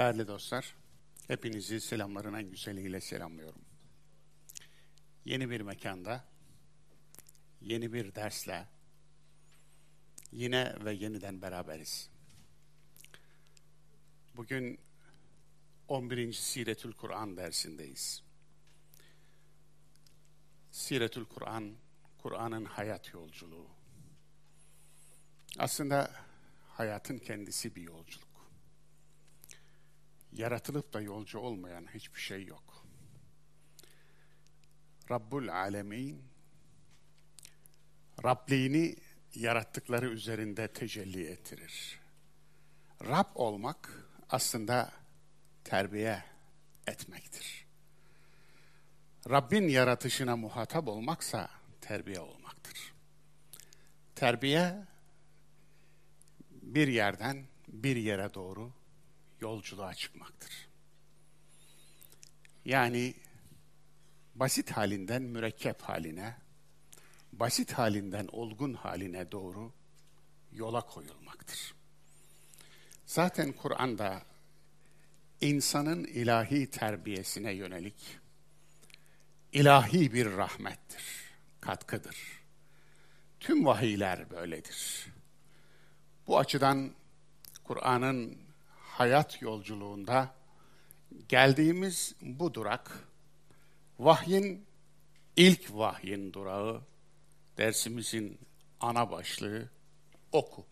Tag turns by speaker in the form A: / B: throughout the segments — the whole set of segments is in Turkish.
A: Değerli dostlar, hepinizi selamların en güzeliyle selamlıyorum. Yeni bir mekanda, yeni bir dersle yine ve yeniden beraberiz. Bugün 11. Siretül Kur'an dersindeyiz. Siretül Kur'an, Kur'an'ın hayat yolculuğu. Aslında hayatın kendisi bir yolculuk. Yaratılıp da yolcu olmayan hiçbir şey yok. Rabbul Alemin, Rabliğini yarattıkları üzerinde tecelli ettirir. Rab olmak aslında terbiye etmektir. Rabbin yaratışına muhatap olmaksa terbiye olmaktır. Terbiye bir yerden bir yere doğru yolculuğa çıkmaktır. Yani basit halinden mürekkep haline, basit halinden olgun haline doğru yola koyulmaktır. Zaten Kur'an'da insanın ilahi terbiyesine yönelik ilahi bir rahmettir, katkıdır. Tüm vahiyler böyledir. Bu açıdan Kur'an'ın hayat yolculuğunda geldiğimiz bu durak, ilk vahyin durağı, dersimizin ana başlığı oku.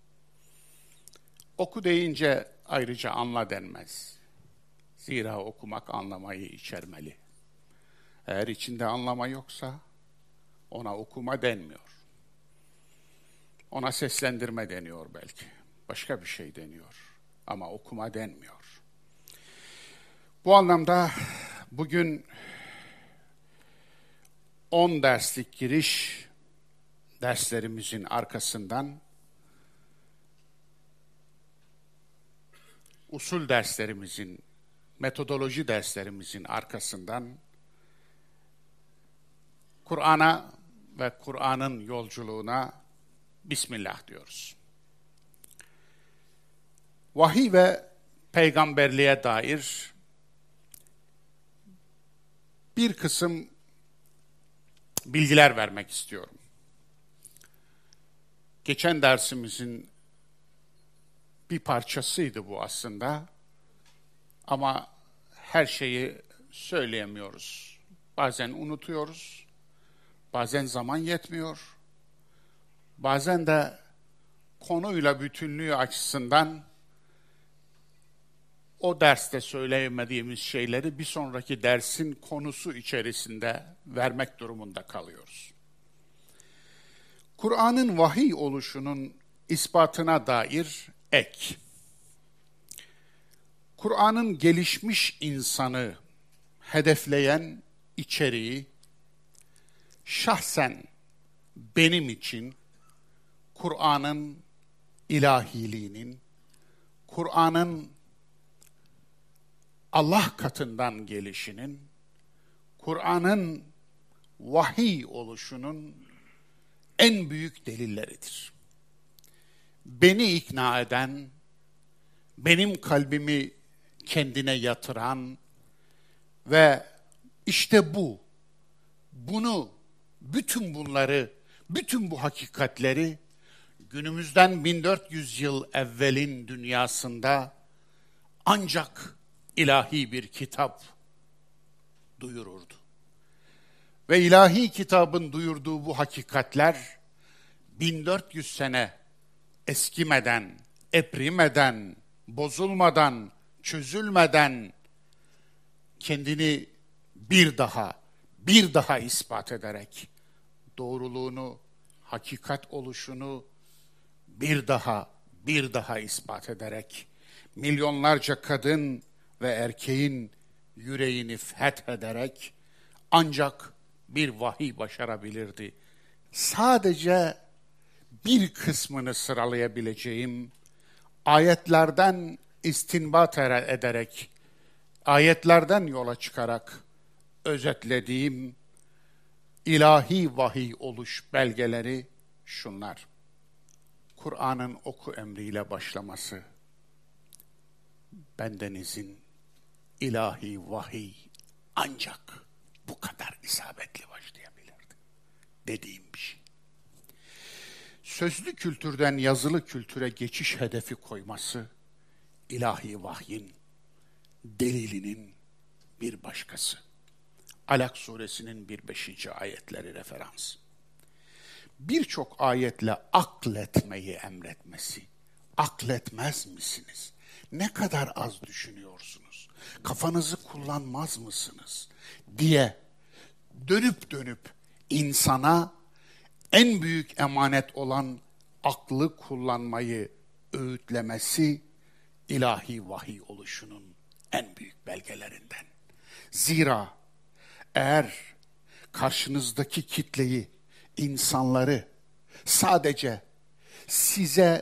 A: Oku deyince ayrıca anla denmez. Zira okumak anlamayı içermeli. Eğer içinde anlama yoksa ona okuma denmiyor. Ona seslendirme deniyor belki. Başka bir şey deniyor. Ama okuma denmiyor. Bu anlamda bugün 10 derslik giriş derslerimizin arkasından usul derslerimizin, metodoloji derslerimizin arkasından Kur'an'a ve Kur'an'ın yolculuğuna Bismillah diyoruz. Vahiy ve peygamberliğe dair bir kısım bilgiler vermek istiyorum. Geçen dersimizin bir parçasıydı bu aslında. Ama her şeyi söyleyemiyoruz. Bazen unutuyoruz. Bazen zaman yetmiyor. Bazen de konuyla bütünlüğü açısından o derste söyleyemediğimiz şeyleri bir sonraki dersin konusu içerisinde vermek durumunda kalıyoruz. Kur'an'ın vahiy oluşunun ispatına dair ek. Kur'an'ın gelişmiş insanı hedefleyen içeriği şahsen benim için Kur'an'ın ilahiliğinin, Kur'an'ın Allah katından gelişinin, Kur'an'ın vahiy oluşunun en büyük delilleridir. Beni ikna eden, benim kalbimi kendine yatıran ve işte bütün bu hakikatleri günümüzden 1400 yıl evvelin dünyasında ancak ilahi bir kitap duyururdu. Ve ilahi kitabın duyurduğu bu hakikatler 1400 sene eskimeden, eprimeden, bozulmadan, çözülmeden kendini bir daha ispat ederek doğruluğunu, hakikat oluşunu bir daha ispat ederek milyonlarca kadın ve erkeğin yüreğini fethederek ancak bir vahiy başarabilirdi. Sadece bir kısmını sıralayabileceğim, ayetlerden istinbat ederek, ayetlerden yola çıkarak özetlediğim ilahi vahiy oluş belgeleri şunlar. Kur'an'ın oku emriyle başlaması, bendenizin ilahi vahiy ancak bu kadar isabetli başlayabilirdi. Dediğim bir şey. Sözlü kültürden yazılı kültüre geçiş hedefi koyması, ilahi vahyin delilinin bir başkası. Alak suresinin 1-5. ayetleri referans. Birçok ayetle akletmeyi emretmesi. Akletmez misiniz? Ne kadar az düşünüyorsunuz? Kafanızı kullanmaz mısınız? Diye dönüp dönüp insana en büyük emanet olan aklı kullanmayı öğütlemesi ilahi vahiy oluşunun en büyük belgelerinden. Zira eğer karşınızdaki kitleyi, insanları sadece size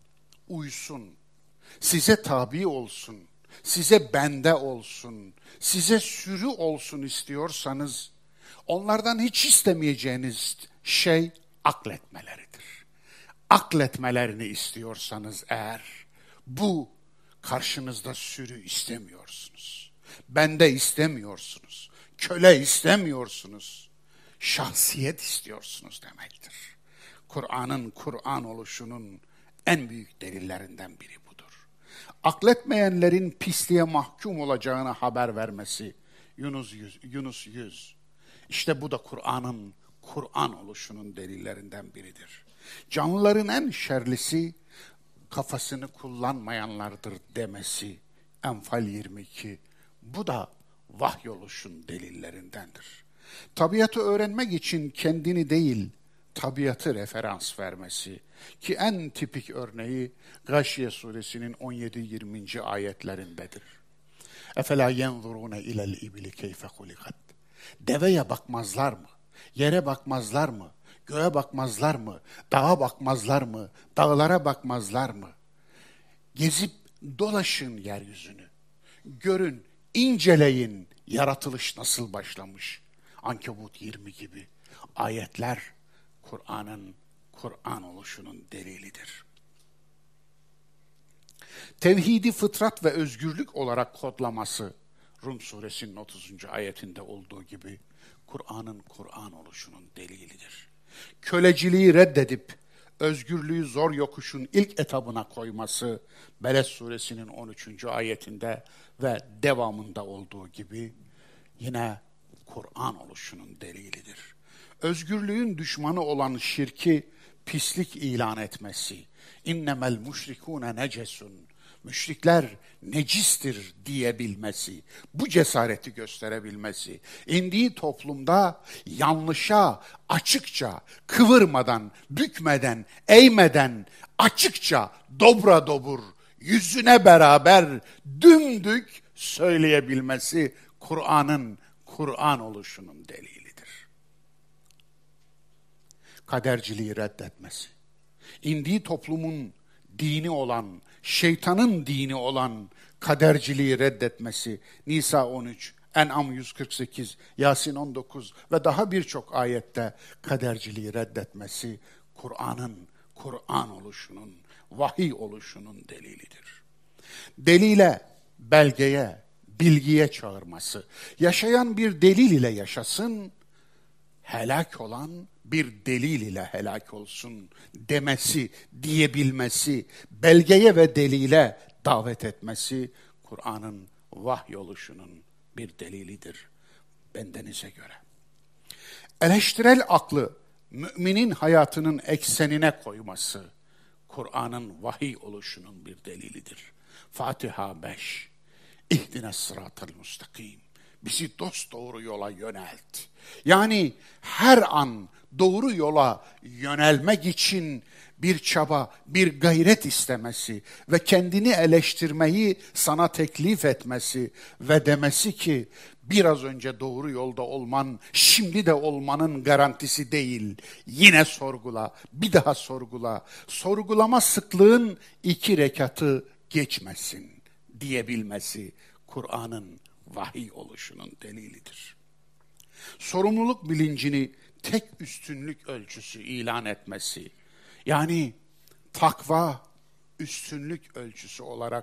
A: uysun, size tabi olsun, size bende olsun, size sürü olsun istiyorsanız, onlardan hiç istemeyeceğiniz şey akletmeleridir. Akletmelerini istiyorsanız eğer, bu karşınızda sürü istemiyorsunuz. Bende istemiyorsunuz. Köle istemiyorsunuz. Şahsiyet istiyorsunuz demektir. Kur'an'ın Kur'an oluşunun en büyük delillerinden biri budur. Akletmeyenlerin pisliğe mahkum olacağına haber vermesi Yunus 100. İşte bu da Kur'an'ın Kur'an oluşunun delillerinden biridir. Canlıların en şerlisi kafasını kullanmayanlardır demesi Enfal 22. Bu da vahyoluşun delillerindendir. Tabiatı öğrenmek için kendini değil, tabiatı referans vermesi ki en tipik örneği Gâşiye suresinin 17-20. ayetlerindedir. Efela yenzurune ilel ibli keyfe hulikat. Deveye bakmazlar mı? Yere bakmazlar mı? Göğe bakmazlar mı? Dağa bakmazlar mı? Dağlara bakmazlar mı? Gezip dolaşın yeryüzünü. Görün, inceleyin yaratılış nasıl başlamış. Ankebut 20 gibi ayetler Kur'an'ın Kur'an oluşunun delilidir. Tevhidi fıtrat ve özgürlük olarak kodlaması Rum suresinin 30. ayetinde olduğu gibi Kur'an'ın Kur'an oluşunun delilidir. Köleciliği reddedip özgürlüğü zor yokuşun ilk etabına koyması Beled suresinin 13. ayetinde ve devamında olduğu gibi yine Kur'an oluşunun delilidir. Özgürlüğün düşmanı olan şirki pislik ilan etmesi, innemel müşrikûne necesun, müşrikler necistir diyebilmesi, bu cesareti gösterebilmesi, indiği toplumda yanlışa açıkça, kıvırmadan, bükmeden, eğmeden, açıkça, dobra dobur, yüzüne beraber dümdük söyleyebilmesi Kur'an'ın Kur'an oluşunun delilidir. Kaderciliği reddetmesi, indiği toplumun dini olan, şeytanın dini olan kaderciliği reddetmesi, Nisa 13, En'am 148, Yasin 19 ve daha birçok ayette kaderciliği reddetmesi, Kur'an'ın Kur'an oluşunun, vahiy oluşunun delilidir. Delile, belgeye, bilgiye çağırması, yaşayan bir delil ile yaşasın, helak olan bir delil ile helak olsun demesi, diyebilmesi, belgeye ve delile davet etmesi, Kur'an'ın vahyoluşunun bir delilidir bendenize göre. Eleştirel aklı müminin hayatının eksenine koyması, Kur'an'ın vahiy oluşunun bir delilidir. Fatiha 5. İhdines sıratal mustakim. Bizi dosdoğru yola yönelt. Yani her an doğru yola yönelmek için bir çaba, bir gayret istemesi ve kendini eleştirmeyi sana teklif etmesi ve demesi ki biraz önce doğru yolda olman, şimdi de olmanın garantisi değil. Yine sorgula, bir daha sorgula. Sorgulama sıklığın 2 rekatı geçmesin diyebilmesi Kur'an'ın vahiy oluşunun delilidir. Sorumluluk bilincini tek üstünlük ölçüsü ilan etmesi, yani takva üstünlük ölçüsü olarak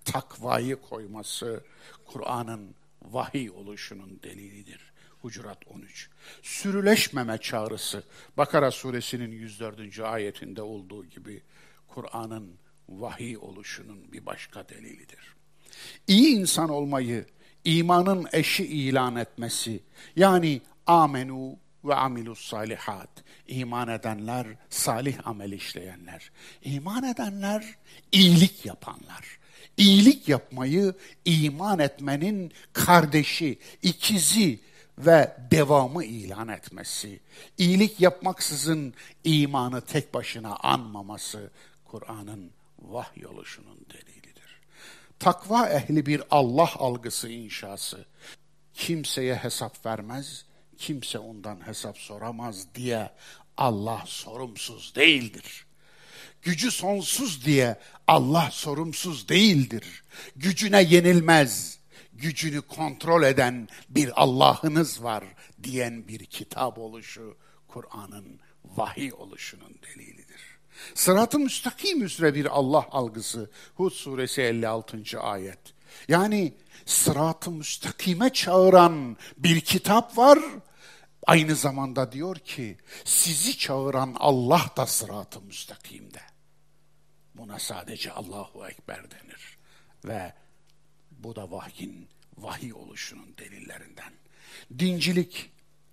A: takvayı koyması Kur'an'ın vahiy oluşunun delilidir. Hucurat 13. Sürüleşmeme çağrısı Bakara suresinin 104. ayetinde olduğu gibi Kur'an'ın vahiy oluşunun bir başka delilidir. İyi insan olmayı imanın eşi ilan etmesi, yani amenu ve amilus salihat, iman edenler, salih amel işleyenler, iman edenler, iyilik yapanlar. İyilik yapmayı iman etmenin kardeşi, ikizi ve devamı ilan etmesi, iyilik yapmaksızın imanı tek başına anmaması Kur'an'ın vahiy oluşunun delilidir. Takva ehli bir Allah algısı inşası, kimseye hesap vermez, kimse ondan hesap soramaz diye Allah sorumsuz değildir. Gücü sonsuz diye Allah sorumsuz değildir. Gücüne yenilmez, gücünü kontrol eden bir Allah'ınız var diyen bir kitap oluşu Kur'an'ın vahiy oluşunun delilidir. Sırat-ı müstakim üzere bir Allah algısı Hud suresi 56. ayet. Yani sırat-ı müstakime çağıran bir kitap var. Aynı zamanda diyor ki sizi çağıran Allah da sırat-ı müstakimde. Buna sadece Allahu Ekber denir. Ve bu da vahyin vahiy oluşunun delillerinden. Dincilik,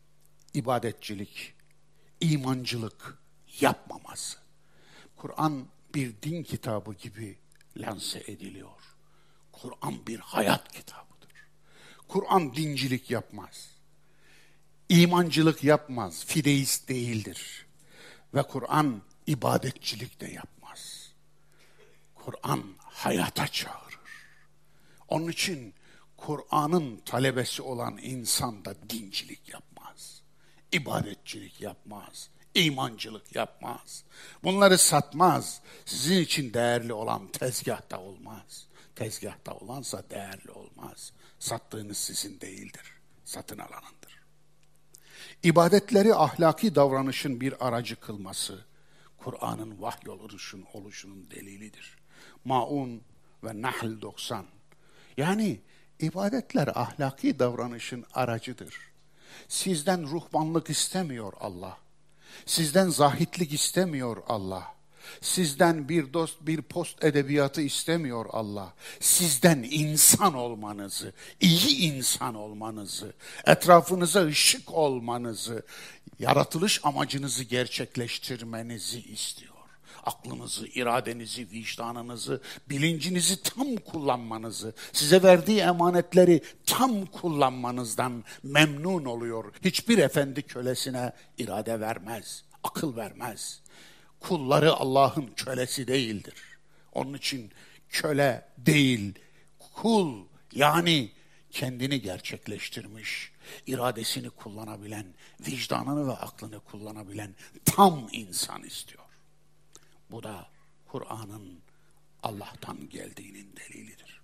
A: ibadetçilik, imancılık yapmaması. Kur'an bir din kitabı gibi lanse ediliyor. Kur'an bir hayat kitabıdır. Kur'an dincilik yapmaz. İmancılık yapmaz. Fideist değildir. Ve Kur'an ibadetçilik de yapmaz. Kur'an hayata çağırır. Onun için Kur'an'ın talebesi olan insan da dincilik yapmaz. İbadetçilik yapmaz. İmancılık yapmaz. Bunları satmaz. Sizin için değerli olan tezgahta olmaz. Tezgahta olansa değerli olmaz. Sattığınız sizin değildir. Satın alanındır. İbadetleri ahlaki davranışın bir aracı kılması Kur'an'ın vahiy oluşunun delilidir. Maun ve Nahl 90. Yani ibadetler ahlaki davranışın aracıdır. Sizden ruhbanlık istemiyor Allah. Sizden zahitlik istemiyor Allah. Sizden bir post edebiyatı istemiyor Allah. Sizden insan olmanızı, iyi insan olmanızı, etrafınıza ışık olmanızı, yaratılış amacınızı gerçekleştirmenizi istiyor. Aklınızı, iradenizi, vicdanınızı, bilincinizi tam kullanmanızı, size verdiği emanetleri tam kullanmanızdan memnun oluyor. Hiçbir efendi kölesine irade vermez, akıl vermez. Kulları Allah'ın kölesi değildir. Onun için köle değil, kul, yani kendini gerçekleştirmiş, iradesini kullanabilen, vicdanını ve aklını kullanabilen tam insan istiyor. Bu da Kur'an'ın Allah'tan geldiğinin delilidir.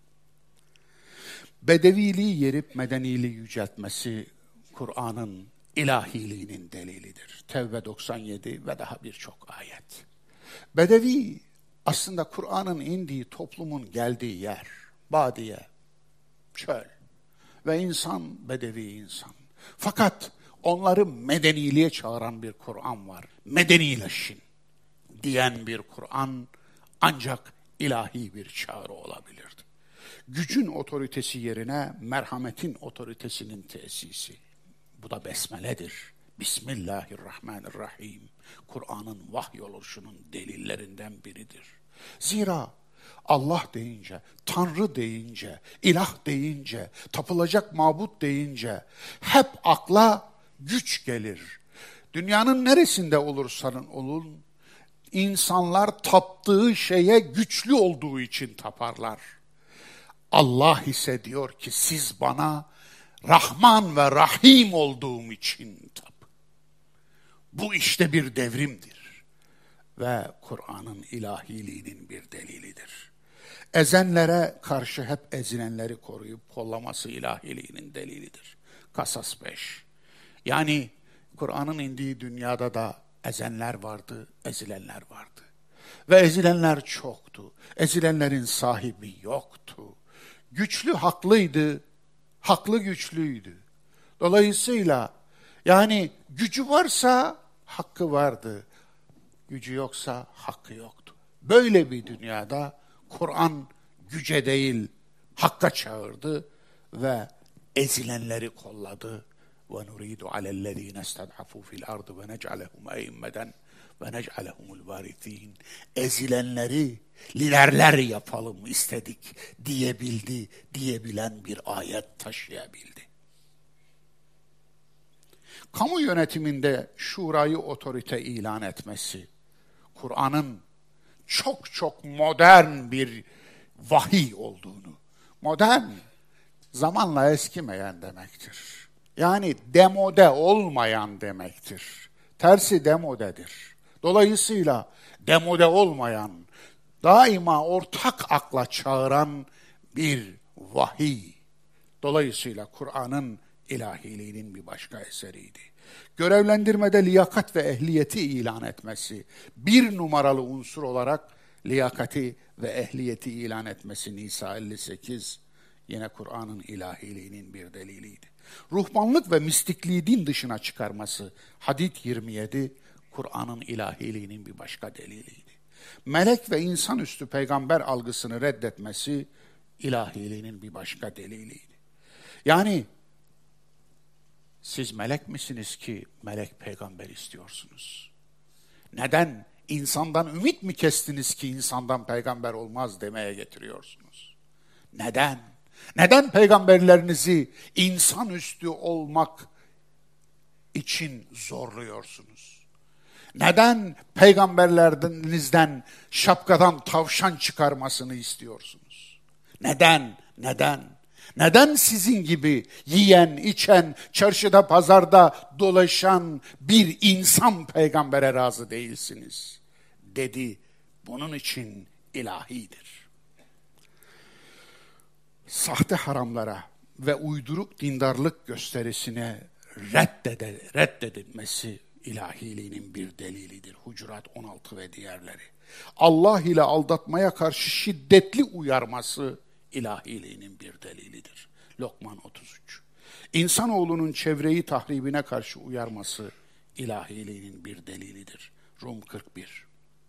A: Bedeviliği yerip medeniliği yüceltmesi Kur'an'ın ilahiliğinin delilidir. Tevbe 97 ve daha birçok ayet. Bedevi aslında Kur'an'ın indiği toplumun geldiği yer, badiye, çöl ve insan bedevi insan. Fakat onları medeniliğe çağıran bir Kur'an var. Medenileşin diyen bir Kur'an ancak ilahi bir çağrı olabilirdi. Gücün otoritesi yerine merhametin otoritesinin tesisi. Bu da besmeledir. Bismillahirrahmanirrahim. Kur'an'ın vahiy oluşunun delillerinden biridir. Zira Allah deyince, Tanrı deyince, ilah deyince, tapılacak mabut deyince hep akla güç gelir. Dünyanın neresinde olursanız olun, İnsanlar taptığı şeye güçlü olduğu için taparlar. Allah ise diyor ki siz bana Rahman ve Rahim olduğum için tap. Bu işte bir devrimdir ve Kur'an'ın ilahiliğinin bir delilidir. Ezenlere karşı hep ezilenleri koruyup kollaması ilahiliğinin delilidir. Kasas 5. Yani Kur'an'ın indiği dünyada da ezenler vardı, ezilenler vardı. Ve ezilenler çoktu. Ezilenlerin sahibi yoktu. Güçlü haklıydı, haklı güçlüydü. Dolayısıyla yani gücü varsa hakkı vardı. Gücü yoksa hakkı yoktu. Böyle bir dünyada Kur'an güce değil hakka çağırdı ve ezilenleri kolladı. Ve nuridu alellezine istad'afu fil ardı ve nec'alehum e'immeden ve nec'alehumul varithin. Ezilenleri liderler yapalım istedik diyebilen bir ayet taşıyabildi. Kamu yönetiminde şurayı otorite ilan etmesi, Kur'an'ın çok çok modern bir vahiy olduğunu, modern, zamanla eskimeyen demektir. Yani demode olmayan demektir. Tersi demodedir. Dolayısıyla demode olmayan, daima ortak akla çağıran bir vahiy. Dolayısıyla Kur'an'ın ilahiliğinin bir başka eseriydi. Görevlendirmede liyakat ve ehliyeti ilan etmesi, bir numaralı unsur olarak liyakati ve ehliyeti ilan etmesi Nisa 58, yine Kur'an'ın ilahiliğinin bir deliliydi. Ruhbanlık ve mistikliği din dışına çıkarması Hadid 27, Kur'an'ın ilahiliğinin bir başka deliliydi. Melek ve insanüstü peygamber algısını reddetmesi ilahiliğinin bir başka deliliydi. Yani siz melek misiniz ki melek peygamber istiyorsunuz? Neden? İnsandan ümit mi kestiniz ki insandan peygamber olmaz demeye getiriyorsunuz? Neden? Neden peygamberlerinizi insanüstü olmak için zorluyorsunuz? Neden peygamberlerinizden şapkadan tavşan çıkarmasını istiyorsunuz? Neden? Neden? Neden sizin gibi yiyen, içen, çarşıda, pazarda dolaşan bir insan peygambere razı değilsiniz? Dedi. Bunun için ilahidir. Sahte haramlara ve uyduruk dindarlık gösterisine reddedilmesi ilahiliğinin bir delilidir. Hucurat 16 ve diğerleri. Allah ile aldatmaya karşı şiddetli uyarması ilahiliğinin bir delilidir. Lokman 33. İnsanoğlunun çevreyi tahribine karşı uyarması ilahiliğinin bir delilidir. Rum 41.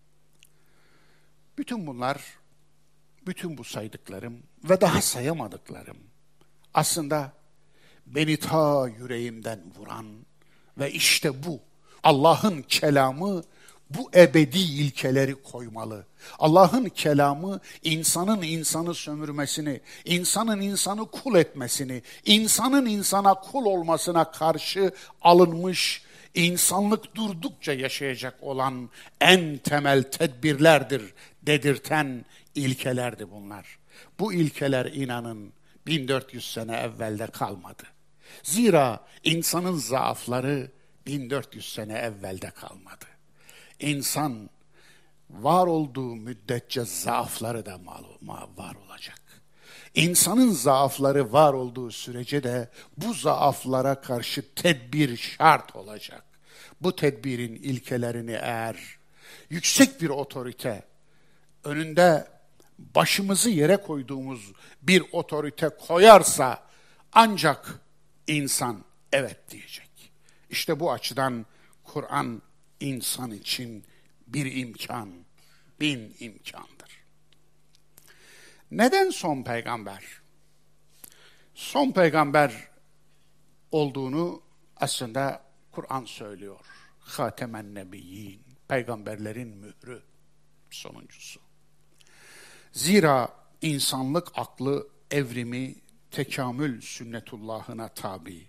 A: Bütün bunlar, bütün bu saydıklarım ve daha sayamadıklarım aslında beni ta yüreğimden vuran ve işte bu Allah'ın kelamı bu ebedi ilkeleri koymalı. Allah'ın kelamı insanın insanı sömürmesini, insanın insanı kul etmesini, insanın insana kul olmasına karşı alınmış, insanlık durdukça yaşayacak olan en temel tedbirlerdir dedirten ilkelerdi bunlar. Bu ilkeler inanın 1400 sene evvelde kalmadı. Zira insanın zaafları 1400 sene evvelde kalmadı. İnsan var olduğu müddetçe zaafları da var olacak. İnsanın zaafları var olduğu sürece de bu zaaflara karşı tedbir şart olacak. Bu tedbirin ilkelerini eğer yüksek bir otorite, önünde başımızı yere koyduğumuz bir otorite koyarsa ancak insan evet diyecek. İşte bu açıdan Kur'an insan için bir imkan, bin imkandır. Neden son peygamber? Son peygamber olduğunu aslında Kur'an söylüyor. Hatemen Nebiyyin, peygamberlerin mührü, sonuncusu. Zira insanlık aklı evrimi tekamül sünnetullahına tabi.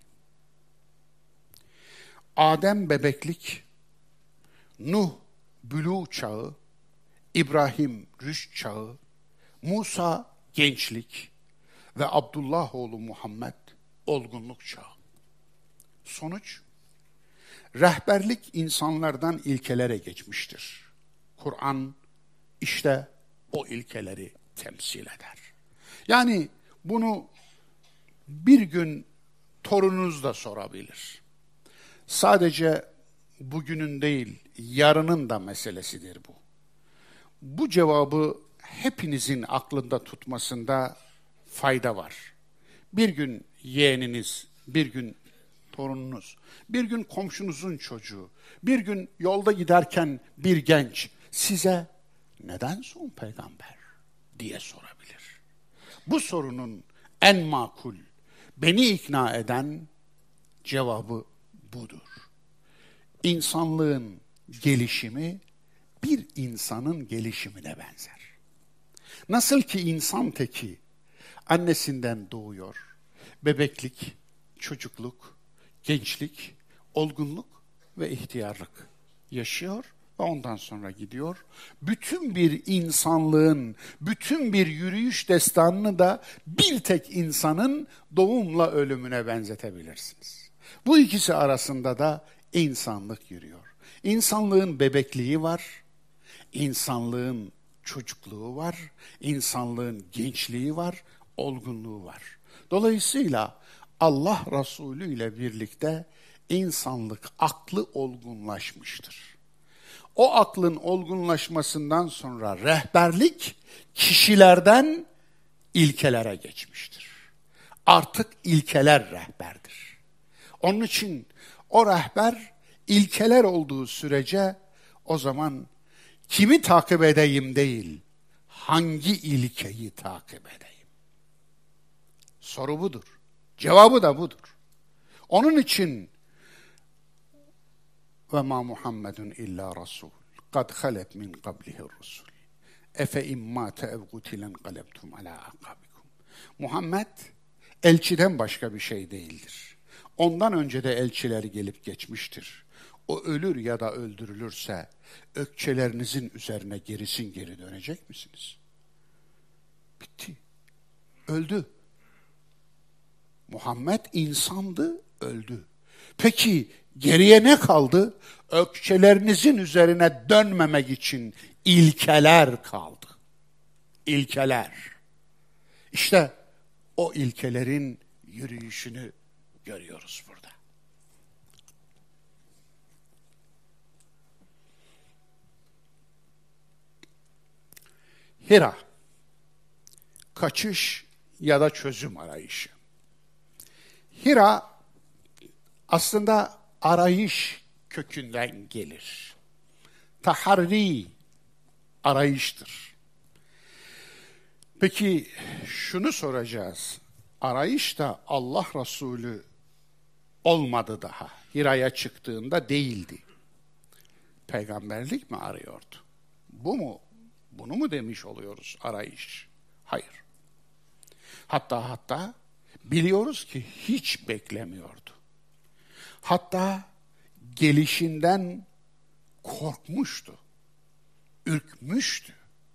A: Adem bebeklik, Nuh bülû çağı, İbrahim rüşt çağı, Musa gençlik ve Abdullah oğlu Muhammed olgunluk çağı. Sonuç, rehberlik insanlardan ilkelere geçmiştir. Kur'an işte o ilkeleri temsil eder. Yani bunu bir gün torununuz da sorabilir. Sadece bugünün değil, yarının da meselesidir bu. Bu cevabı hepinizin aklında tutmasında fayda var. Bir gün yeğeniniz, bir gün torununuz, bir gün komşunuzun çocuğu, bir gün yolda giderken bir genç size neden son peygamber diye sorabilir. Bu sorunun en makul, beni ikna eden cevabı budur. İnsanlığın gelişimi bir insanın gelişimine benzer. Nasıl ki insan teki annesinden doğuyor, bebeklik, çocukluk, gençlik, olgunluk ve ihtiyarlık yaşıyor ve ondan sonra gidiyor. Bütün bir insanlığın, bütün bir yürüyüş destanını da bir tek insanın doğumla ölümüne benzetebilirsiniz. Bu ikisi arasında da insanlık yürüyor. İnsanlığın bebekliği var, insanlığın çocukluğu var, insanlığın gençliği var, olgunluğu var. Dolayısıyla Allah Resulü ile birlikte insanlık aklı olgunlaşmıştır. O aklın olgunlaşmasından sonra rehberlik kişilerden ilkelere geçmiştir. Artık ilkeler rehberdir. Onun için o rehber ilkeler olduğu sürece o zaman kimi takip edeyim değil, hangi ilkeyi takip edeyim? Soru budur. Cevabı da budur. Onun için ve ma Muhammedun illa Rasul kad halet min qablihi rusul efe imma te'evgutilen qalebtum ala akabikum. Muhammed elçiden başka bir şey değildir. Ondan önce de elçiler gelip geçmiştir. O ölür ya da öldürülürse ökçelerinizin üzerine gerisin geri dönecek misiniz? Bitti. Öldü. Muhammed insandı, öldü. Peki geriye ne kaldı? Ökçelerinizin üzerine dönmemek için ilkeler kaldı. İlkeler. İşte o ilkelerin yürüyüşünü görüyoruz burada. Hira, kaçış ya da çözüm arayışı. Hira aslında arayış kökünden gelir. Taharri arayıştır. Peki şunu soracağız. Arayış da Allah Resulü olmadı daha. Hira'ya çıktığında değildi. Peygamberlik mi arıyordu? Bu mu? Bunu mu demiş oluyoruz arayış? Hayır. Hatta biliyoruz ki hiç beklemiyordu. Hatta gelişinden korkmuştu. Ürkmüştü.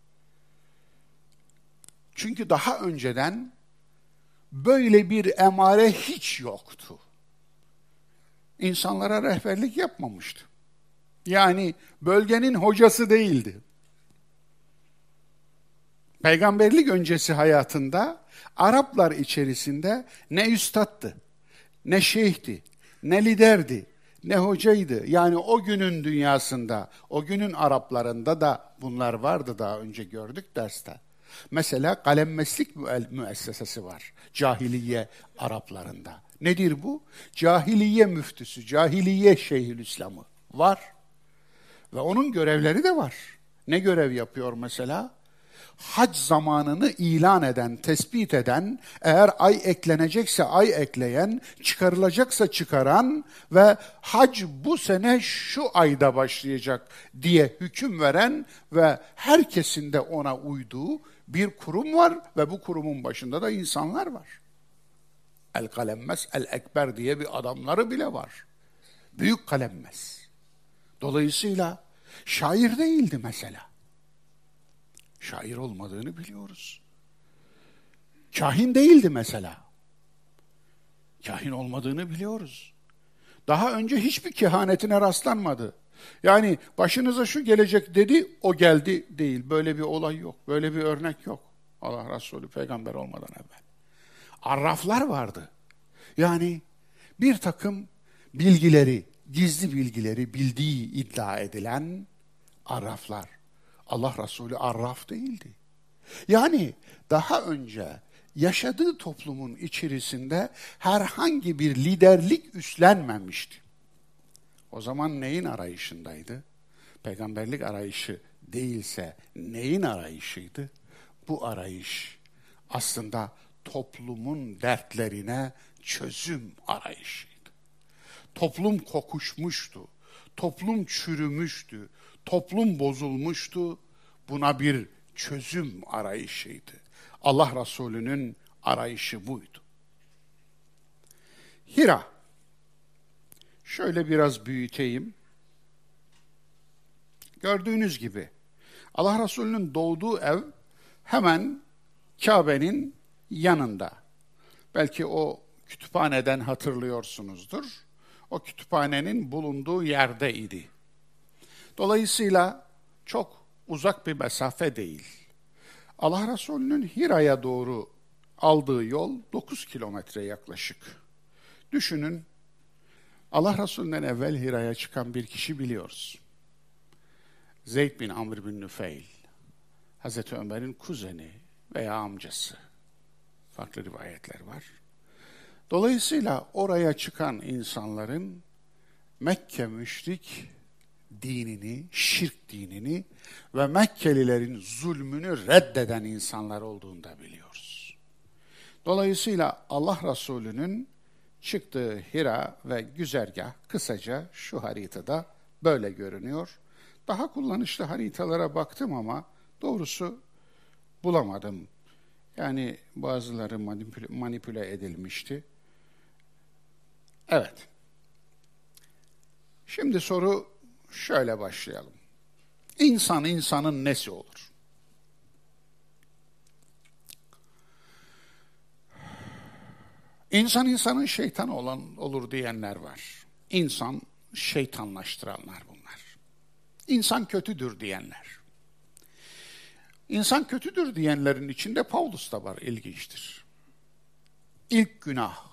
A: Çünkü daha önceden böyle bir emare hiç yoktu. İnsanlara rehberlik yapmamıştı. Yani bölgenin hocası değildi. Peygamberlik öncesi hayatında Araplar içerisinde ne üstattı, ne şeyhti, ne liderdi, ne hocaydı. Yani o günün dünyasında, o günün Araplarında da bunlar vardı, daha önce gördük derste. Mesela kalemmeslik müessesesi var cahiliye Araplarında. Nedir bu? Cahiliye müftüsü, cahiliye şeyhülislamı var. Ve onun görevleri de var. Ne görev yapıyor mesela? Hac zamanını ilan eden, tespit eden, eğer ay eklenecekse ay ekleyen, çıkarılacaksa çıkaran ve hac bu sene şu ayda başlayacak diye hüküm veren ve herkesin de ona uyduğu bir kurum var ve bu kurumun başında da insanlar var. El-Kalemmes, El-Ekber diye bir adamları bile var. Büyük Kalemmes. Dolayısıyla şair değildi mesela. Şair olmadığını biliyoruz. Kahin değildi mesela. Kahin olmadığını biliyoruz. Daha önce hiçbir kehanetine rastlanmadı. Yani başınıza şu gelecek dedi, o geldi değil. Böyle bir olay yok, böyle bir örnek yok. Allah Resulü peygamber olmadan evvel. Arraflar vardı. Yani bir takım bilgileri, gizli bilgileri bildiği iddia edilen arraflar. Allah Resulü arraf değildi. Yani daha önce yaşadığı toplumun içerisinde herhangi bir liderlik üstlenmemişti. O zaman neyin arayışındaydı? Peygamberlik arayışı değilse neyin arayışıydı? Bu arayış aslında toplumun dertlerine çözüm arayışıydı. Toplum kokuşmuştu, toplum çürümüştü, toplum bozulmuştu. Buna bir çözüm arayışıydı. Allah Resulü'nün arayışı buydu. Hira, şöyle biraz büyüteyim. Gördüğünüz gibi Allah Resulü'nün doğduğu ev hemen Kabe'nin yanında. Belki o kütüphaneden hatırlıyorsunuzdur. O kütüphanenin bulunduğu yerde idi. Dolayısıyla çok uzak bir mesafe değil. Allah Resulü'nün Hira'ya doğru aldığı yol 9 kilometre yaklaşık. Düşünün, Allah Resulü'nden evvel Hira'ya çıkan bir kişi biliyoruz. Zeyd bin Amr bin Nüfeyl, Hazreti Ömer'in kuzeni veya amcası. Farklı rivayetler var. Dolayısıyla oraya çıkan insanların Mekke müşrik dinini, şirk dinini ve Mekkelilerin zulmünü reddeden insanlar olduğunu da biliyoruz. Dolayısıyla Allah Resulü'nün çıktığı Hira ve güzergah kısaca şu haritada böyle görünüyor. Daha kullanışlı haritalara baktım ama doğrusu bulamadım. Yani bazıları manipüle edilmişti. Evet. Şimdi soru şöyle başlayalım. İnsan insanın nesi olur? İnsan insanın şeytanı olur diyenler var. İnsan şeytanlaştıranlar bunlar. İnsan kötüdür diyenler. İnsan kötüdür diyenlerin içinde Pavlus da var, ilginçtir. İlk günah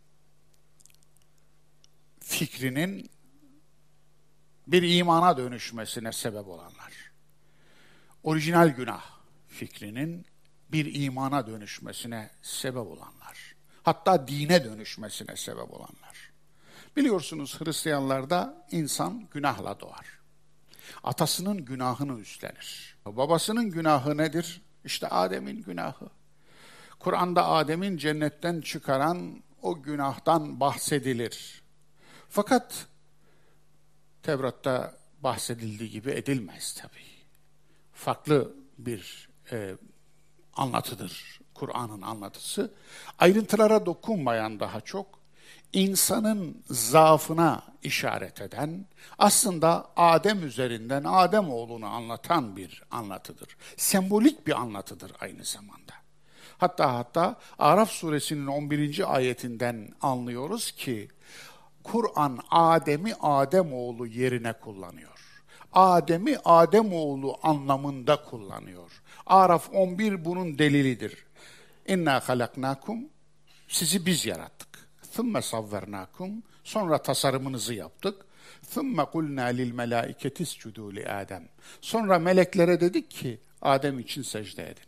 A: fikrinin bir imana dönüşmesine sebep olanlar. Orijinal günah fikrinin bir imana dönüşmesine sebep olanlar. Hatta dine dönüşmesine sebep olanlar. Biliyorsunuz Hristiyanlarda insan günahla doğar. Atasının günahını üstlenir. Babasının günahı nedir? İşte Adem'in günahı. Kur'an'da Adem'in cennetten çıkaran o günahtan bahsedilir. Fakat Tevrat'ta bahsedildiği gibi edilmez tabii. Farklı bir anlatıdır Kur'an'ın anlatısı. Ayrıntılara dokunmayan daha çok insanın zaafına işaret eden, aslında Adem üzerinden Adem oğlunu anlatan bir anlatıdır. Sembolik bir anlatıdır aynı zamanda. Hatta Araf suresinin 11. ayetinden anlıyoruz ki Kur'an Adem'i Ademoğlu yerine kullanıyor. Adem'i Ademoğlu anlamında kullanıyor. Araf 11 bunun delilidir. İnna halaknakum, sizi biz yarattık. Thumma savvernakum, sonra tasarımınızı yaptık. Thumma kulna lil melaiketi iscudu li Adem. Sonra meleklere dedik ki Adem için secde edin.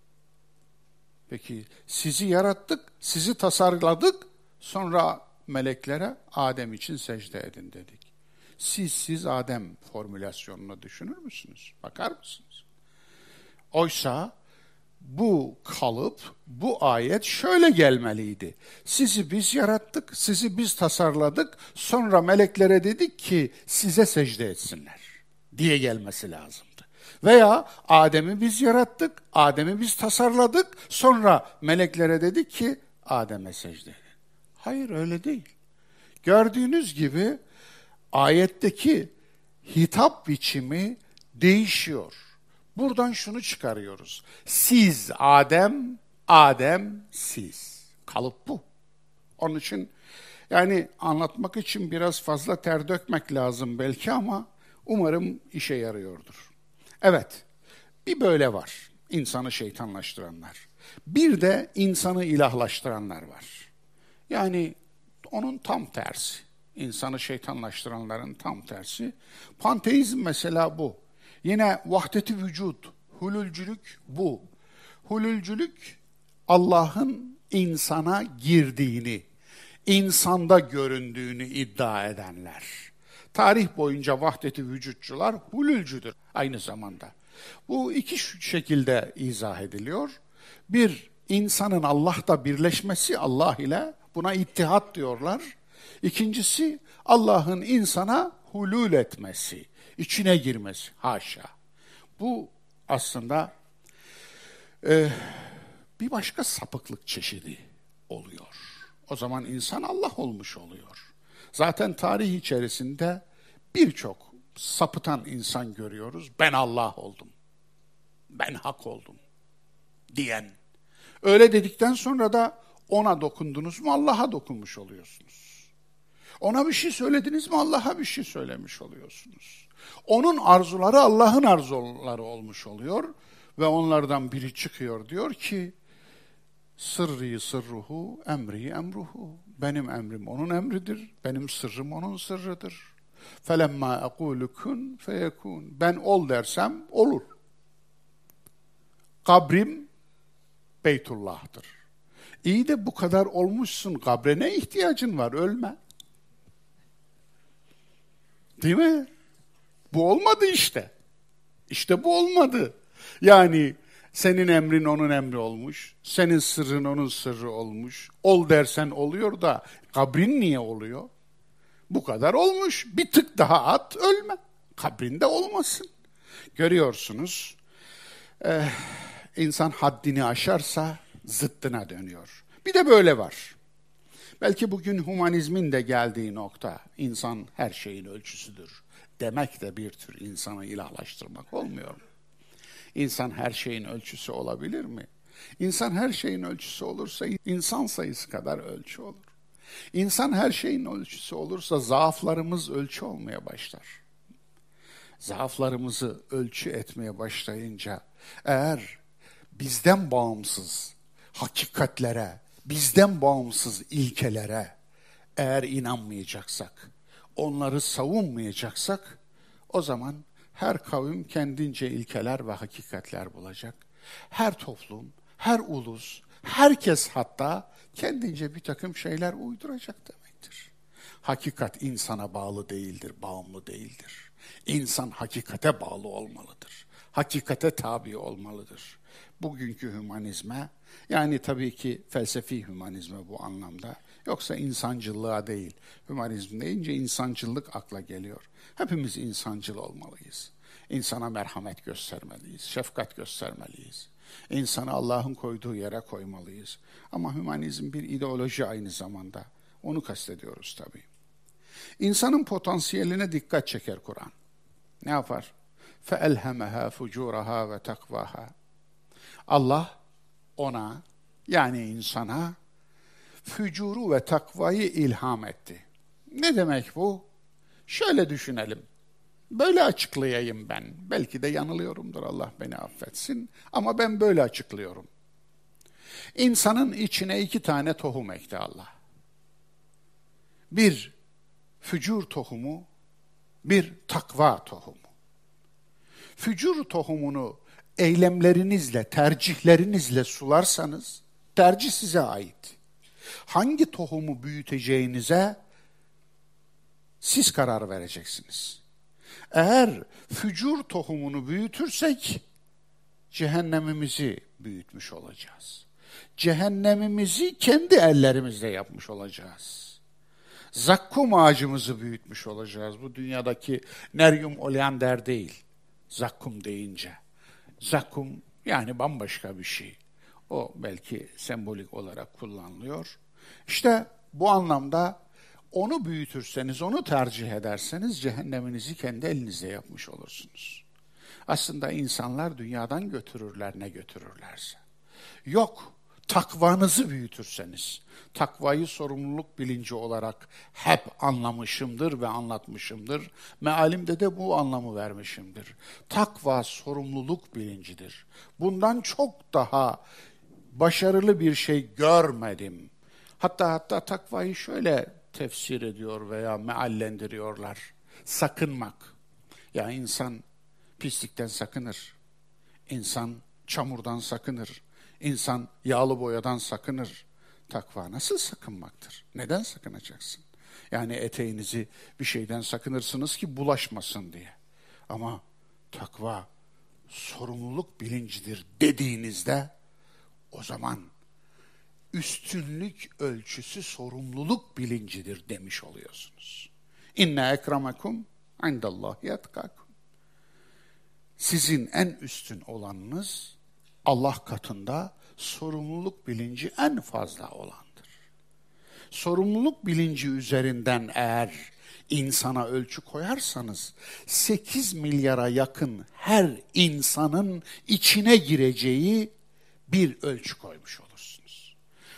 A: Peki sizi yarattık, sizi tasarladık, sonra meleklere Adem için secde edin dedik. Siz Adem formülasyonunu düşünür müsünüz? Bakar mısınız? Oysa bu kalıp, bu ayet şöyle gelmeliydi. Sizi biz yarattık, sizi biz tasarladık, sonra meleklere dedik ki size secde etsinler diye gelmesi lazımdı. Veya Adem'i biz yarattık, Adem'i biz tasarladık, sonra meleklere dedik ki Adem'e secde edin. Hayır, öyle değil. Gördüğünüz gibi ayetteki hitap biçimi değişiyor. Buradan şunu çıkarıyoruz. Siz Adem, Adem siz. Kalıp bu. Onun için yani anlatmak için biraz fazla ter dökmek lazım belki ama umarım işe yarıyordur. Evet, bir böyle var. İnsanı şeytanlaştıranlar. Bir de insanı ilahlaştıranlar var. Yani onun tam tersi. İnsanı şeytanlaştıranların tam tersi. Panteizm mesela bu. Yine vahdet-i vücut, hululcülük bu. Hululcülük Allah'ın insana girdiğini, insanda göründüğünü iddia edenler. Tarih boyunca vahdet-i vücutçular hululcüdür aynı zamanda. Bu iki şekilde izah ediliyor. Bir, insanın Allah'ta birleşmesi Allah ile, buna ittihat diyorlar. İkincisi, Allah'ın insana hulul etmesi, içine girmesi, haşa. Bu aslında bir başka sapıklık çeşidi oluyor. O zaman insan Allah olmuş oluyor. Zaten tarih içerisinde birçok sapıtan insan görüyoruz. Ben Allah oldum, ben hak oldum diyen. Öyle dedikten sonra da ona dokundunuz mu Allah'a dokunmuş oluyorsunuz. Ona bir şey söylediniz mi Allah'a bir şey söylemiş oluyorsunuz. Onun arzuları Allah'ın arzuları olmuş oluyor ve onlardan biri çıkıyor diyor ki sırrı sırruhu, emri emruhu. Benim emrim onun emridir, benim sırrım onun sırrıdır. Felemma ekulu kun feyekun. Ben ol dersem olur. Kabrim Beytullah'tır. İyi de bu kadar olmuşsun, kabre ne ihtiyacın var? Ölme. Değil mi? Bu olmadı işte. İşte bu olmadı. Yani senin emrin onun emri olmuş, senin sırrın onun sırrı olmuş. Ol dersen oluyor da kabrin niye oluyor? Bu kadar olmuş. Bir tık daha at, ölme. Kabrinde olmasın. Görüyorsunuz, insan haddini aşarsa zıttına dönüyor. Bir de böyle var. Belki bugün humanizmin de geldiği nokta, insan her şeyin ölçüsüdür demek de bir tür insanı ilahlaştırmak olmuyor mu? İnsan her şeyin ölçüsü olabilir mi? İnsan her şeyin ölçüsü olursa insan sayısı kadar ölçü olur. İnsan her şeyin ölçüsü olursa zaaflarımız ölçü olmaya başlar. Zaaflarımızı ölçü etmeye başlayınca eğer bizden bağımsız hakikatlere, bizden bağımsız ilkelere eğer inanmayacaksak, onları savunmayacaksak o zaman her kavim kendince ilkeler ve hakikatler bulacak. Her toplum, her ulus, herkes hatta kendince bir takım şeyler uyduracak demektir. Hakikat insana bağlı değildir, bağımlı değildir. İnsan hakikate bağlı olmalıdır. Hakikate tabi olmalıdır. Bugünkü hümanizme, yani tabii ki felsefi hümanizme bu anlamda, yoksa insancılığa değil. Hümanizm deyince insancılık akla geliyor. Hepimiz insancıl olmalıyız. İnsana merhamet göstermeliyiz, şefkat göstermeliyiz. İnsanı Allah'ın koyduğu yere koymalıyız. Ama hümanizm bir ideoloji aynı zamanda. Onu kastediyoruz tabii. İnsanın potansiyeline dikkat çeker Kur'an. Ne yapar? فَاَلْهَمَهَا فُجُورَهَا وَتَقْوَاهَا. Allah ona, yani insana fücuru ve takvayı ilham etti. Ne demek bu? Şöyle düşünelim. Böyle açıklayayım ben. Belki de yanılıyorumdur, Allah beni affetsin. Ama ben böyle açıklıyorum. İnsanın içine 2 tane tohum ekti Allah. Bir fücur tohumu, bir takva tohumu. Fücur tohumunu eylemlerinizle, tercihlerinizle sularsanız, tercih size ait. Hangi tohumu büyüteceğinize siz karar vereceksiniz. Eğer fücur tohumunu büyütürsek, cehennemimizi büyütmüş olacağız. Cehennemimizi kendi ellerimizle yapmış olacağız. Zakkum ağacımızı büyütmüş olacağız. Bu dünyadaki Neryum oleander değil, zakkum deyince. Zakkum yani bambaşka bir şey. O belki sembolik olarak kullanılıyor. İşte bu anlamda onu büyütürseniz, onu tercih ederseniz cehenneminizi kendi elinizle yapmış olursunuz. Aslında insanlar dünyadan götürürler ne götürürlerse. Yok, takvanızı büyütürseniz, takvayı sorumluluk bilinci olarak hep anlamışımdır ve anlatmışımdır. Mealimde de bu anlamı vermişimdir. Takva sorumluluk bilincidir. Bundan çok daha başarılı bir şey görmedim. Hatta takvayı şöyle tefsir ediyor veya meallendiriyorlar. Sakınmak. Ya insan pislikten sakınır. İnsan çamurdan sakınır. İnsan yağlı boyadan sakınır. Takva nasıl sakınmaktır? Neden sakınacaksın? Yani eteğinizi bir şeyden sakınırsınız ki bulaşmasın diye. Ama takva sorumluluk bilincidir dediğinizde o zaman üstünlük ölçüsü sorumluluk bilincidir demiş oluyorsunuz. İnne ekremekum indallahi etkakum. Sizin en üstün olanınız Allah katında sorumluluk bilinci en fazla olandır. Sorumluluk bilinci üzerinden eğer insana ölçü koyarsanız 8 milyara yakın her insanın içine gireceği bir ölçü koymuş olursunuz.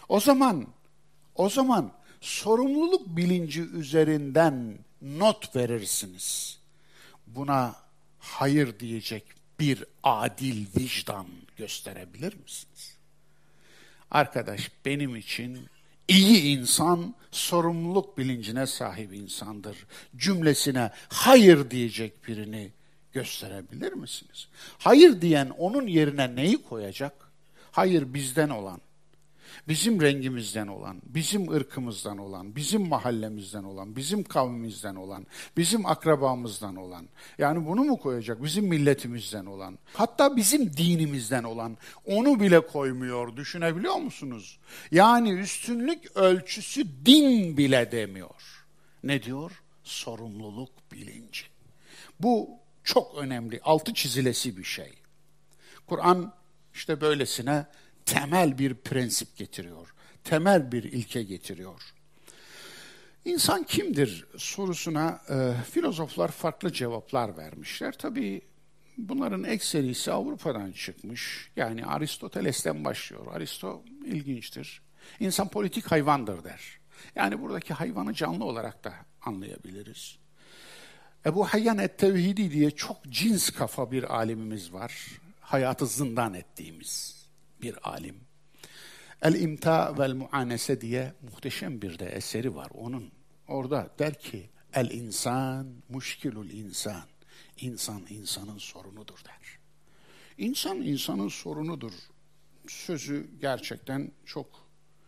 A: O zaman sorumluluk bilinci üzerinden not verirsiniz. Buna hayır diyecek bir adil vicdan gösterebilir misiniz? Arkadaş, benim için iyi insan sorumluluk bilincine sahip insandır cümlesine hayır diyecek birini gösterebilir misiniz? Hayır diyen onun yerine neyi koyacak? Hayır bizden olan, bizim rengimizden olan, bizim ırkımızdan olan, bizim mahallemizden olan, bizim kavmimizden olan, bizim akrabamızdan olan. Yani bunu mu koyacak? Bizim milletimizden olan, hatta bizim dinimizden olan, onu bile koymuyor. Düşünebiliyor musunuz? Yani üstünlük ölçüsü din bile demiyor. Ne diyor? Sorumluluk bilinci. Bu çok önemli, altı çizilesi bir şey. Kur'an işte böylesine temel bir prensip getiriyor. Temel bir ilke getiriyor. İnsan kimdir sorusuna filozoflar farklı cevaplar vermişler. Tabii bunların ekserisi Avrupa'dan çıkmış. Yani Aristoteles'ten başlıyor. Aristo ilginçtir. İnsan politik hayvandır der. Yani buradaki hayvanı canlı olarak da anlayabiliriz. Ebu Hayyan et-Tevhidi diye çok cins kafa bir alimimiz var. Hayatı zindan ettiğimiz bir alim. El-İmta vel-Muanese diye muhteşem bir de eseri var onun. Orada der ki, el-insan muşkilul insan. İnsan insanın sorunudur der. İnsan insanın sorunudur. Sözü gerçekten çok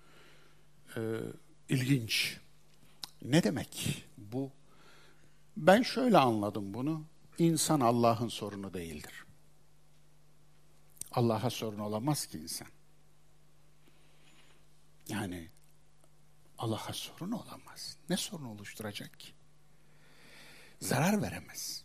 A: ilginç. Ne demek bu? Ben şöyle anladım bunu. İnsan Allah'ın sorunu değildir. Allah'a sorun olamaz ki insan. Yani Allah'a sorun olamaz. Ne sorun oluşturacak ki? Zarar veremez.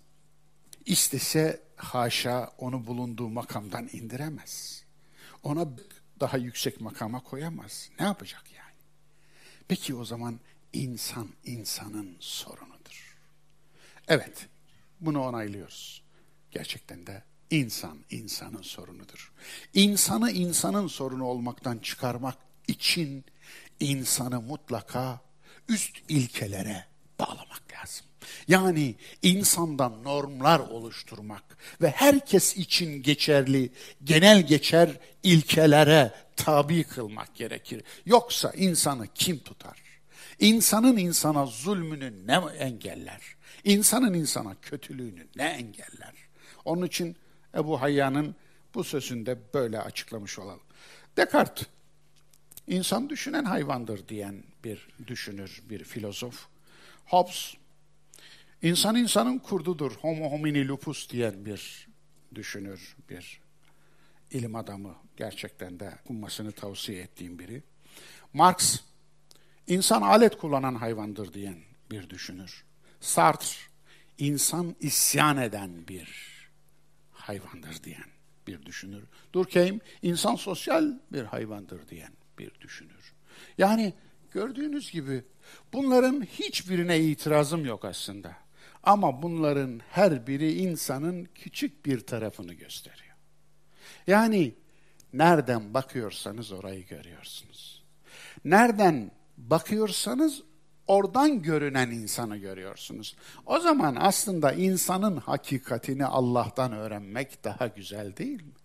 A: İstese haşa onu bulunduğu makamdan indiremez. Ona daha yüksek makama koyamaz. Ne yapacak yani? Peki o zaman insan insanın sorunudur. Evet, bunu onaylıyoruz. Gerçekten de İnsan insanın sorunudur. İnsanı insanın sorunu olmaktan çıkarmak için insanı mutlaka üst ilkelere bağlamak lazım. Yani insandan normlar oluşturmak ve herkes için geçerli, genel geçer ilkelere tabi kılmak gerekir. Yoksa insanı kim tutar? İnsanın insana zulmünü ne engeller? İnsanın insana kötülüğünü ne engeller? Onun için Ebu Hayyan'ın bu sözünde böyle açıklamış olalım. Descartes, insan düşünen hayvandır diyen bir düşünür, bir filozof. Hobbes, insan insanın kurdudur, homo homini lupus diyen bir düşünür, bir ilim adamı. Gerçekten de okunmasını tavsiye ettiğim biri. Marx, insan alet kullanan hayvandır diyen bir düşünür. Sartre, insan isyan eden bir hayvandır diyen bir düşünür. Durkheim, insan sosyal bir hayvandır diyen bir düşünür. Yani gördüğünüz gibi bunların hiçbirine itirazım yok aslında. Ama bunların her biri insanın küçük bir tarafını gösteriyor. Yani nereden bakıyorsanız orayı görüyorsunuz. Nereden bakıyorsanız oradan görünen insanı görüyorsunuz. O zaman aslında insanın hakikatini Allah'tan öğrenmek daha güzel değil mi?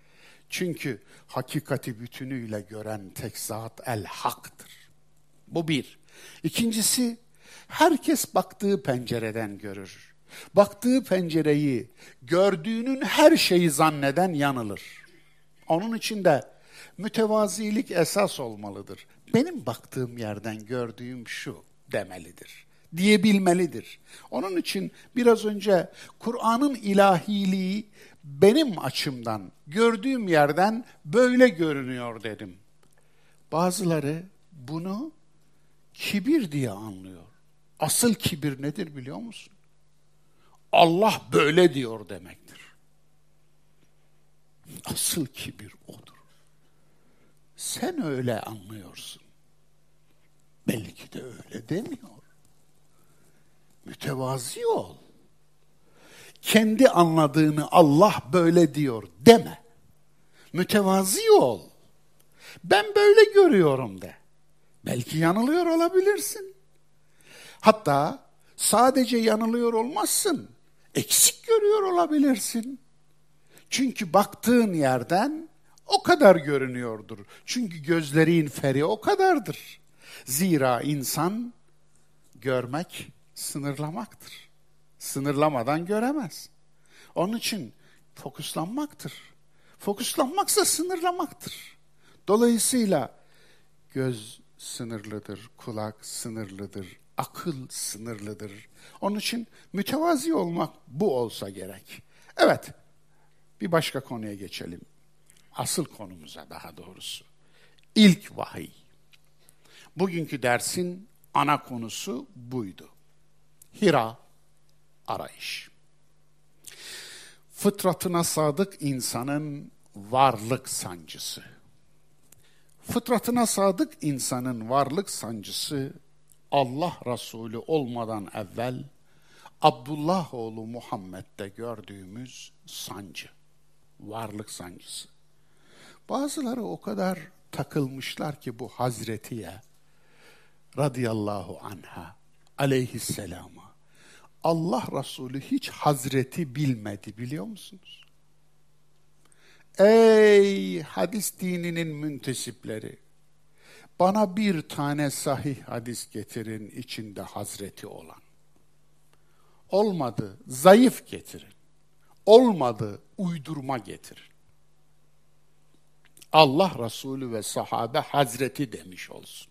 A: Çünkü hakikati bütünüyle gören tek zat el-Hak'tır. Bu bir. İkincisi, herkes baktığı pencereden görür. Baktığı pencereyi, gördüğünün her şeyi zanneden yanılır. Onun için de mütevazilik esas olmalıdır. Benim baktığım yerden gördüğüm şu demelidir, diyebilmelidir. Onun için biraz önce Kur'an'ın ilahiliği benim açımdan, gördüğüm yerden böyle görünüyor dedim. Bazıları bunu kibir diye anlıyor. Asıl kibir nedir biliyor musun? Allah böyle diyor demektir. Asıl kibir odur. Sen öyle anlıyorsun. Belki de öyle demiyor. Mütevazi ol. Kendi anladığını Allah böyle diyor deme. Mütevazi ol. Ben böyle görüyorum de. Belki yanılıyor olabilirsin. Hatta sadece yanılıyor olmazsın. Eksik görüyor olabilirsin. Çünkü baktığın yerden o kadar görünüyordur. Çünkü gözlerin feri o kadardır. Zira insan görmek sınırlamaktır. Sınırlamadan göremez. Onun için fokuslanmaktır. Fokuslanmaksa sınırlamaktır. Dolayısıyla göz sınırlıdır, kulak sınırlıdır, akıl sınırlıdır. Onun için mütevazi olmak bu olsa gerek. Evet, bir başka konuya geçelim. Asıl konumuza daha doğrusu. İlk vahiy. Bugünkü dersin ana konusu buydu. Hira, arayış. Fıtratına sadık insanın varlık sancısı. Fıtratına sadık insanın varlık sancısı, Allah Resulü olmadan evvel Abdullah oğlu Muhammed'de gördüğümüz sancı, varlık sancısı. Bazıları o kadar takılmışlar ki bu Hazretiye radıyallahu anha, aleyhisselama. Allah Resulü hiç Hazreti bilmedi biliyor musunuz? Ey hadis dininin müntesipleri! Bana bir tane sahih hadis getirin içinde Hazreti olan. Olmadı, zayıf getirin. Olmadı, uydurma getirin. Allah Resulü ve sahabe Hazreti demiş olsun.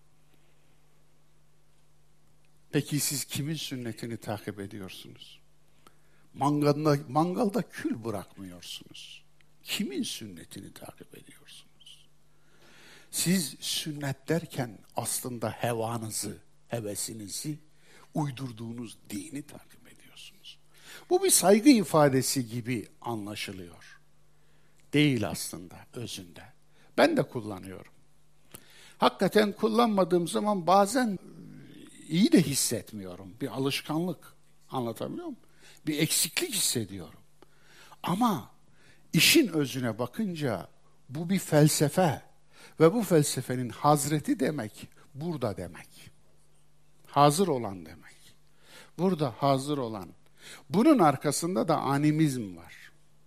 A: Peki siz kimin sünnetini takip ediyorsunuz? Mangalda kül bırakmıyorsunuz. Kimin sünnetini takip ediyorsunuz? Siz sünnet derken aslında hevanızı, hevesinizi, uydurduğunuz dini takip ediyorsunuz. Bu bir saygı ifadesi gibi anlaşılıyor. Değil aslında özünde. Ben de kullanıyorum. Hakikaten kullanmadığım zaman bazen iyi de hissetmiyorum. Bir alışkanlık, anlatabiliyor muyum? Bir eksiklik hissediyorum. Ama işin özüne bakınca bu bir felsefe ve bu felsefenin hazreti demek, burada demek. Hazır olan demek. Burada hazır olan. Bunun arkasında da animizm var.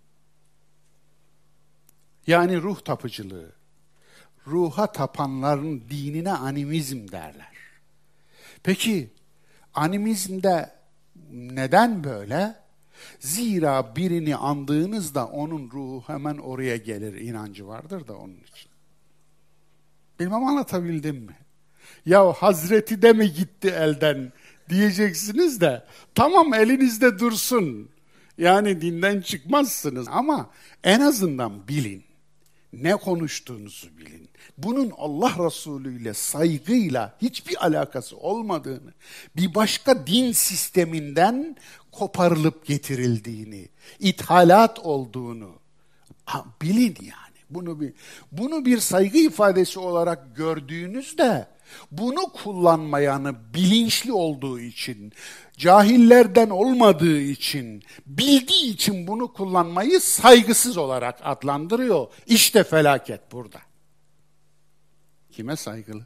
A: Yani ruh tapıcılığı. Ruha tapanların dinine animizm derler. Peki animizmde neden böyle? Zira birini andığınızda onun ruhu hemen oraya gelir inancı vardır da onun için. Bilmem anlatabildim mi? Ya Hazreti de mi gitti elden diyeceksiniz de tamam elinizde dursun. Yani dinden çıkmazsınız ama en azından bilin. Ne konuştuğunuzu bilin. Bunun Allah Resulü ile saygıyla hiçbir alakası olmadığını, bir başka din sisteminden koparılıp getirildiğini, ithalat olduğunu bilin yani. Bunu bir saygı ifadesi olarak gördüğünüzde bunu kullanmayanı bilinçli olduğu için, cahillerden olmadığı için, bildiği için bunu kullanmayı saygısız olarak adlandırıyor. İşte felaket burada. Kime saygılı?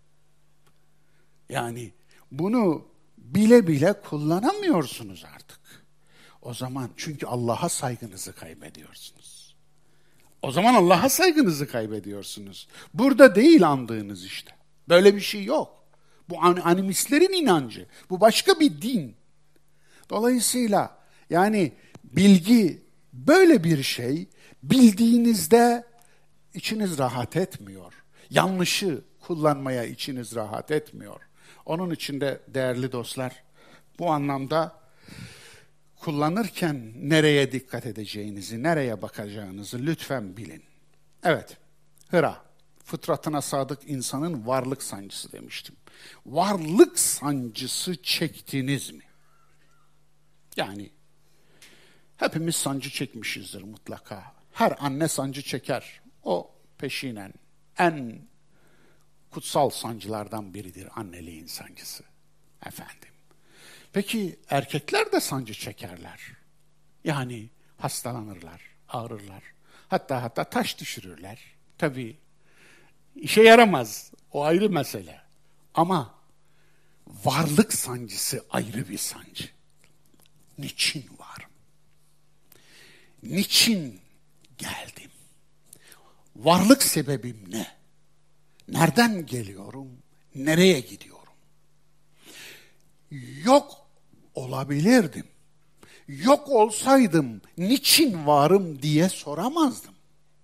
A: Yani bunu bile bile kullanamıyorsunuz artık. O zaman çünkü Allah'a saygınızı kaybediyorsunuz. O zaman Allah'a saygınızı kaybediyorsunuz. Burada değil andığınız işte. Böyle bir şey yok. Bu animistlerin inancı. Bu başka bir din. Dolayısıyla yani bilgi böyle bir şey, bildiğinizde içiniz rahat etmiyor. Yanlışı kullanmaya içiniz rahat etmiyor. Onun için de değerli dostlar, bu anlamda kullanırken nereye dikkat edeceğinizi, nereye bakacağınızı lütfen bilin. Evet, Hıra, fıtratına sadık insanın varlık sancısı demiştim. Varlık sancısı çektiniz mi? Yani hepimiz sancı çekmişizdir mutlaka. Her anne sancı çeker. O peşinen en kutsal sancılardan biridir anneliğin sancısı. Efendim. Peki erkekler de sancı çekerler. Yani hastalanırlar, ağrırlar. Hatta taş düşürürler. Tabii işe yaramaz. O ayrı mesele. Ama varlık sancısı ayrı bir sancı. Niçin varım? Niçin geldim? Varlık sebebim ne? Nereden geliyorum? Nereye gidiyorum? Yok olabilirdim. Yok olsaydım niçin varım diye soramazdım.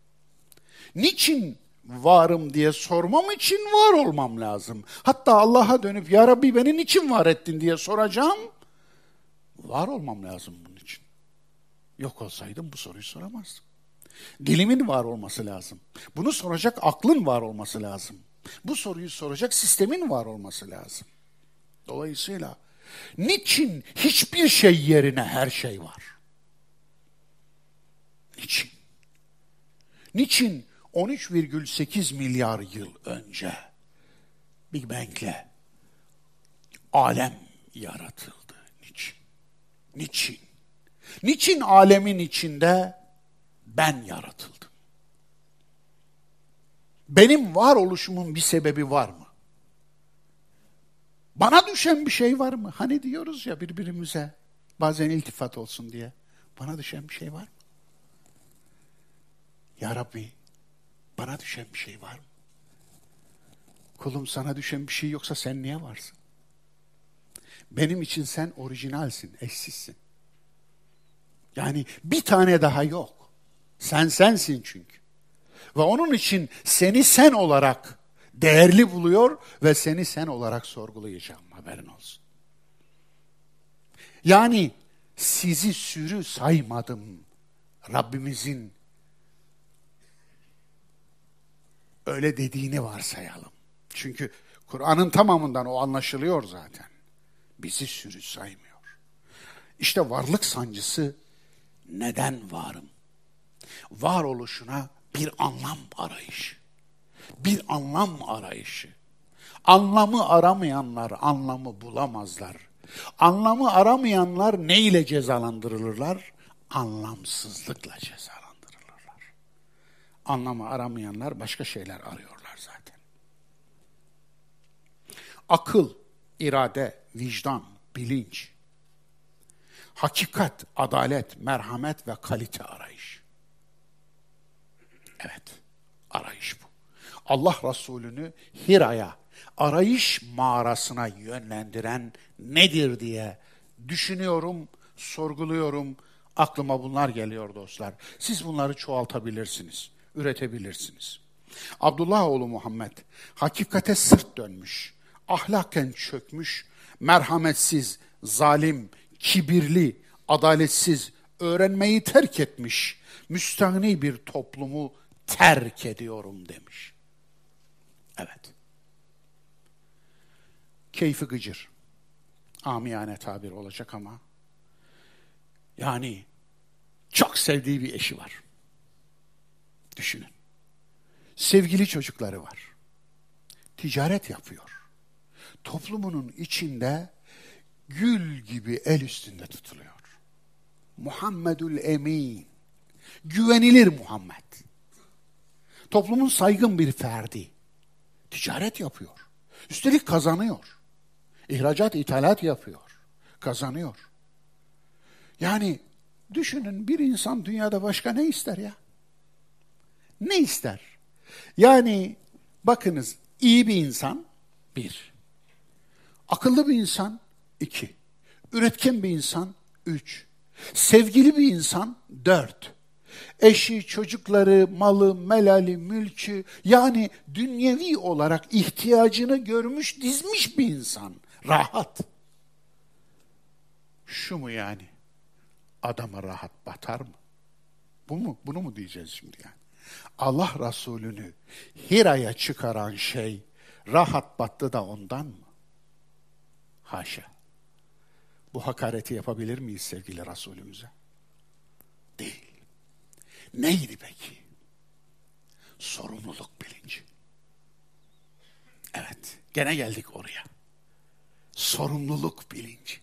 A: Niçin varım diye sormam için var olmam lazım. Hatta Allah'a dönüp ya Rabbi beni niçin var ettin diye soracağım. Var olmam lazım bunun için. Yok olsaydım bu soruyu soramazdım. Dilimin var olması lazım. Bunu soracak aklın var olması lazım. Bu soruyu soracak sistemin var olması lazım. Dolayısıyla niçin hiçbir şey yerine her şey var? Niçin? Niçin 13,8 milyar yıl önce Big Bang'le alem yaratıldı? Niçin? Niçin? Niçin alemin içinde ben yaratıldım? Benim varoluşumun bir sebebi var mı? Bana düşen bir şey var mı? Hani diyoruz ya birbirimize bazen iltifat olsun diye. Bana düşen bir şey var mı? Ya Rabbi bana düşen bir şey var mı? Kulum sana düşen bir şey yoksa sen niye varsın? Benim için sen orijinalsin, eşsizsin. Yani bir tane daha yok. Sen sensin çünkü. Ve onun için seni sen olarak değerli buluyor ve seni sen olarak sorgulayacağım, haberin olsun. Yani sizi sürü saymadım. Rabbimizin öyle dediğini varsayalım. Çünkü Kur'an'ın tamamından o anlaşılıyor zaten. Bizi sürü saymıyor. İşte varlık sancısı neden varım? Varoluşuna bir anlam arayışı. Bir anlam arayışı. Anlamı aramayanlar anlamı bulamazlar. Anlamı aramayanlar ne ile cezalandırılırlar? Anlamsızlıkla cezalandırılırlar. Anlamı aramayanlar başka şeyler arıyorlar zaten. Akıl, irade, vicdan, bilinç, hakikat, adalet, merhamet ve kalite arayış. Evet, arayış bu. Allah Resulü'nü Hira'ya, arayış mağarasına yönlendiren nedir diye düşünüyorum, sorguluyorum. Aklıma bunlar geliyor dostlar. Siz bunları çoğaltabilirsiniz, üretebilirsiniz. Abdullah oğlu Muhammed hakikate sırt dönmüş, ahlaken çökmüş, merhametsiz, zalim, kibirli, adaletsiz, öğrenmeyi terk etmiş, müstahni bir toplumu terk ediyorum demiş. Evet. Keyfi gıcır. Amiyane tabir olacak ama yani çok sevdiği bir eşi var. Düşünün. Sevgili çocukları var. Ticaret yapıyor. Toplumunun içinde gül gibi el üstünde tutuluyor. Muhammedül Emin. Güvenilir Muhammed. Toplumun saygın bir ferdi. Ticaret yapıyor. Üstelik kazanıyor. İhracat, ithalat yapıyor. Kazanıyor. Yani düşünün bir insan dünyada başka ne ister ya? Ne ister? Yani bakınız iyi bir insan bir. Akıllı bir insan iki. Üretken bir insan 3. Sevgili bir insan 4. Eşi, çocukları, malı, melali, mülkü, yani dünyevi olarak ihtiyacını görmüş, dizmiş bir insan. Rahat. Şu mu yani? Adama rahat batar mı? Bu mu? Bunu mu diyeceğiz şimdi yani? Allah Resulü'nü Hira'ya çıkaran şey rahat battı da ondan mı? Haşa. Bu hakareti yapabilir miyiz sevgili Resulümüze? Değil. Neydi peki? Sorumluluk bilinci. Evet, gene geldik oraya. Sorumluluk bilinci.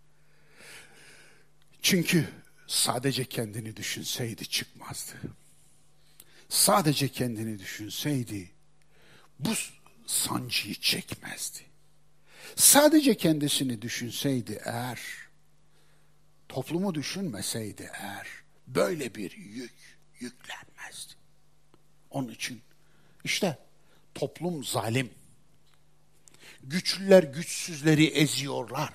A: Çünkü sadece kendini düşünseydi çıkmazdı. Sadece kendini düşünseydi bu sancıyı çekmezdi. Sadece kendisini düşünseydi eğer, toplumu düşünmeseydi eğer, böyle bir yük yüklenmezdi. Onun için işte toplum zalim. Güçlüler güçsüzleri eziyorlar.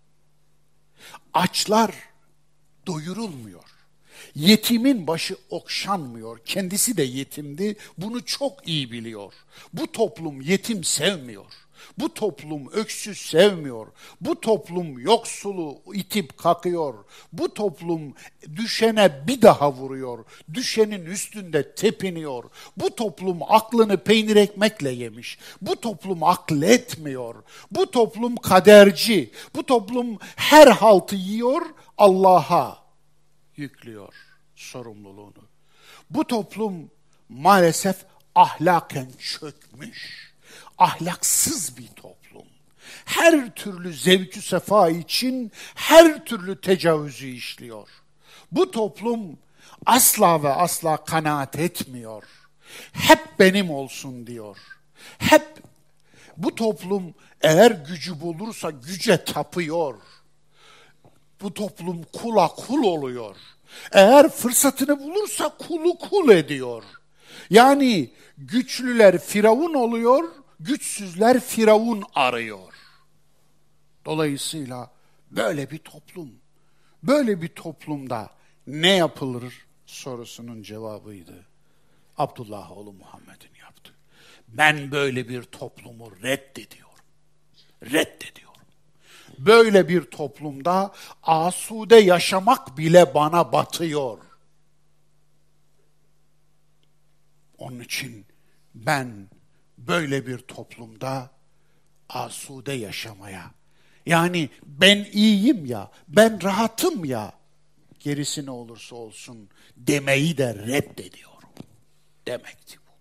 A: Açlar doyurulmuyor. Yetimin başı okşanmıyor. Kendisi de yetimdi. Bunu çok iyi biliyor. Bu toplum yetim sevmiyor. Bu toplum öksüz sevmiyor. Bu toplum yoksulu itip kakıyor. Bu toplum düşene bir daha vuruyor. Düşenin üstünde tepiniyor. Bu toplum aklını peynir ekmekle yemiş. Bu toplum akletmiyor. Bu toplum kaderci. Bu toplum her haltı yiyor, Allah'a yüklüyor sorumluluğunu. Bu toplum maalesef ahlaken çökmüş. Ahlaksız bir toplum. Her türlü zevkü sefa için her türlü tecavüzü işliyor. Bu toplum asla ve asla kanaat etmiyor. Hep benim olsun diyor. Hep bu toplum eğer gücü bulursa güce tapıyor. Bu toplum kula kul oluyor. Eğer fırsatını bulursa kulu kul ediyor. Yani güçlüler firavun oluyor, güçsüzler firavun arıyor. Dolayısıyla böyle bir toplum, böyle bir toplumda ne yapılır sorusunun cevabıydı. Abdullah oğlu Muhammed'in yaptı. Ben böyle bir toplumu reddediyorum. Reddediyorum. Böyle bir toplumda asude yaşamak bile bana batıyor. Onun için ben böyle bir toplumda asude yaşamaya, yani ben iyiyim ya, ben rahatım ya, gerisi ne olursa olsun demeyi de reddediyorum demekti bu.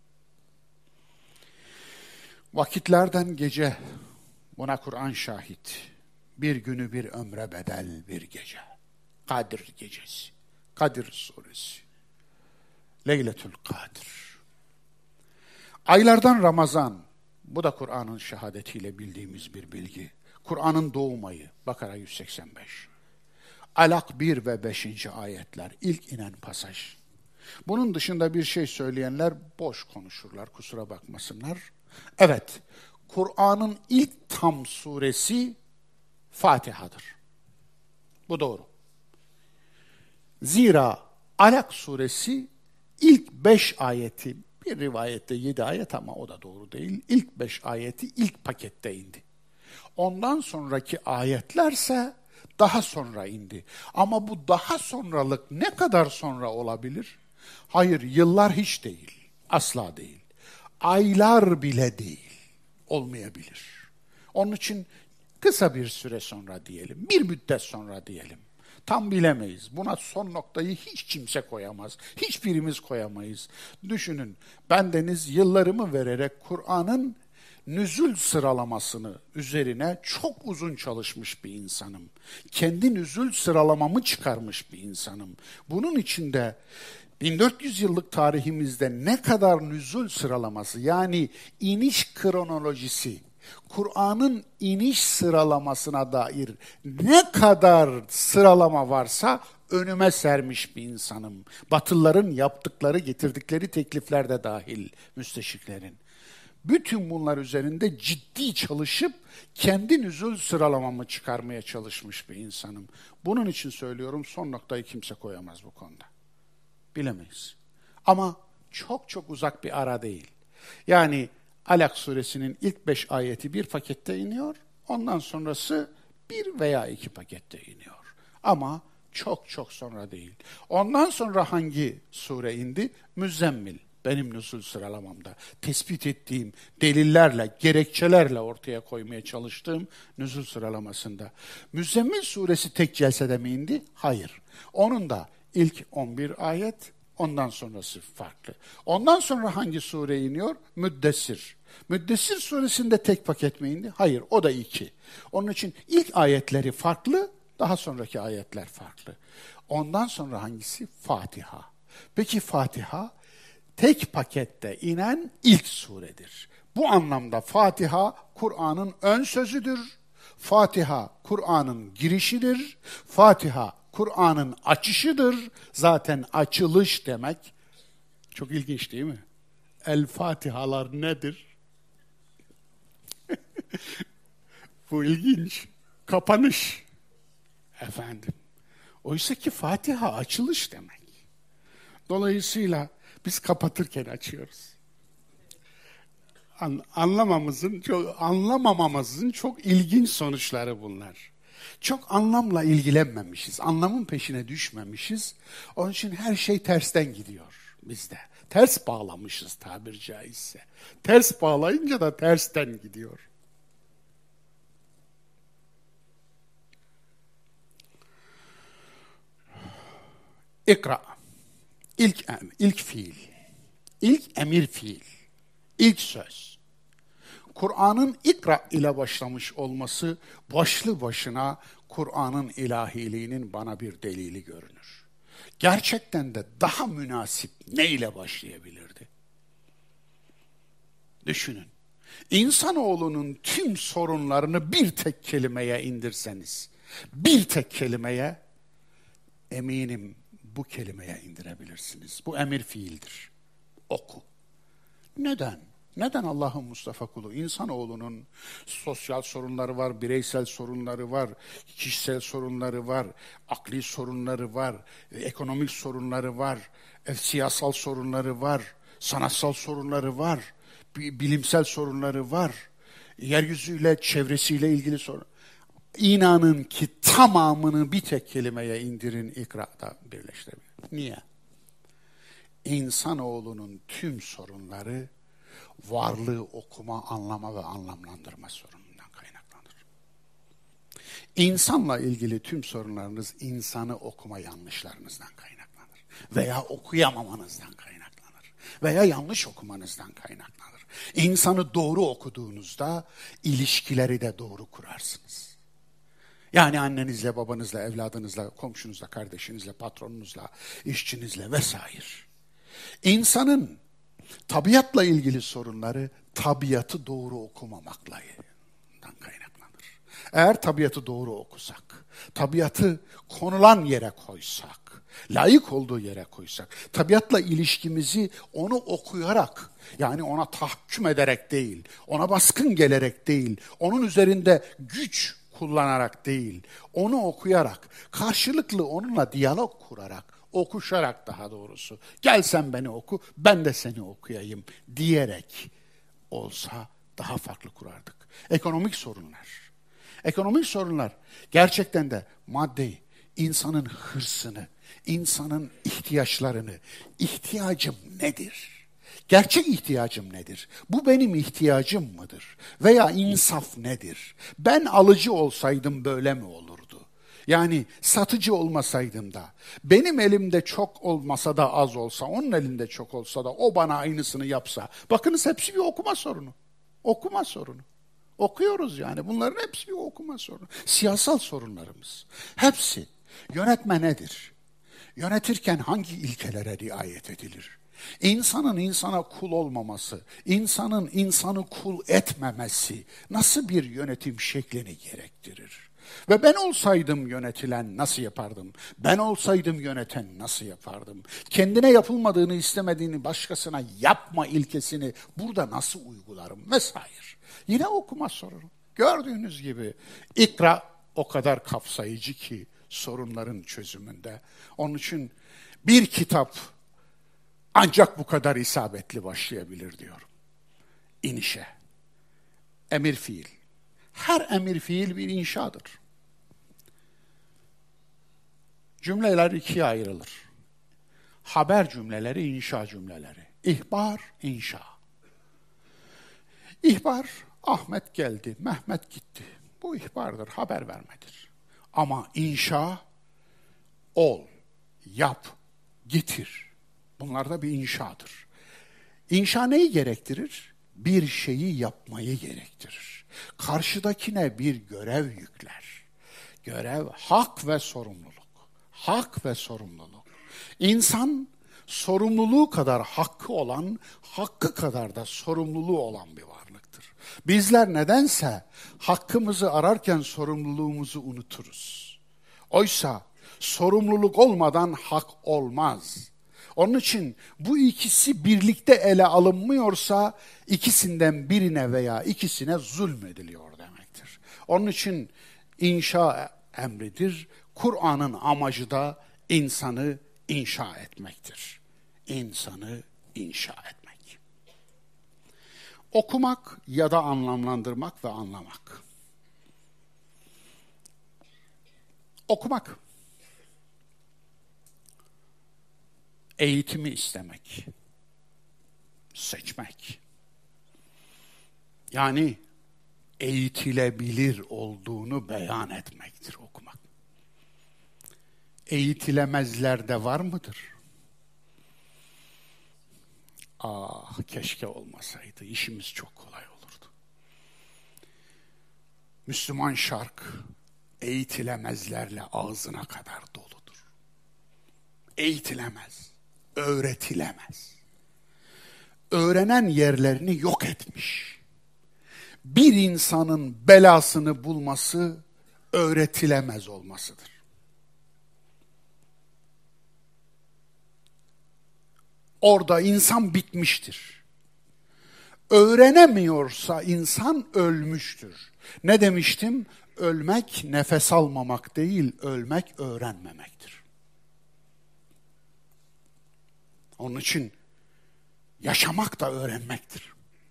A: Vakitlerden gece, buna Kur'an şahit. Bir günü bir ömre bedel bir gece. Kadir gecesi. Kadir suresi. Leyletül Kadir. Aylardan Ramazan. Bu da Kur'an'ın şehadetiyle bildiğimiz bir bilgi. Kur'an'ın doğum ayı. Bakara 185. Alak 1 ve 5. ayetler. İlk inen pasaj. Bunun dışında bir şey söyleyenler boş konuşurlar. Kusura bakmasınlar. Evet. Kur'an'ın ilk tam suresi Fatiha'dır. Bu doğru. Zira Alak suresi ilk 5 ayeti, bir rivayette 7 ayet ama o da doğru değil. İlk 5 ayeti ilk pakette indi. Ondan sonraki ayetlerse daha sonra indi. Ama bu daha sonralık ne kadar sonra olabilir? Hayır, yıllar hiç değil. Asla değil. Aylar bile değil. Olmayabilir. Onun için kısa bir süre sonra diyelim, bir müddet sonra diyelim. Tam bilemeyiz. Buna son noktayı hiç kimse koyamaz. Hiçbirimiz koyamayız. Düşünün, bendeniz yıllarımı vererek Kur'an'ın nüzul sıralamasını üzerine çok uzun çalışmış bir insanım. Kendi nüzul sıralamamı çıkarmış bir insanım. Bunun içinde 1400 yıllık tarihimizde ne kadar nüzul sıralaması, yani iniş kronolojisi, Kur'an'ın iniş sıralamasına dair ne kadar sıralama varsa önüme sermiş bir insanım. Batılıların yaptıkları, getirdikleri teklifler de dahil müsteşriklerin. Bütün bunlar üzerinde ciddi çalışıp kendi nüzul sıralamamı çıkarmaya çalışmış bir insanım. Bunun için söylüyorum, son noktayı kimse koyamaz bu konuda. Bilemeyiz. Ama çok çok uzak bir ara değil. Yani Alak suresinin ilk 5 ayeti bir pakette iniyor, ondan sonrası 1 veya 2 pakette iniyor. Ama çok çok sonra değil. Ondan sonra hangi sure indi? Müzzemmil. Benim nüzul sıralamamda tespit ettiğim delillerle, gerekçelerle ortaya koymaya çalıştığım nüzul sıralamasında. Müzzemmil suresi tek celsede mi indi? Hayır. Onun da ilk 11 ayet, ondan sonrası farklı. Ondan sonra hangi sure iniyor? Müddessir. Müddessir suresinde tek paket mi indi? Hayır, o da 2. Onun için ilk ayetleri farklı, daha sonraki ayetler farklı. Ondan sonra hangisi? Fatiha. Peki Fatiha tek pakette inen ilk suredir. Bu anlamda Fatiha Kur'an'ın ön sözüdür. Fatiha Kur'an'ın girişidir. Fatiha Kur'an'ın açışıdır. Zaten açılış demek. Çok ilginç değil mi? El Fatihalar nedir? Bu ilginç. Kapanış. Efendim. Oysa ki Fatiha açılış demek. Dolayısıyla biz kapatırken açıyoruz. Anlamamamızın çok ilginç sonuçları bunlar. Çok anlamla ilgilenmemişiz, anlamın peşine düşmemişiz. Onun için her şey tersten gidiyor bizde. Ters bağlamışız tabiri caizse. Ters bağlayınca da tersten gidiyor. İkra. İlk fiil. İlk emir fiil. İlk söz. Kur'an'ın ikra ile başlamış olması başlı başına Kur'an'ın ilahiliğinin bana bir delili görünür. Gerçekten de daha münasip ne ile başlayabilirdi? Düşünün. İnsanoğlunun tüm sorunlarını bir tek kelimeye indirseniz, bir tek kelimeye, eminim bu kelimeye indirebilirsiniz. Bu emir fiildir. Oku. Neden? Neden Allah'ın Mustafa kulu? İnsanoğlunun sosyal sorunları var, bireysel sorunları var, kişisel sorunları var, akli sorunları var, ekonomik sorunları var, siyasal sorunları var, sanatsal sorunları var, bilimsel sorunları var, yeryüzüyle, çevresiyle ilgili sorun. İnanın ki tamamını bir tek kelimeye indirin, ikra'da birleştirin. Niye? İnsanoğlunun tüm sorunları varlığı okuma, anlama ve anlamlandırma sorunundan kaynaklanır. İnsanla ilgili tüm sorunlarınız insanı okuma yanlışlarınızdan kaynaklanır. Veya okuyamamanızdan kaynaklanır. Veya yanlış okumanızdan kaynaklanır. İnsanı doğru okuduğunuzda ilişkileri de doğru kurarsınız. Yani annenizle, babanızla, evladınızla, komşunuzla, kardeşinizle, patronunuzla, işçinizle vesaire. İnsanın tabiatla ilgili sorunları tabiatı doğru okumamakla kaynaklanır. Eğer tabiatı doğru okusak, tabiatı konulan yere koysak, layık olduğu yere koysak, tabiatla ilişkimizi onu okuyarak, yani ona tahkim ederek değil, ona baskın gelerek değil, onun üzerinde güç kullanarak değil, onu okuyarak, karşılıklı onunla diyalog kurarak, okuşarak daha doğrusu, gel sen beni oku, ben de seni okuyayım diyerek olsa daha farklı kurardık. Ekonomik sorunlar. Ekonomik sorunlar gerçekten de maddeyi, insanın hırsını, insanın ihtiyaçlarını, ihtiyacım nedir? Gerçek ihtiyacım nedir? Bu benim ihtiyacım mıdır? Veya insaf nedir? Ben alıcı olsaydım böyle mi olurdu? Yani satıcı olmasaydım da, benim elimde çok olmasa da az olsa, onun elinde çok olsa da o bana aynısını yapsa. Bakınız hepsi bir okuma sorunu. Okuma sorunu. Okuyoruz yani. Bunların hepsi bir okuma sorunu. Siyasal sorunlarımız. Hepsi. Yönetme nedir? Yönetirken hangi ilkelere riayet edilir? İnsanın insana kul olmaması, insanın insanı kul etmemesi nasıl bir yönetim şeklini gerektirir? Ve ben olsaydım yönetilen nasıl yapardım? Ben olsaydım yöneten nasıl yapardım? Kendine yapılmadığını istemediğini başkasına yapma ilkesini burada nasıl uygularım vesaire. Yine okuma sorunu. Gördüğünüz gibi ikra o kadar kapsayıcı ki sorunların çözümünde. Onun için bir kitap ancak bu kadar isabetli başlayabilir diyorum. İnişe. Emir fiil. Her emir fiil bir inşadır. Cümleler ikiye ayrılır. Haber cümleleri, inşa cümleleri. İhbar, inşa. İhbar, Ahmet geldi, Mehmet gitti. Bu ihbardır, haber vermedir. Ama inşa, ol, yap, getir. Bunlar da bir inşadır. İnşa neyi gerektirir? Bir şeyi yapmayı gerektirir. Karşıdakine bir görev yükler. Görev, hak ve sorumluluk. Hak ve sorumluluk. İnsan sorumluluğu kadar hakkı olan, hakkı kadar da sorumluluğu olan bir varlıktır. Bizler nedense hakkımızı ararken sorumluluğumuzu unuturuz. Oysa sorumluluk olmadan hak olmaz. Onun için bu ikisi birlikte ele alınmıyorsa ikisinden birine veya ikisine zulmediliyor demektir. Onun için inşa emridir. Kur'an'ın amacı da insanı inşa etmektir. İnsanı inşa etmek. Okumak ya da anlamlandırmak ve anlamak. Okumak. Eğitimi istemek. Seçmek. Yani eğitilebilir olduğunu beyan etmektir okumak. Eğitilemezler de var mıdır? Ah, keşke olmasaydı. İşimiz çok kolay olurdu. Müslüman şark eğitilemezlerle ağzına kadar doludur. Eğitilemez, öğretilemez. Öğrenen yerlerini yok etmiş. Bir insanın belasını bulması öğretilemez olmasıdır. Orada insan bitmiştir. Öğrenemiyorsa insan ölmüştür. Ne demiştim? Ölmek nefes almamak değil, ölmek öğrenmemektir. Onun için yaşamak da öğrenmektir.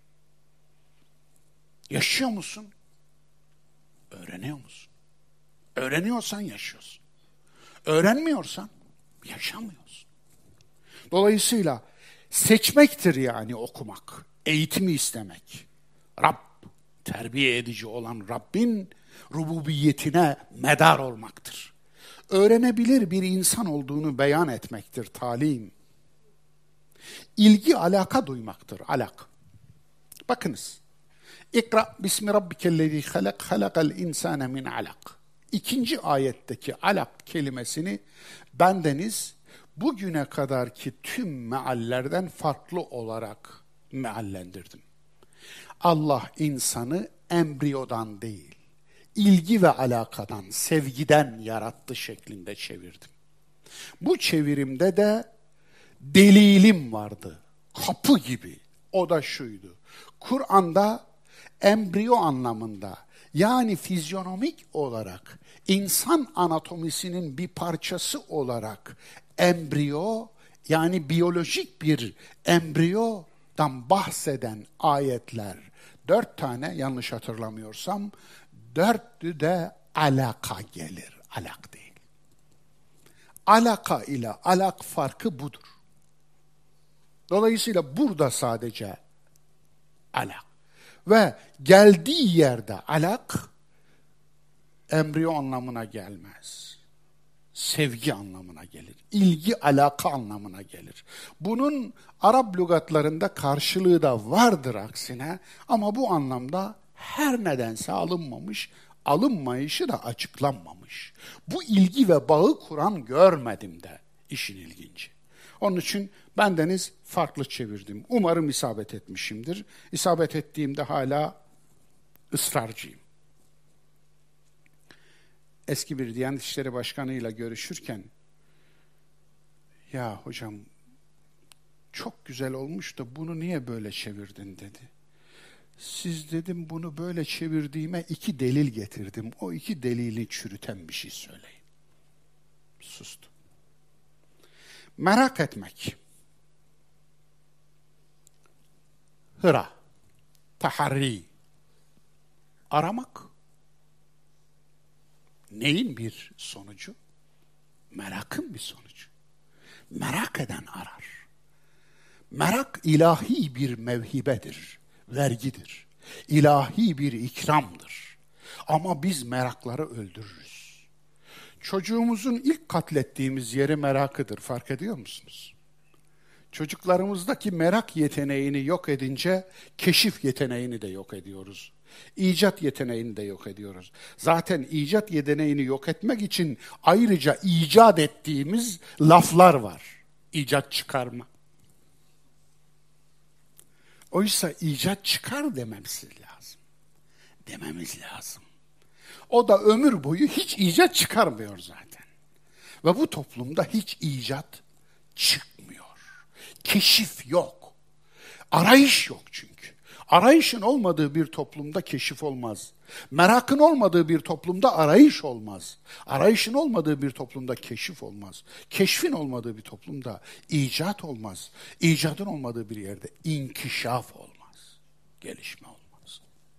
A: Yaşıyor musun? Öğreniyor musun? Öğreniyorsan yaşıyorsun. Öğrenmiyorsan yaşamıyorsun. Dolayısıyla seçmektir yani okumak, eğitimi istemek. Rab, terbiye edici olan Rabbin rububiyetine medar olmaktır. Öğrenebilir bir insan olduğunu beyan etmektir talim. İlgi, alaka duymaktır, alak. Bakınız, İkra bismi rabbikellezî halak, halakal insâne min alak. İkinci ayetteki alak kelimesini bendeniz bugüne kadarki tüm meallerden farklı olarak meallendirdim. Allah insanı embriyodan değil, ilgi ve alakadan, sevgiden yarattı şeklinde çevirdim. Bu çevirimde de delilim vardı, kapı gibi. O da şuydu. Kur'an'da embriyo anlamında, yani fizyonomik olarak, insan anatomisinin bir parçası olarak embriyo, yani biyolojik bir embriyodan bahseden ayetler, 4 tane yanlış hatırlamıyorsam, 4'ü de alaka gelir, alak değil. Alaka ile alak farkı budur. Dolayısıyla burada sadece alak. Ve geldiği yerde alak, embriyo anlamına gelmez. Sevgi anlamına gelir. İlgi, alaka anlamına gelir. Bunun Arap lügatlarında karşılığı da vardır aksine. Ama bu anlamda her nedense alınmamış, alınmayışı da açıklanmamış. Bu ilgi ve bağı kuran görmedim de işin ilginci. Onun için bendeniz farklı çevirdim. Umarım isabet etmişimdir. İsabet ettiğimde hala ısrarcıyım. eski bir Diyanet İşleri Başkanı'yla görüşürken, ya hocam çok güzel olmuş da bunu niye böyle çevirdin dedi. Siz dedim bunu böyle çevirdiğime 2 delil getirdim. O 2 delili çürüten bir şey söyleyin. Sustum. Merak etmek. Hıra. Taharri. Aramak. Neyin bir sonucu? Merakın bir sonucu. Merak eden arar. Merak ilahi bir mevhibedir, vergidir. İlahi bir ikramdır. Ama biz merakları öldürürüz. Çocuğumuzun ilk katlettiğimiz yeri merakıdır, fark ediyor musunuz? Çocuklarımızdaki merak yeteneğini yok edince keşif yeteneğini de yok ediyoruz. İcat yeteneğini de yok ediyoruz. Zaten icat yeteneğini yok etmek için ayrıca icat ettiğimiz laflar var. İcat çıkarma. Oysa icat çıkar dememiz lazım. Dememiz lazım. O da ömür boyu hiç icat çıkarmıyor zaten. Ve bu toplumda hiç icat çıkmıyor. Keşif yok. Arayış yok çünkü. Arayışın olmadığı bir toplumda keşif olmaz. Merakın olmadığı bir toplumda arayış olmaz. Arayışın olmadığı bir toplumda keşif olmaz. Keşfin olmadığı bir toplumda icat olmaz. İcadın olmadığı bir yerde inkişaf olmaz. Gelişme olmaz.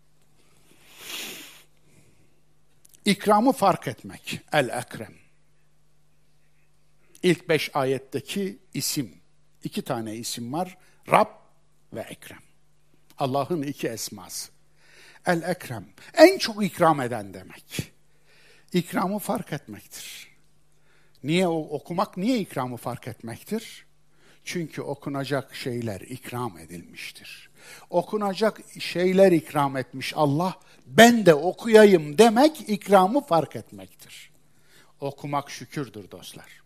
A: İkramı fark etmek. El-Ekrem. İlk 5 ayetteki isim. 2 tane isim var. Rab ve Ekrem. Allah'ın 2 esması. El-Ekrem, en çok ikram eden demek. İkramı fark etmektir. Niye okumak, niye ikramı fark etmektir? Çünkü okunacak şeyler ikram edilmiştir. Okunacak şeyler ikram etmiş Allah, ben de okuyayım demek ikramı fark etmektir. Okumak şükürdür dostlar.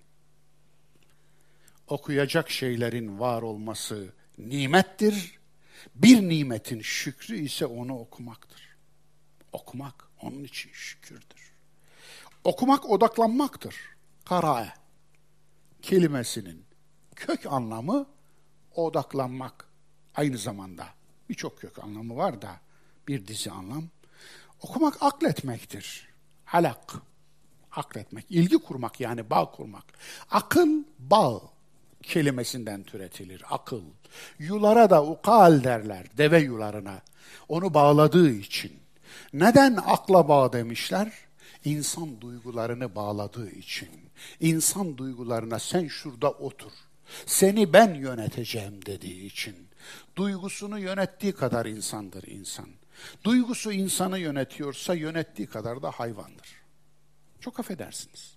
A: Okuyacak şeylerin var olması nimettir. Bir nimetin şükrü ise onu okumaktır. Okumak onun için şükürdür. Okumak odaklanmaktır. Karae kelimesinin kök anlamı odaklanmak. Aynı zamanda birçok kök anlamı var da bir dizi anlam. Okumak akletmektir. Alak, akletmek, ilgi kurmak yani bağ kurmak. Akıl, bağ kelimesinden türetilir. Akıl. Yulara da ukal derler, deve yularına. Onu bağladığı için. Neden akla bağ demişler? İnsan duygularını bağladığı için. İnsan duygularına sen şurada otur, seni ben yöneteceğim dediği için. Duygusunu yönettiği kadar insandır insan. Duygusu insanı yönetiyorsa yönettiği kadar da hayvandır. Çok affedersiniz.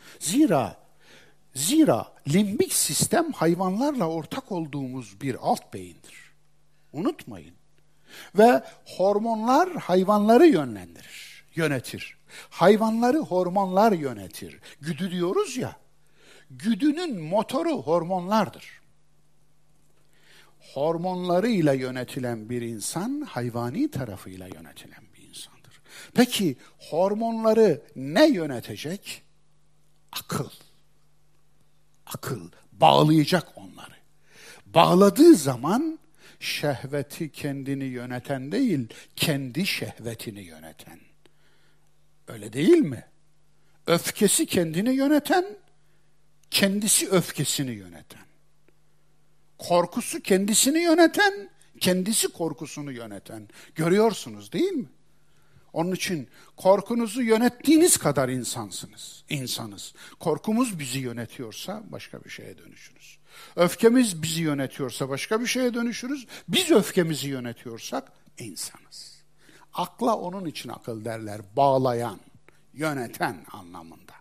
A: Zira limbik sistem hayvanlarla ortak olduğumuz bir alt beyindir. Unutmayın. Ve hormonlar hayvanları yönetir. Hayvanları hormonlar yönetir. Güdü diyoruz ya, güdünün motoru hormonlardır. Hormonlarıyla yönetilen bir insan, hayvani tarafıyla yönetilen bir insandır. Peki hormonları ne yönetecek? Akıl. Akıl bağlayacak onları. Bağladığı zaman şehveti kendini yöneten değil, kendi şehvetini yöneten. Öyle değil mi? Öfkesi kendini yöneten, kendisi öfkesini yöneten. Korkusu kendisini yöneten, kendisi korkusunu yöneten. Görüyorsunuz değil mi? Onun için korkunuzu yönettiğiniz kadar insanız. Korkumuz bizi yönetiyorsa başka bir şeye dönüşürüz. Öfkemiz bizi yönetiyorsa başka bir şeye dönüşürüz. Biz öfkemizi yönetiyorsak insanız. Akla onun için akıl derler, bağlayan, yöneten anlamında.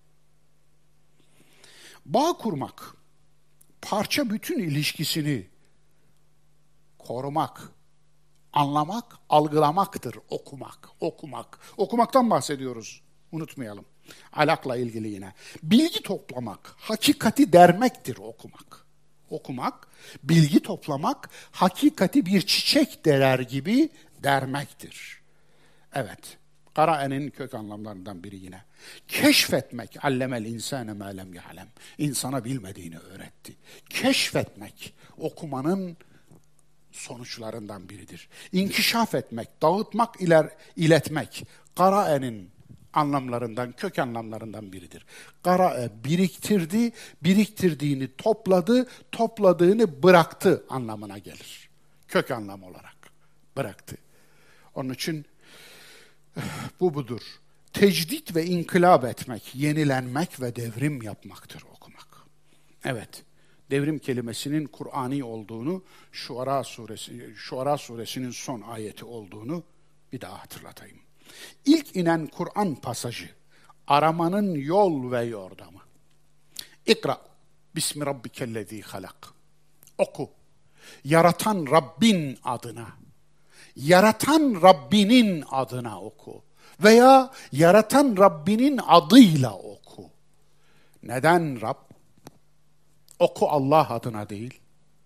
A: Bağ kurmak, parça bütün ilişkisini korumak, anlamak, algılamaktır okumak. Okumaktan bahsediyoruz, unutmayalım. Alakla ilgili yine. Bilgi toplamak, hakikati dermektir okumak. Okumak, bilgi toplamak, hakikati bir çiçek derer gibi dermektir. Evet, Kara'enin kök anlamlarından biri yine. Keşfetmek, allemel insane ma lem ya'lem. İnsana bilmediğini öğretti. Keşfetmek, okumanın sonuçlarından biridir. İnkişaf etmek, dağıtmak, iletmek, Kara'enin anlamlarından, kök anlamlarından biridir. Kara'e biriktirdi, biriktirdiğini topladı, topladığını bıraktı anlamına gelir. Kök anlam olarak bıraktı. Onun için bu budur. Tecdit ve inkılap etmek, yenilenmek ve devrim yapmaktır okumak. Evet, devrim kelimesinin Kur'ani olduğunu, Şuara suresinin son ayeti olduğunu bir daha hatırlatayım. İlk inen Kur'an pasajı, aramanın yol ve yordamı. İkra, Bismi Rabbikellezî halak. Oku, yaratan Rabbin adına. Yaratan Rabbinin adına oku. Veya yaratan Rabbinin adıyla oku. Neden Rab? Oku Allah adına değil.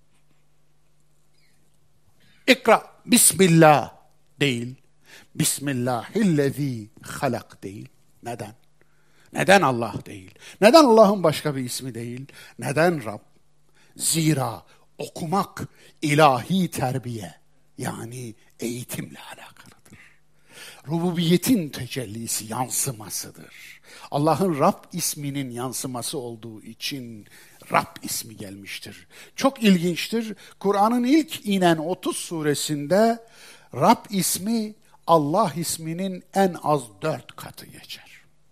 A: İkra, Bismillah değil. Bismillahillezî halak değil. Neden? Neden Allah değil? Neden Allah'ın başka bir ismi değil? Neden Rab? Zira okumak ilahi terbiye, yani eğitimle alakalıdır. Rububiyetin tecellisi, yansımasıdır. Allah'ın Rab isminin yansıması olduğu için Rab ismi gelmiştir. Çok ilginçtir. Kur'an'ın ilk inen 30 suresinde Rab ismi Allah isminin en az 4 katı geçer.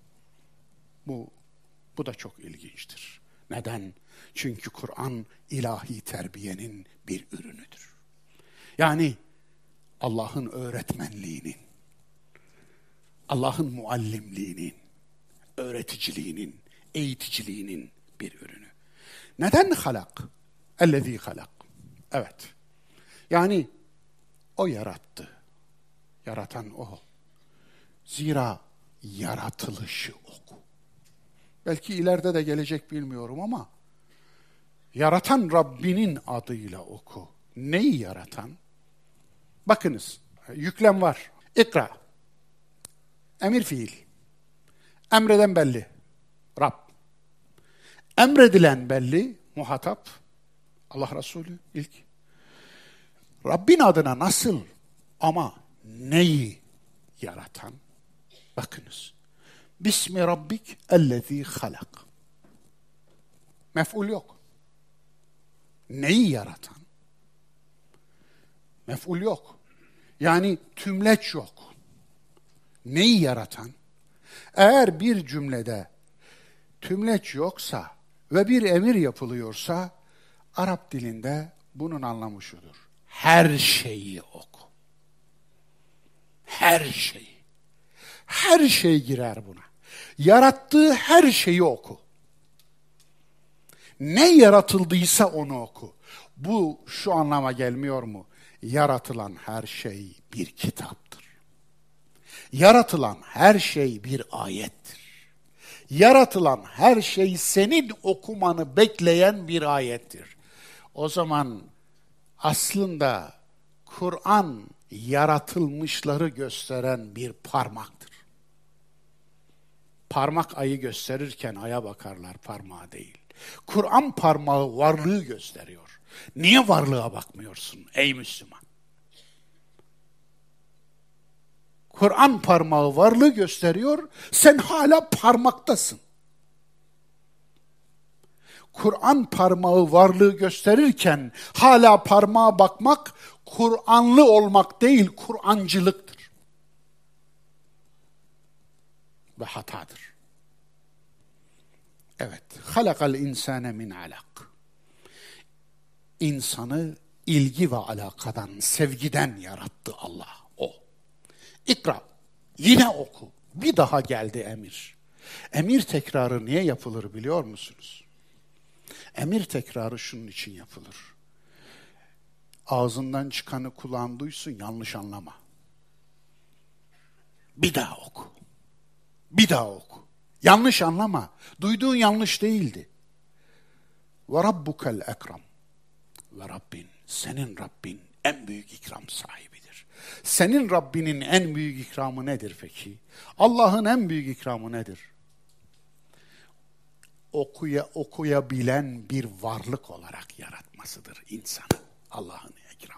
A: Bu da çok ilginçtir. Neden? Çünkü Kur'an ilahi terbiyenin bir ürünüdür. Yani Allah'ın öğretmenliğinin, Allah'ın muallimliğinin, öğreticiliğinin, eğiticiliğinin bir ürünü. Neden halak? Ellezî halak. Evet. Yani o yarattı. Yaratan o. Zira yaratılışı oku. Belki ileride de gelecek bilmiyorum ama yaratan Rabbinin adıyla oku. Neyi yaratan? Bakınız, yüklem var. İkra. Emir fiil. Emreden belli. Rab. Emredilen belli. Muhatap. Allah Resulü ilk. Rabbin adına nasıl ama neyi yaratan? Bakınız. Bismi Rabbik ellezî halak. Mef'ul yok. Neyi yaratan? Mef'ul yok. Yani tümleç yok. Neyi yaratan? Eğer bir cümlede tümleç yoksa ve bir emir yapılıyorsa, Arap dilinde bunun anlamı şudur. Her şeyi oku. Her şeyi. Her şey girer buna. Yarattığı her şeyi oku. Ne yaratıldıysa onu oku. Bu şu anlama gelmiyor mu? Yaratılan her şey bir kitaptır. Yaratılan her şey bir ayettir. Yaratılan her şey senin okumanı bekleyen bir ayettir. O zaman aslında Kur'an yaratılmışları gösteren bir parmaktır. Parmak ayı gösterirken aya bakarlar, parmağa değil. Kur'an parmağı varlığı gösteriyor. Niye varlığa bakmıyorsun ey Müslüman? Kur'an parmağı varlığı gösteriyor, sen hala parmaktasın. Kur'an parmağı varlığı gösterirken hala parmağa bakmak, Kur'anlı olmak değil, Kur'ancılıktır. Ve hatadır. Evet, halakal insane min alak. İnsanı ilgi ve alakadan, sevgiden yarattı Allah. O. İkra, yine oku. Bir daha geldi emir. Emir tekrarı niye yapılır biliyor musunuz? Emir tekrarı şunun için yapılır. Ağzından çıkanı kulağın duysun, yanlış anlama. Bir daha oku. Bir daha oku. Yanlış anlama. Duyduğun yanlış değildi. Ve rabbukel ekram. Ve Rabbin, senin Rabbin en büyük ikram sahibidir. değildir. Senin Rabbinin en büyük ikramı nedir peki? Allah'ın en büyük ikramı nedir? Okuyabilen bir varlık olarak yaratmasıdır insanı. Allah'ın ikramı.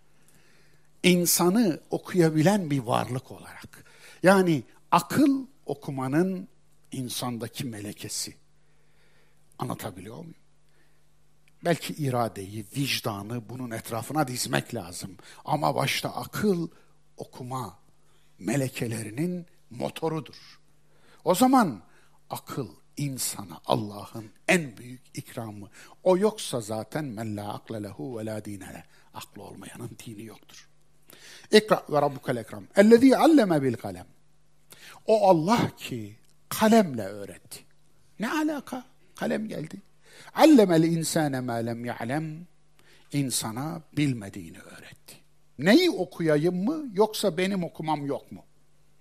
A: İnsanı okuyabilen bir varlık olarak. Yani akıl okumanın insandaki melekesi. Anlatabiliyor muyum? Belki iradeyi, vicdanı bunun etrafına dizmek lazım. Ama başta akıl okuma melekelerinin motorudur. O zaman akıl insana Allah'ın en büyük ikramı. O yoksa zaten men la akle lehu ve la dine. Aklı olmayanın dini yoktur. İkra ve rabbukel ekrem. Ellezî alleme bil kalem. O Allah ki kalemle öğretti. Ne alaka? Kalem geldi. Allemel insâne mâ lem ya'lem. İnsana bilmediğini öğretti. Neyi okuyayım mı yoksa benim okumam yok mu?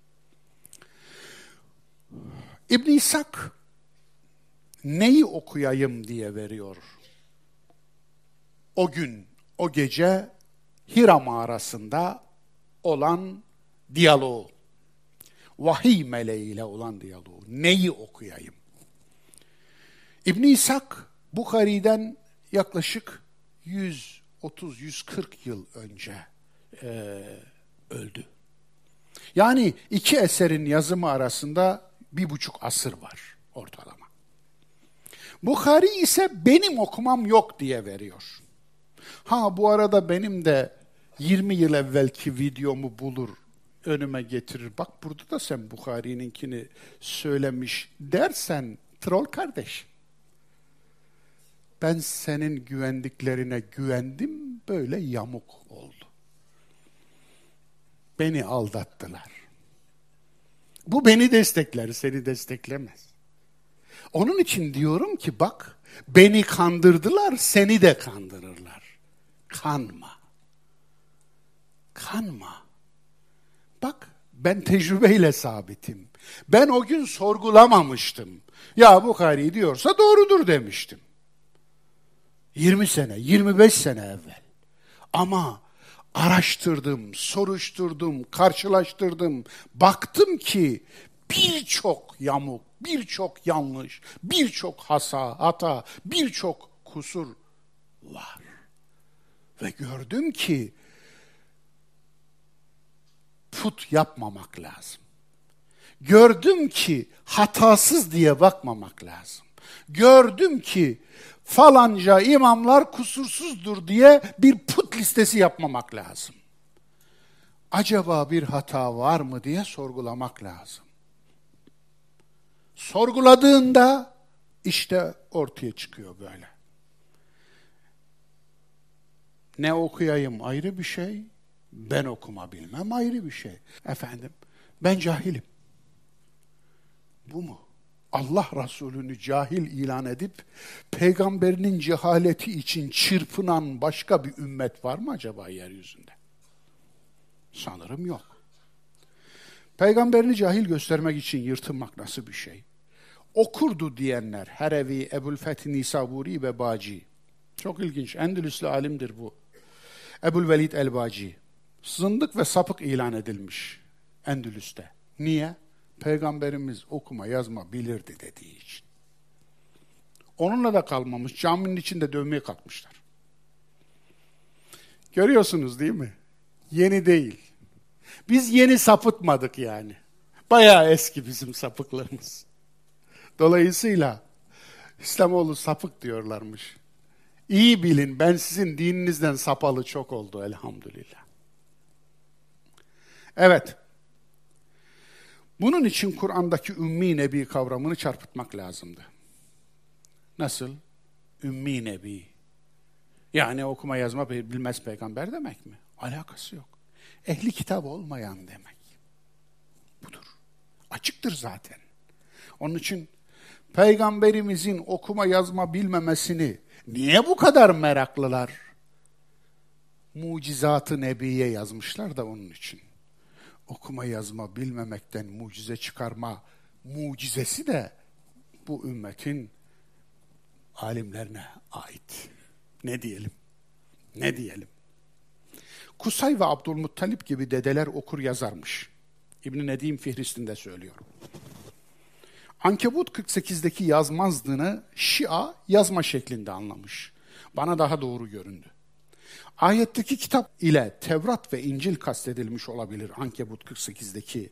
A: İbn İshak neyi okuyayım diye veriyor. O gün, o gece Hira mağarasında olan diyaloğu. Vahiy meleğiyle olan diyaloğu. Neyi okuyayım? İbn İshak Bukhari'den yaklaşık 130-140 yıl önce öldü. Yani iki eserin yazımı arasında 1,5 asır var ortalama. Bukhari ise benim okumam yok diye veriyor. Ha bu arada benim de 20 yıl evvelki videomu bulur, önüme getirir. Bak burada da sen Bukhari'ninkini söylemiş dersen troll kardeş. Ben senin güvendiklerine güvendim, böyle yamuk oldu. Beni aldattılar. Bu beni destekler, seni desteklemez. Onun için diyorum ki bak, beni kandırdılar, seni de kandırırlar. Kanma. Kanma. Bak, ben tecrübeyle sabitim. Ben o gün sorgulamamıştım. Ya Bukhari diyorsa doğrudur demiştim. 20 sene, 25 sene evvel. Ama araştırdım, soruşturdum, karşılaştırdım. Baktım ki birçok yamuk, birçok yanlış, birçok hata, birçok kusur var. Ve gördüm ki put yapmamak lazım. Gördüm ki hatasız diye bakmamak lazım. Gördüm ki falanca imamlar kusursuzdur diye bir put listesi yapmamak lazım. Acaba bir hata var mı diye sorgulamak lazım. Sorguladığında işte ortaya çıkıyor böyle. Ne okuyayım ayrı bir şey, ben okuma bilmem ayrı bir şey. Efendim, ben cahilim. Bu mu? Allah Resulü'nü cahil ilan edip peygamberinin cehaleti için çırpınan başka bir ümmet var mı acaba yeryüzünde? Sanırım yok. Peygamberini cahil göstermek için yırtınmak nasıl bir şey? Okurdu diyenler Herevi, Ebu'l-Feth Nisaburi ve Baci. Çok ilginç. Endülüslü alimdir bu. Ebu'l-Velid el-Baci. Zındık ve sapık ilan edilmiş Endülüs'te. Niye? Peygamberimiz okuma yazma bilirdi dediği için. Onunla da kalmamış. Caminin içinde dövmeye kalkmışlar. Görüyorsunuz değil mi? Yeni değil. Biz yeni sapıtmadık yani. Bayağı eski bizim sapıklarımız. Dolayısıyla İslamoğlu sapık diyorlarmış. İyi bilin, ben sizin dininizden sapalı çok oldu elhamdülillah. Evet. Bunun için Kur'an'daki ümmi nebi kavramını çarpıtmak lazımdı. Nasıl? Ümmi nebi. Yani okuma yazma bilmez peygamber demek mi? Alakası yok. Ehli kitap olmayan demek. Budur. Açıktır zaten. Onun için peygamberimizin okuma yazma bilmemesini niye bu kadar meraklılar? Mucizat-ı Nebiye yazmışlar da onun için. Okuma yazma bilmemekten mucize çıkarma mucizesi de bu ümmetin alimlerine ait. Ne diyelim? Ne diyelim? Kusay ve Abdülmuttalip gibi dedeler okur yazarmış. İbn-i Nedim Fihrist'inde söylüyor. Ankebut 48'deki yazmazdığını Şia yazma şeklinde anlamış. Bana daha doğru göründü. Ayetteki kitap ile Tevrat ve İncil kastedilmiş olabilir Ankebut 48'deki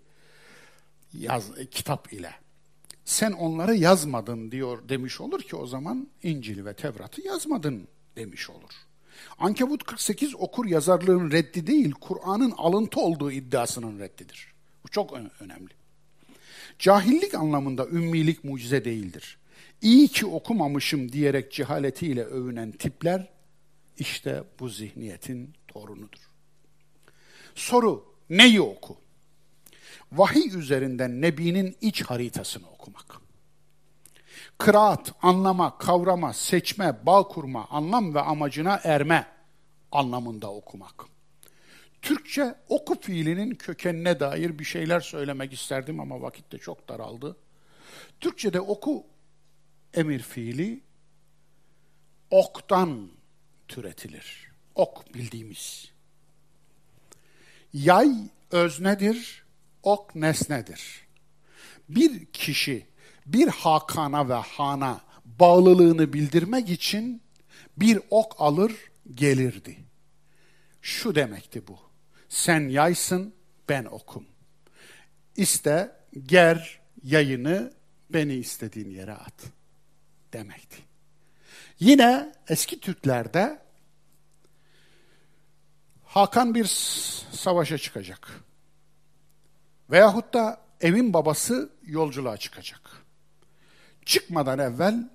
A: kitap ile. Sen onları yazmadın diyor demiş olur ki o zaman İncil ve Tevrat'ı yazmadın demiş olur. Ankebut 48 okur yazarlığın reddi değil, Kur'an'ın alıntı olduğu iddiasının reddidir. Bu çok önemli. Cahillik anlamında ümmilik mucize değildir. İyi ki okumamışım diyerek cehaletiyle övünen tipler işte bu zihniyetin torunudur. Soru, neyi oku? Vahiy üzerinden Nebi'nin iç haritasını okumak. Kıraat, anlama, kavrama, seçme, bağ kurma, anlam ve amacına erme anlamında okumak. Türkçe oku fiilinin kökenine dair bir şeyler söylemek isterdim ama vakit de çok daraldı. Türkçe'de oku emir fiili oktan türetilir. Ok bildiğimiz. Yay öznedir, ok nesnedir. Bir kişi bir hakana ve hana bağlılığını bildirmek için bir ok alır gelirdi. Şu demekti bu. Sen yaysın, ben okum. İste, ger yayını beni istediğin yere at demekti. Yine eski Türklerde Hakan bir savaşa çıkacak. Veyahut da evin babası yolculuğa çıkacak. Çıkmadan evvel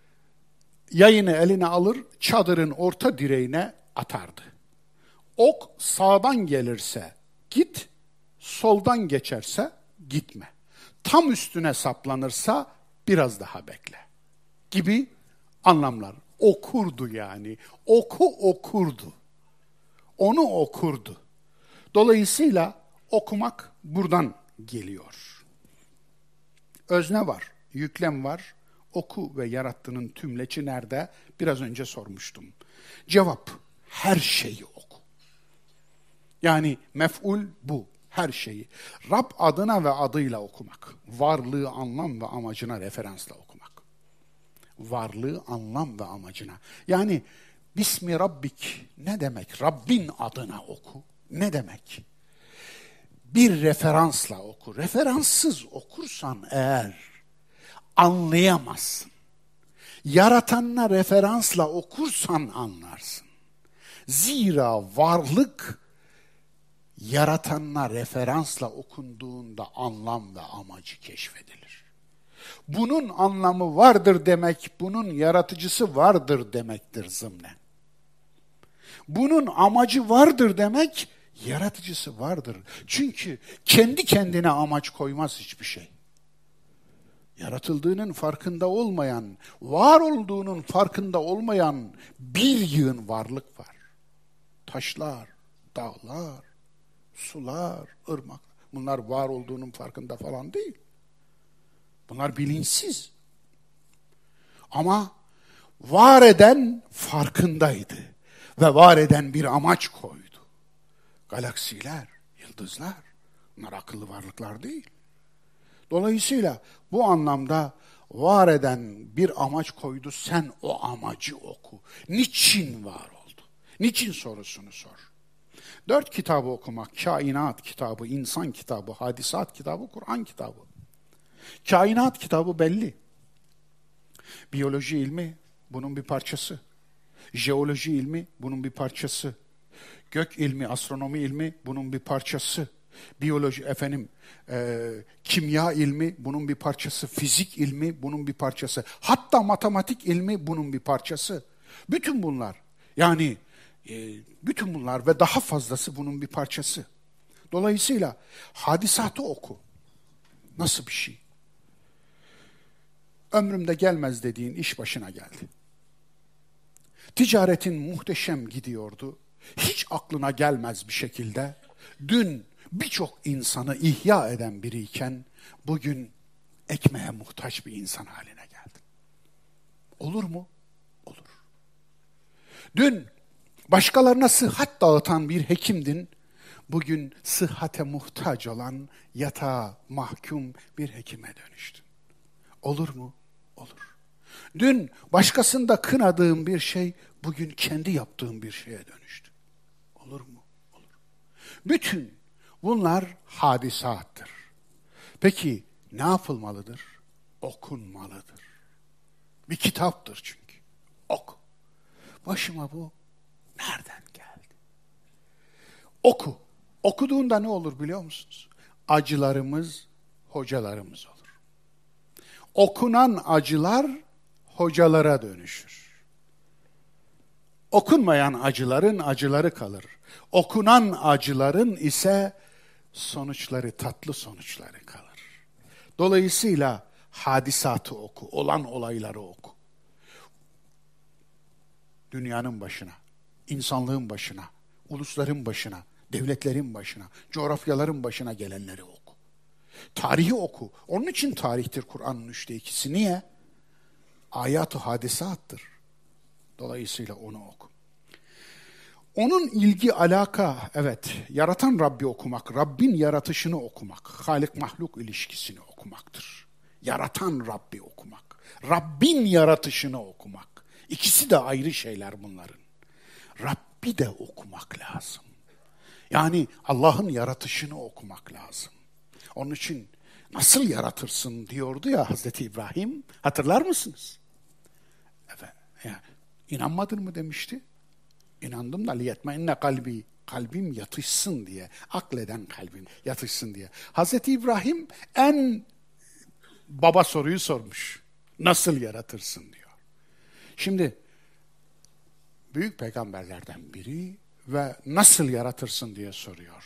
A: yayını eline alır, çadırın orta direğine atardı. Ok sağdan gelirse git, soldan geçerse gitme. Tam üstüne saplanırsa biraz daha bekle gibi anlamlar. Okurdu yani. Oku okurdu. Onu okurdu. Dolayısıyla okumak buradan geliyor. Özne var, yüklem var. Oku ve yarattığının tümleci nerede? Biraz önce sormuştum. Cevap, her şeyi oku. Yani mef'ul bu, her şeyi. Rab adına ve adıyla okumak. Varlığı, anlam ve amacına referansla okumak. Varlığı, anlam ve amacına. Yani Bismi Rabbik ne demek? Rabbin adına oku. Ne demek? Bir referansla oku. Referanssız okursan eğer anlayamazsın. Yaratanla referansla okursan anlarsın. Zira varlık yaratanla referansla okunduğunda anlam ve amacı keşfedilir. Bunun anlamı vardır demek, bunun yaratıcısı vardır demektir zımnen. Bunun amacı vardır demek, yaratıcısı vardır. Çünkü kendi kendine amaç koymaz hiçbir şey. Yaratıldığının farkında olmayan, var olduğunun farkında olmayan bir yığın varlık var. Taşlar, dağlar, sular, ırmak. Bunlar var olduğunun farkında falan değil. Bunlar bilinçsiz. Ama var eden farkındaydı. Ve var eden bir amaç koydu. Galaksiler, yıldızlar. Bunlar akıllı varlıklar değil. Dolayısıyla bu anlamda var eden bir amaç koydu. Sen o amacı oku. Niçin var oldu? Niçin sorusunu sor. 4 kitabı okumak, kainat kitabı, insan kitabı, hadisat kitabı, Kur'an kitabı. Kainat kitabı belli. Biyoloji ilmi bunun bir parçası. Jeoloji ilmi bunun bir parçası. Gök ilmi, astronomi ilmi bunun bir parçası. Biyoloji, kimya ilmi bunun bir parçası. Fizik ilmi bunun bir parçası. Hatta matematik ilmi bunun bir parçası. Bütün bunlar, yani bütün bunlar ve daha fazlası bunun bir parçası. Dolayısıyla hadisatı oku. Nasıl bir şey? Ömrümde gelmez dediğin iş başına geldi. Ticaretin muhteşem gidiyordu. Hiç aklına gelmez bir şekilde. Dün birçok insanı ihya eden biriyken bugün ekmeğe muhtaç bir insan haline geldin. Olur mu? Olur. Dün Başkalarına sıhhat dağıtan bir hekimdin. Bugün sıhhate muhtaç olan, yatağa mahkum bir hekime dönüştün. Olur mu? Olur. Dün başkasında kınadığım bir şey, bugün kendi yaptığım bir şeye dönüştü. Olur mu? Olur. Bütün bunlar hadisattır. Peki ne yapılmalıdır? Okunmalıdır. Bir kitaptır çünkü. Oku. Başıma bu nereden geldi? Oku. Okuduğunda ne olur biliyor musunuz? Acılarımız hocalarımız olur. Okunan acılar hocalara dönüşür. Okunmayan acıların acıları kalır. Okunan acıların ise sonuçları, tatlı sonuçları kalır. Dolayısıyla hadisatı oku, olan olayları oku. Dünyanın başına, insanlığın başına, ulusların başına, devletlerin başına, coğrafyaların başına gelenleri oku. Tarihi oku. Onun için tarihtir Kur'an'ın 2/3. Niye? Ayat-ı hadisattır. Dolayısıyla onu oku. Onun ilgi, alaka, evet, yaratan Rabbi okumak, Rabbin yaratışını okumak, Halik-mahluk ilişkisini okumaktır. Yaratan Rabbi okumak, Rabbin yaratışını okumak. İkisi de ayrı şeyler bunların. Rabbi de okumak lazım. Yani Allah'ın yaratışını okumak lazım. Onun için nasıl yaratırsın diyordu ya Hazreti İbrahim. Hatırlar mısınız? Evet. Yani, inanmadın mı demişti. İnandım da liyetmeinne kalbi. Kalbim yatışsın diye. Akleden kalbim yatışsın diye. Hazreti İbrahim en baba soruyu sormuş. Nasıl yaratırsın diyor. Şimdi büyük peygamberlerden biri ve nasıl yaratırsın diye soruyor.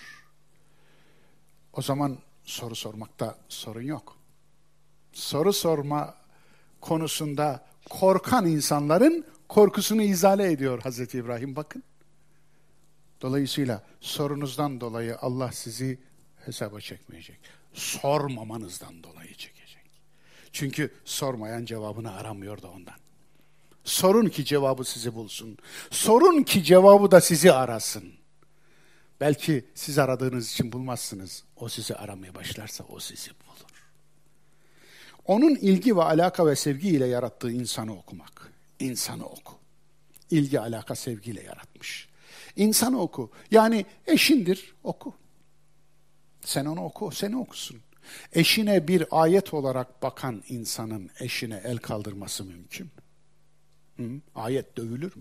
A: O zaman soru sormakta sorun yok. Soru sorma konusunda korkan insanların korkusunu izale ediyor Hazreti İbrahim, bakın. Dolayısıyla sorunuzdan dolayı Allah sizi hesaba çekmeyecek. Sormamanızdan dolayı çekecek. Çünkü sormayan cevabını aramıyor da ondan. Sorun ki cevabı sizi bulsun. Sorun ki cevabı da sizi arasın. Belki siz aradığınız için bulmazsınız. O sizi aramaya başlarsa o sizi bulur. Onun ilgi ve alaka ve sevgiyle yarattığı insanı okumak. İnsanı oku. İlgi, alaka, sevgiyle yaratmış. İnsanı oku. Yani eşindir, oku. Sen onu oku, seni okusun. Eşine bir ayet olarak bakan insanın eşine el kaldırması mümkün mü? Ayet dövülür mü?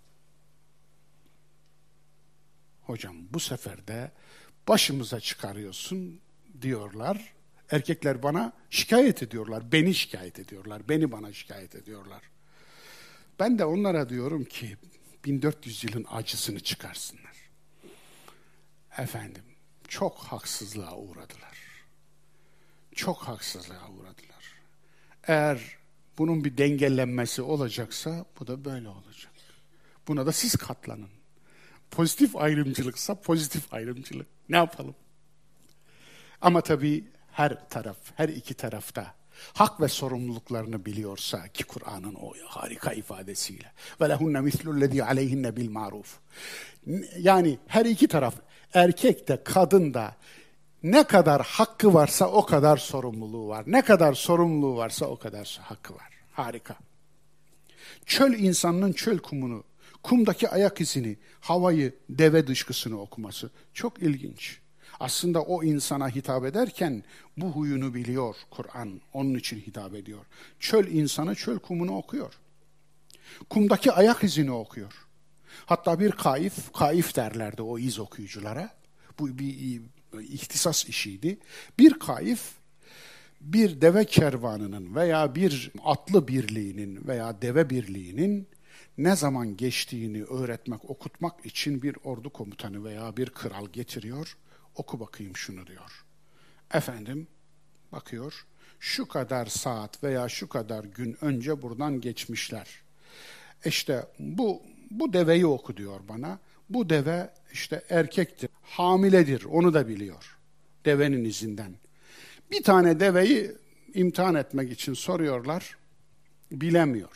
A: Hocam bu sefer de başımıza çıkarıyorsun diyorlar. Erkekler bana şikayet ediyorlar. Beni şikayet ediyorlar. Beni bana şikayet ediyorlar. Ben de onlara diyorum ki 1400 yılın acısını çıkarsınlar. Efendim, çok haksızlığa uğradılar. Çok haksızlığa uğradılar. Eğer bunun bir dengelenmesi olacaksa bu da böyle olacak. Buna da siz katlanın. Pozitif ayrımcılıksa pozitif ayrımcılık. Ne yapalım? Ama tabii her taraf, her iki tarafta hak ve sorumluluklarını biliyorsa ki Kur'an'ın o harika ifadesiyle ve lehunne mislullezî aleyhinne bil maruf. Yani her iki taraf, erkek de kadın da ne kadar hakkı varsa o kadar sorumluluğu var. Ne kadar sorumluluğu varsa o kadar hakkı var. Harika. Çöl insanının çöl kumunu, kumdaki ayak izini, havayı, deve dışkısını okuması çok ilginç. Aslında o insana hitap ederken bu huyunu biliyor Kur'an. Onun için hitap ediyor. Çöl insanı çöl kumunu okuyor. Kumdaki ayak izini okuyor. Hatta bir kaif derlerdi o iz okuyuculara. Bu bir ihtisas işiydi. Bir kaif, bir deve kervanının veya bir atlı birliğinin veya deve birliğinin ne zaman geçtiğini öğretmek, okutmak için bir ordu komutanı veya bir kral getiriyor. Oku bakayım şunu diyor. Efendim, bakıyor, şu kadar saat veya şu kadar gün önce buradan geçmişler. İşte bu deveyi oku diyor bana. Bu deve işte erkektir, hamiledir, onu da biliyor. Devenin izinden. Bir tane deveyi imtihan etmek için soruyorlar, bilemiyor.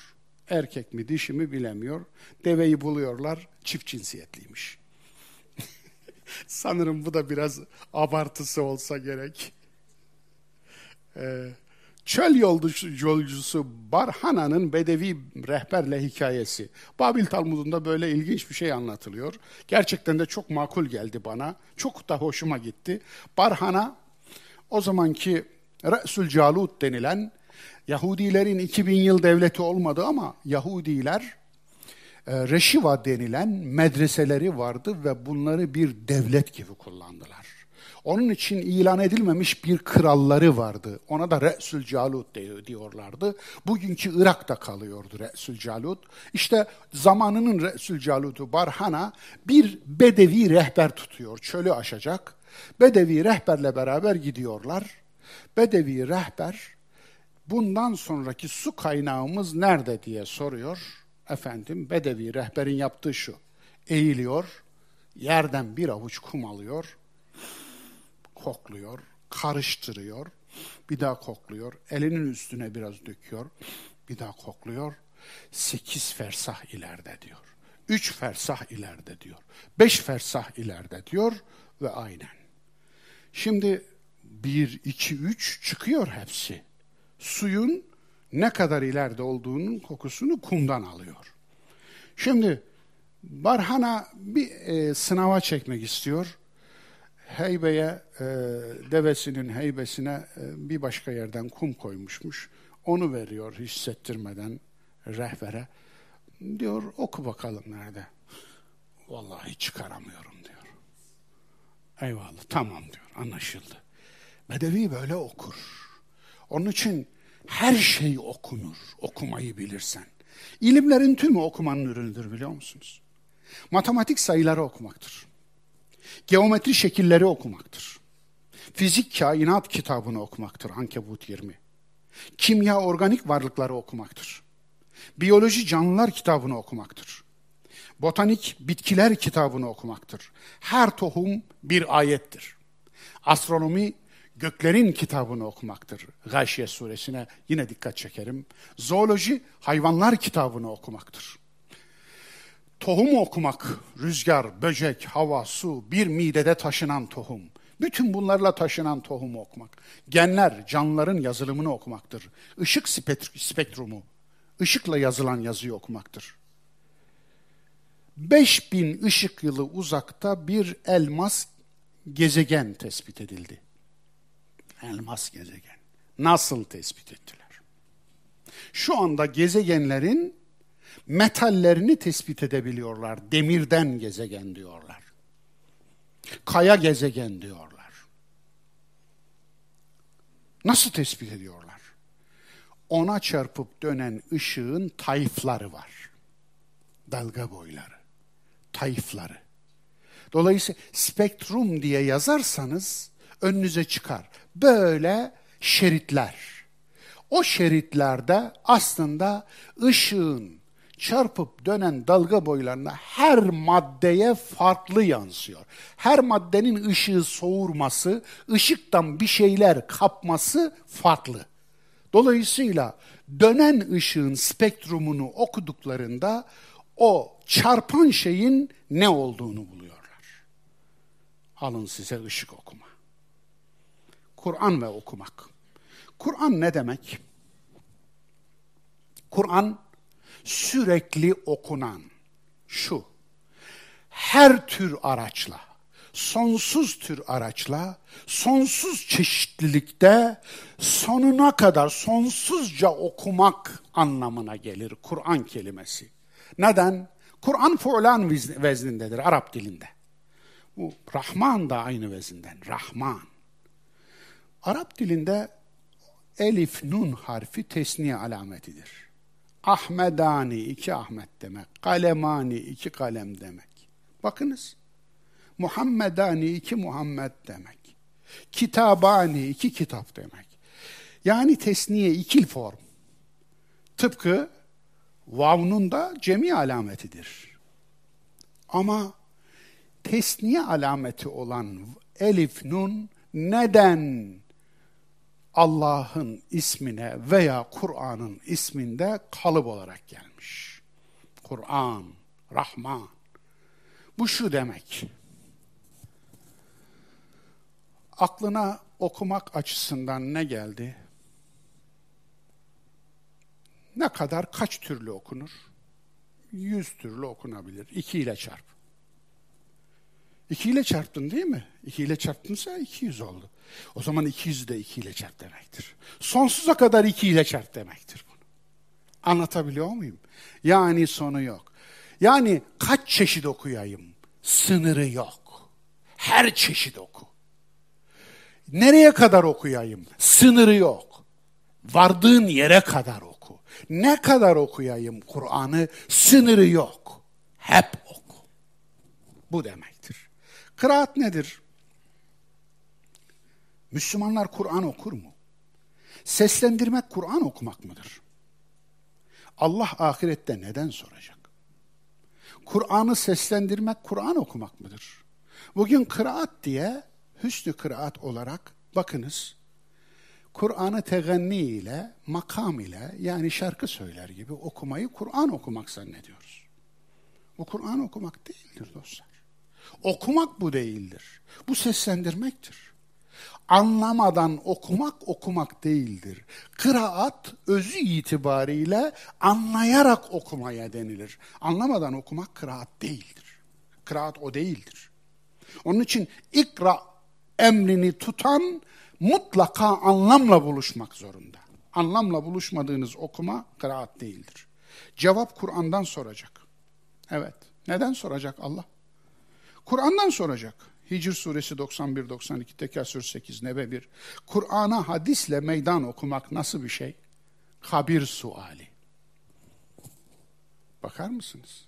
A: Erkek mi dişi mi bilemiyor. Deveyi buluyorlar, çift cinsiyetliymiş. Sanırım bu da biraz abartısı olsa gerek. Çöl yolcusu Barhana'nın Bedevi rehberle hikayesi. Babil Talmud'unda böyle ilginç bir şey anlatılıyor. Gerçekten de çok makul geldi bana. Çok da hoşuma gitti. Barhana, o zamanki Re'sül Calut denilen, Yahudilerin 2000 yıl devleti olmadı ama Yahudiler Reşiva denilen medreseleri vardı ve bunları bir devlet gibi kullandılar. Onun için ilan edilmemiş bir kralları vardı. Ona da Re'sül Calut diyorlardı. Bugünkü Irak'ta kalıyordu Re'sül Calut. İşte zamanının Re'sül Calut'u Barhana bir Bedevi rehber tutuyor. Çölü aşacak. Bedevi rehberle beraber gidiyorlar. Bedevi rehber, bundan sonraki su kaynağımız nerede diye soruyor. Efendim, Bedevi rehberin yaptığı şu: eğiliyor, yerden bir avuç kum alıyor, kokluyor, karıştırıyor, bir daha kokluyor, elinin üstüne biraz döküyor, bir daha kokluyor. 8 fersah ileride diyor, 3 fersah ileride diyor, 5 fersah ileride diyor ve aynen. Şimdi 1, 2, 3 çıkıyor hepsi. Suyun ne kadar ileride olduğunun kokusunu kumdan alıyor. Şimdi Barhana bir sınava çekmek istiyor. Heybeye, devesinin heybesine bir başka yerden kum koymuşmuş. Onu veriyor hissettirmeden rehbere. Diyor, oku bakalım nerede. Vallahi çıkaramıyorum diyor. Eyvallah, tamam diyor, anlaşıldı. Bedevi böyle okur. Onun için her şey okunur, okumayı bilirsen. İlimlerin tümü okumanın ürünüdür, biliyor musunuz? Matematik sayıları okumaktır. Geometri şekilleri okumaktır. Fizik kainat kitabını okumaktır, Ankebut 20. Kimya organik varlıkları okumaktır. Biyoloji canlılar kitabını okumaktır. Botanik bitkiler kitabını okumaktır. Her tohum bir ayettir. Astronomi göklerin kitabını okumaktır. Gâşiye suresine yine dikkat çekerim. Zooloji hayvanlar kitabını okumaktır. Tohum okumak, rüzgar, böcek, hava, su, bir midede taşınan tohum. Bütün bunlarla taşınan tohumu okumak. Genler, canlıların yazılımını okumaktır. Işık spektrumu, ışıkla yazılan yazıyı okumaktır. 5000 ışık yılı uzakta bir elmas gezegen tespit edildi. Elmas gezegen. Nasıl tespit ettiler? Şu anda gezegenlerin metallerini tespit edebiliyorlar. Demirden gezegen diyorlar. Kaya gezegen diyorlar. Nasıl tespit ediyorlar? Ona çarpıp dönen ışığın tayfları var. Dalga boyları, tayfları. Dolayısıyla spektrum diye yazarsanız önünüze çıkar. Böyle şeritler. O şeritlerde aslında ışığın çarpıp dönen dalga boylarına her maddeye farklı yansıyor. Her maddenin ışığı soğurması, ışıktan bir şeyler kapması farklı. Dolayısıyla dönen ışığın spektrumunu okuduklarında o çarpan şeyin ne olduğunu buluyorlar. Alın size ışık okuma. Kur'an ve okumak. Kur'an ne demek? Kur'an sürekli okunan, şu: her tür araçla, sonsuz tür araçla, sonsuz çeşitlilikte sonuna kadar sonsuzca okumak anlamına gelir Kur'an kelimesi. Neden? Kur'an fu'lan veznindedir Arap dilinde. Bu Rahman da aynı vezinden, Rahman. Arap dilinde elif nun harfi tesniye alametidir. Ahmedani, 2 Ahmet demek. Kalemani, 2 kalem demek. Bakınız. Muhammedani, 2 Muhammed demek. Kitabani, 2 kitap demek. Yani tesniye ikil form. Tıpkı vav'nun da cemi alametidir. Ama tesniye alameti olan elif nun neden Allah'ın ismine veya Kur'an'ın isminde kalıp olarak gelmiş. Kur'an, Rahman. Bu şu demek. Aklına okumak açısından ne geldi? Ne kadar, kaç türlü okunur? 100 türlü okunabilir. 2 ile çarp. 2 ile çarptın değil mi? 2 ile çarptınsa 200 oldu. O zaman 200'ü de 2 ile çarp demektir. Sonsuza kadar 2 ile çarp demektir bunu. Anlatabiliyor muyum? Yani sonu yok. Yani kaç çeşit okuyayım? Sınırı yok. Her çeşit oku. Nereye kadar okuyayım? Sınırı yok. Vardığın yere kadar oku. Ne kadar okuyayım Kur'an'ı? Sınırı yok. Hep oku. Bu demektir. Kıraat nedir? Müslümanlar Kur'an okur mu? Seslendirmek Kur'an okumak mıdır? Allah ahirette neden soracak? Kur'an'ı seslendirmek Kur'an okumak mıdır? Bugün kıraat diye, hüsnü kıraat olarak bakınız, Kur'an'ı teganni ile, makam ile, yani şarkı söyler gibi okumayı Kur'an okumak zannediyoruz. Bu Kur'an okumak değildir dostlar. Okumak bu değildir. Bu seslendirmektir. Anlamadan okumak değildir. Kıraat özü itibariyle anlayarak okumaya denilir. Anlamadan okumak kıraat değildir. Kıraat o değildir. Onun için ikra emrini tutan mutlaka anlamla buluşmak zorunda. Anlamla buluşmadığınız okuma kıraat değildir. Cevap Kur'an'dan soracak. Evet. Neden soracak Allah? Kur'an'dan soracak. Hicr suresi 91-92, Tekasür 8, Nebe 1. Kur'an'a hadisle meydan okumak nasıl bir şey? Kabir suali. Bakar mısınız?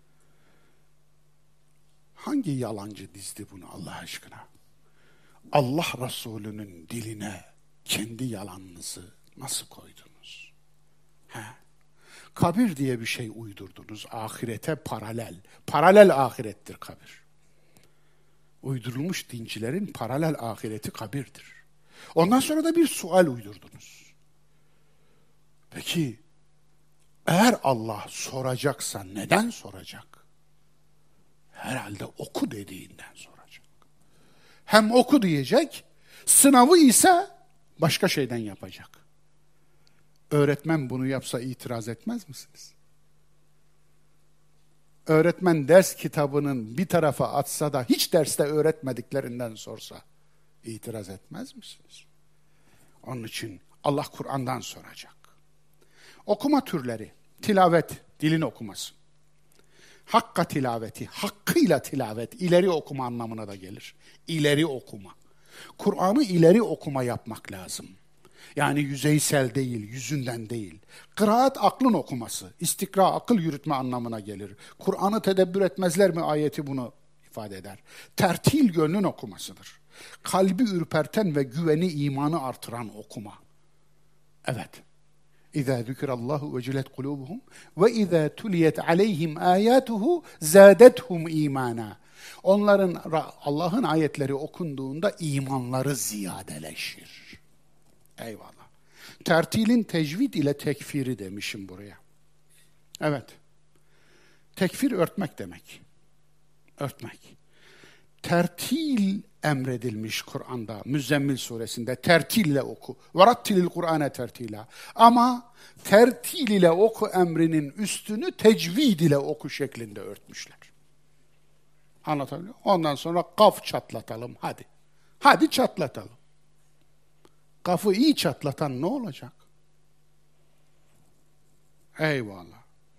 A: Hangi yalancı dizdi bunu Allah aşkına? Allah Resulü'nün diline kendi yalanınızı nasıl koydunuz? Kabir diye bir şey uydurdunuz. Ahirete paralel. Paralel ahirettir kabir. Uydurulmuş dincilerin paralel ahireti kabirdir. Ondan sonra da bir sual uydurdunuz. Peki, eğer Allah soracaksa neden soracak? Herhalde oku dediğinden soracak. Hem oku diyecek, sınavı ise başka şeyden yapacak. Öğretmen bunu yapsa itiraz etmez misiniz? Öğretmen ders kitabının bir tarafa atsa da hiç derste öğretmediklerinden sorsa itiraz etmez misiniz? Onun için Allah Kur'an'dan soracak. Okuma türleri, tilavet, dilin okuması. Hakka tilaveti, hakkıyla tilavet, ileri okuma anlamına da gelir. İleri okuma. Kur'an'ı ileri okuma yapmak lazım. Yani yüzeysel değil, yüzünden değil. Kıraat aklın okuması, istikra akıl yürütme anlamına gelir. Kur'an'ı tedebbür etmezler mi ayeti bunu ifade eder. Tertil gönlün okumasıdır. Kalbi ürperten ve güveni, imanı artıran okuma. Evet. İzâ zükirallahu vecilet kulûbuhum ve izâ tuliyet aleyhim âyâtuhu zâdethum îmâna. Onların Allah'ın ayetleri okunduğunda imanları ziyadeleşir. Eyvallah. Tertilin tecvid ile tekfiri demişim buraya. Evet. Tekfir örtmek demek. Örtmek. Tertil emredilmiş Kur'an'da, Müzzemmil suresinde tertille oku. Verattilil Kur'ane tertila. Ama tertil ile oku emrinin üstünü tecvid ile oku şeklinde örtmüşler. Anlatabiliyor muyum? Ondan sonra kaf çatlatalım hadi. Hadi çatlatalım. Kafı iyi çatlatan ne olacak? Eyvallah.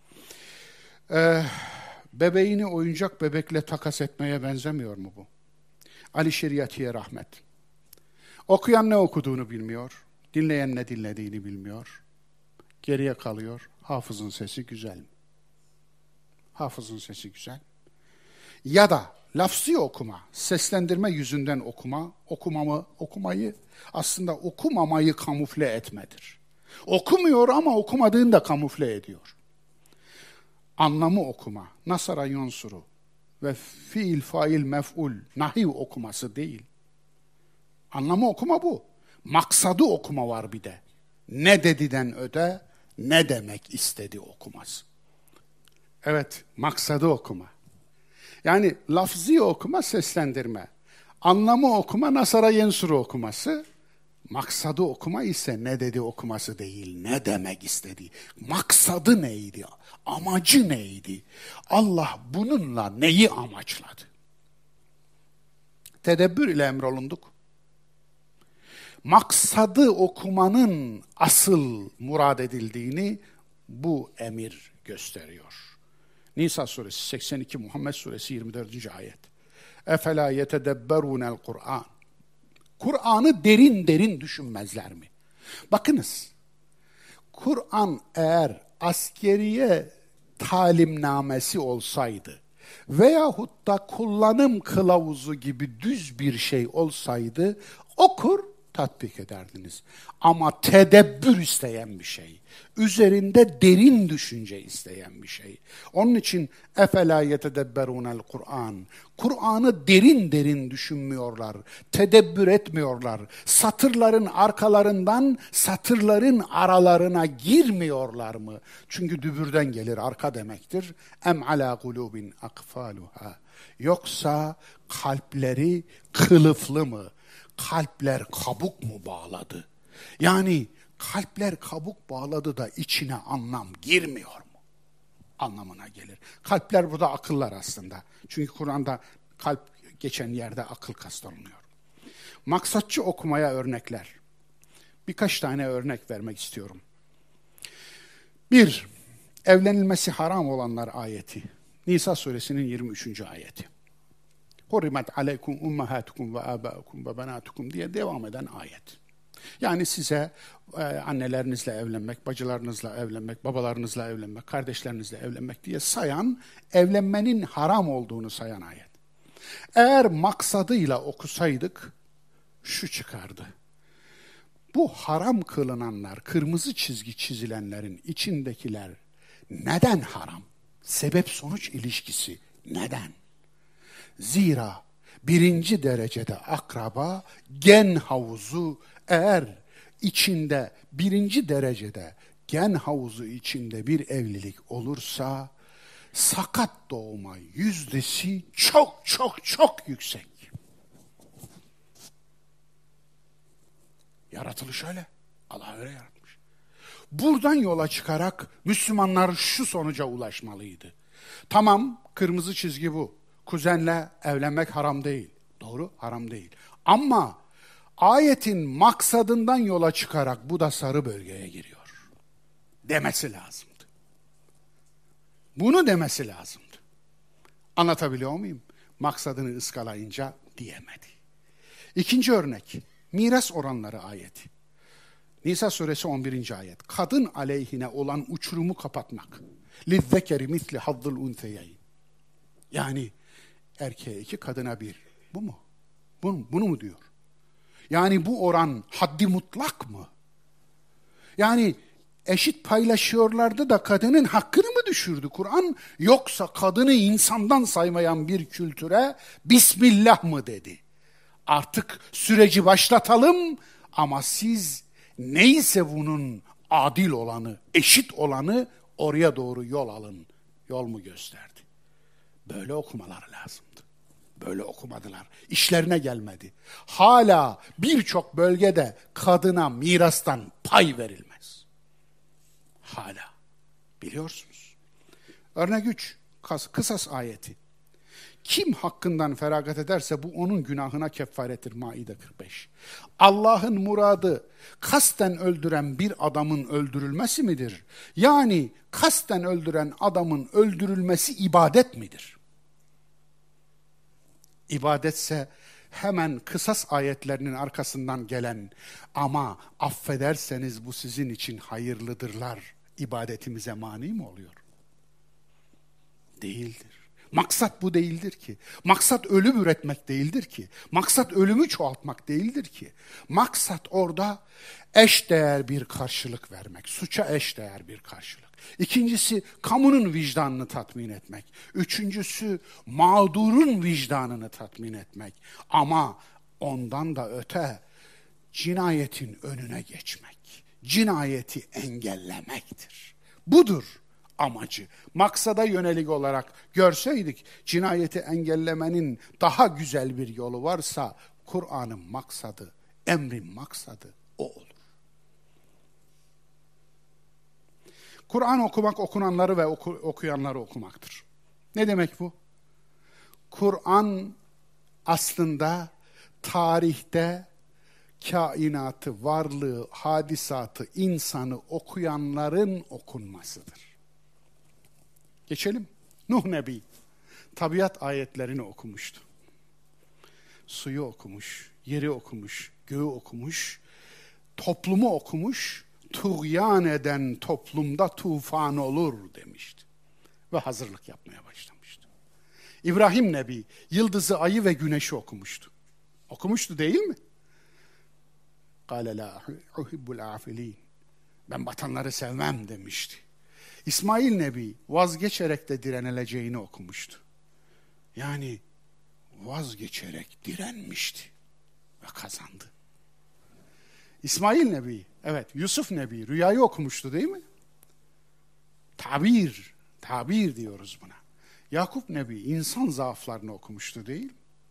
A: Bebeğini oyuncak bebekle takas etmeye benzemiyor mu bu? Ali Şeriatiye rahmet. Okuyan ne okuduğunu bilmiyor. Dinleyen ne dinlediğini bilmiyor. Geriye kalıyor. Hafızın sesi güzel. Hafızın sesi güzel. Ya da lafzi okuma, seslendirme yüzünden okumayı aslında okumamayı kamufle etmedir. Okumuyor ama okumadığını da kamufle ediyor. Anlamı okuma, nasara yunsuru ve fiil, fail, mef'ul, nahiv okuması değil. Anlamı okuma bu. Maksadı okuma var bir de. Ne dediden öte, ne demek istedi okuması. Evet, maksadı okuma. Yani lafzi okuma, seslendirme. Anlamı okuma, Nasara Yensur'u okuması. Maksadı okuma ise ne dedi okuması değil, ne demek istedi. Maksadı neydi? Amacı neydi? Allah bununla neyi amaçladı? Tedebbür ile emrolunduk. Maksadı okumanın asıl murad edildiğini bu emir gösteriyor. Nisa suresi 82, Muhammed suresi 24. ayet. Efela yetedebberunel Kur'an. Kur'an'ı derin derin düşünmezler mi? Bakınız, Kur'an eğer askeriye talimnamesi olsaydı veyahut da kullanım kılavuzu gibi düz bir şey olsaydı okur, tatbik ederdiniz. Ama tedebbür isteyen bir şey. Üzerinde derin düşünce isteyen bir şey. Onun için efela yetedebberunel Kur'an. Kur'an'ı derin derin düşünmüyorlar. Tedebbür etmiyorlar. Satırların arkalarından satırların aralarına girmiyorlar mı? Çünkü dübürden gelir, arka demektir. Em ala kulubin akfaluha. Yoksa kalpleri kılıflı mı? Kalpler kabuk mu bağladı? Yani kalpler kabuk bağladı da içine anlam girmiyor mu? Anlamına gelir. Kalpler burada akıllar aslında. Çünkü Kur'an'da kalp geçen yerde akıl kastırılıyor. Maksatçı okumaya örnekler. Birkaç tane örnek vermek istiyorum. 1. Evlenilmesi haram olanlar ayeti. Nisa suresinin 23. ayeti. Hurrimet aleykum ummahatukum ve abaukum ve benatukum diye devam eden ayet. Yani size annelerinizle evlenmek, bacılarınızla evlenmek, babalarınızla evlenmek, kardeşlerinizle evlenmek diye sayan, evlenmenin haram olduğunu sayan ayet. Eğer maksadıyla okusaydık şu çıkardı. Bu haram kılınanlar, kırmızı çizgi çizilenlerin içindekiler neden haram? Sebep sonuç ilişkisi neden? Zira birinci derecede akraba gen havuzu eğer içinde birinci derecede gen havuzu içinde bir evlilik olursa sakat doğuma yüzdesi çok çok çok yüksek. Yaratılış öyle. Allah öyle yaratmış. Buradan yola çıkarak Müslümanlar şu sonuca ulaşmalıydı. Tamam, kırmızı çizgi bu. Kuzenle evlenmek haram değil. Doğru, haram değil. Ama ayetin maksadından yola çıkarak bu da sarı bölgeye giriyor demesi lazımdı. Bunu demesi lazımdı. Anlatabiliyor muyum? Maksadını ıskalayınca diyemedi. İkinci örnek, miras oranları ayeti. Nisa suresi 11. ayet. Kadın aleyhine olan uçurumu kapatmak. لِذَّكَرِ مِثْلِ حَظِّ الْاُنْثَيَيْنِ. Yani erkeğe 2, kadına 1. Bu mu? Bunu mu diyor? Yani bu oran haddi mutlak mı? Yani eşit paylaşıyorlardı da kadının hakkını mı düşürdü Kur'an? Yoksa kadını insandan saymayan bir kültüre Bismillah mı dedi? Artık süreci başlatalım ama siz neyse bunun adil olanı, eşit olanı oraya doğru yol alın. Yol mu gösterdi? Böyle okumalar lazımdı. Böyle okumadılar. İşlerine gelmedi. Hala birçok bölgede kadına mirastan pay verilmez. Hala. Biliyorsunuz. Örnek 3. Kısas ayeti. Kim hakkından feragat ederse bu onun günahına kefarettir. Maide 45. Allah'ın muradı kasten öldüren bir adamın öldürülmesi midir? Yani kasten öldüren adamın öldürülmesi ibadet midir? İbadetse hemen kısas ayetlerinin arkasından gelen ama affederseniz bu sizin için hayırlıdırlar ibadetimize mani mi oluyor? Değildir. Maksat bu değildir ki. Maksat ölüm üretmek değildir ki. Maksat ölümü çoğaltmak değildir ki. Maksat orada eşdeğer bir karşılık vermek. Suça eşdeğer bir karşılık. İkincisi kamunun vicdanını tatmin etmek. Üçüncüsü mağdurun vicdanını tatmin etmek. Ama ondan da öte cinayetin önüne geçmek, cinayeti engellemektir. Budur amacı. Maksada yönelik olarak görseydik, cinayeti engellemenin daha güzel bir yolu varsa, Kur'an'ın maksadı, emrin maksadı o olur. Kur'an okumak, okunanları ve okuyanları okumaktır. Ne demek bu? Kur'an aslında tarihte kainatı, varlığı, hadisatı, insanı okuyanların okunmasıdır. Geçelim. Nuh Nebi tabiat ayetlerini okumuştu. Suyu okumuş, yeri okumuş, göğü okumuş, toplumu okumuş, tuğyan eden toplumda tufan olur demişti. Ve hazırlık yapmaya başlamıştı. İbrahim Nebi yıldızı, ayı ve güneşi okumuştu. Okumuştu değil mi? قَالَ لَا اُحِبُّ الْعَافِلِينَ Ben batanları sevmem demişti. İsmail Nebi vazgeçerek de direnileceğini okumuştu. Yani vazgeçerek direnmişti ve kazandı. İsmail Nebi, evet Yusuf Nebi rüyayı okumuştu değil mi? Tabir diyoruz buna. Yakup Nebi insan zaaflarını okumuştu değil mi?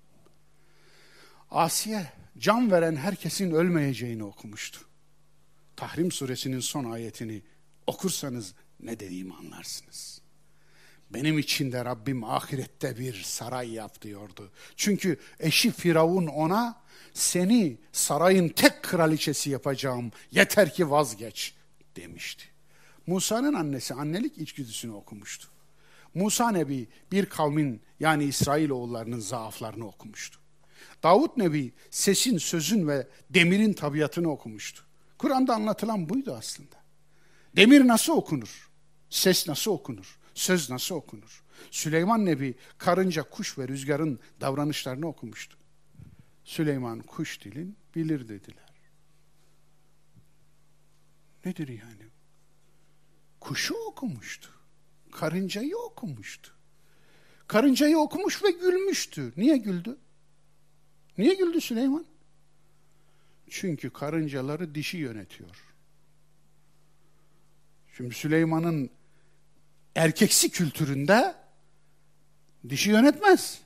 A: Asiye, can veren herkesin ölmeyeceğini okumuştu. Tahrim suresinin son ayetini okursanız ne dediğimi anlarsınız. Benim için de Rabbim ahirette bir saray yap diyordu. Çünkü eşi Firavun ona, seni sarayın tek kraliçesi yapacağım, yeter ki vazgeç demişti. Musa'nın annesi annelik içgüdüsünü okumuştu. Musa Nebi bir kavmin, yani İsrailoğullarının zaaflarını okumuştu. Davut Nebi sesin, sözün ve demirin tabiatını okumuştu. Kur'an'da anlatılan buydu aslında. Demir nasıl okunur? Ses nasıl okunur? Söz nasıl okunur? Süleyman Nebi karınca, kuş ve rüzgarın davranışlarını okumuştu. Süleyman kuş dilin bilir dediler. Nedir yani? Kuşu okumuştu. Karıncayı okumuştu. Karıncayı okumuş ve gülmüştü. Niye güldü? Niye güldü Süleyman? Çünkü karıncaları dişi yönetiyor. Şimdi Süleyman'ın erkeksi kültüründe dişi yönetmez.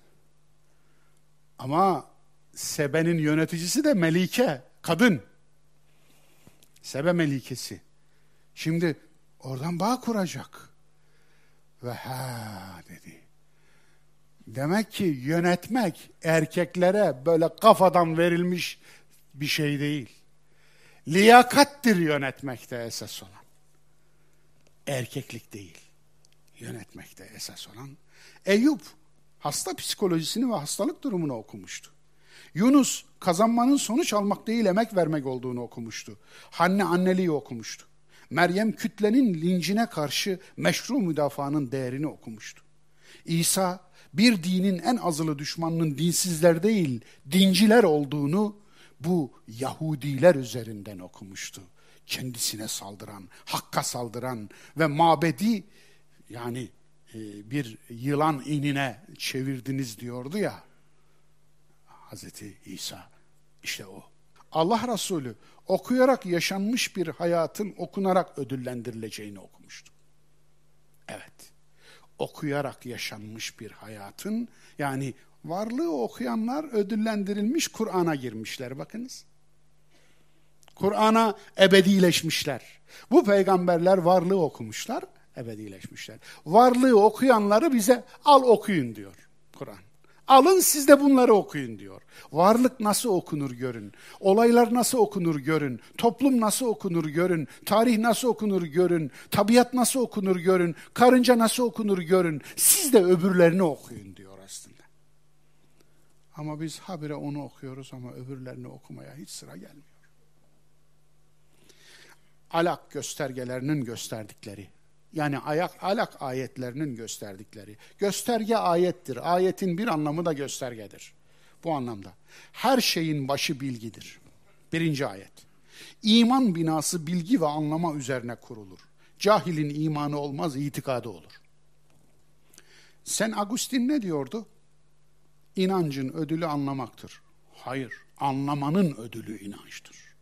A: Ama Sebe'nin yöneticisi de Melike, kadın. Sebe Melikesi. Şimdi oradan bağ kuracak. Ve dedi. Demek ki yönetmek erkeklere böyle kafadan verilmiş bir şey değil. Liyakattir yönetmekte esas olan. Erkeklik değil. Yönetmekte esas olan. Eyüp hasta psikolojisini ve hastalık durumunu okumuştu. Yunus kazanmanın sonuç almak değil emek vermek olduğunu okumuştu. Hanne anneliği okumuştu. Meryem kütlenin lincine karşı meşru müdafaanın değerini okumuştu. İsa bir dinin en azılı düşmanının dinsizler değil dinciler olduğunu bu Yahudiler üzerinden okumuştu. Kendisine saldıran, hakka saldıran ve mabedi yani bir yılan inine çevirdiniz diyordu ya Hazreti İsa. İşte o. Allah Resulü okuyarak yaşanmış bir hayatın okunarak ödüllendirileceğini okumuştu. Evet. Okuyarak yaşanmış bir hayatın, yani varlığı okuyanlar ödüllendirilmiş, Kur'an'a girmişler bakınız. Kur'an'a ebedileşmişler. Bu peygamberler varlığı okumuşlar, ebedileşmişler. Varlığı okuyanları bize al okuyun diyor Kur'an. Alın siz de bunları okuyun diyor. Varlık nasıl okunur görün. Olaylar nasıl okunur görün. Toplum nasıl okunur görün. Tarih nasıl okunur görün. Tabiat nasıl okunur görün. Karınca nasıl okunur görün. Siz de öbürlerini okuyun diyor aslında. Ama biz habire onu okuyoruz ama öbürlerini okumaya hiç sıra gelmiyor. Alak göstergelerinin gösterdikleri. Yani alak ayetlerinin gösterdikleri. Gösterge ayettir. Ayetin bir anlamı da göstergedir. Bu anlamda. Her şeyin başı bilgidir. 1. ayet. İman binası bilgi ve anlama üzerine kurulur. Cahilin imanı olmaz, itikadı olur. Sen Agustin ne diyordu? İnancın ödülü anlamaktır. Hayır, anlamanın ödülü inançtır.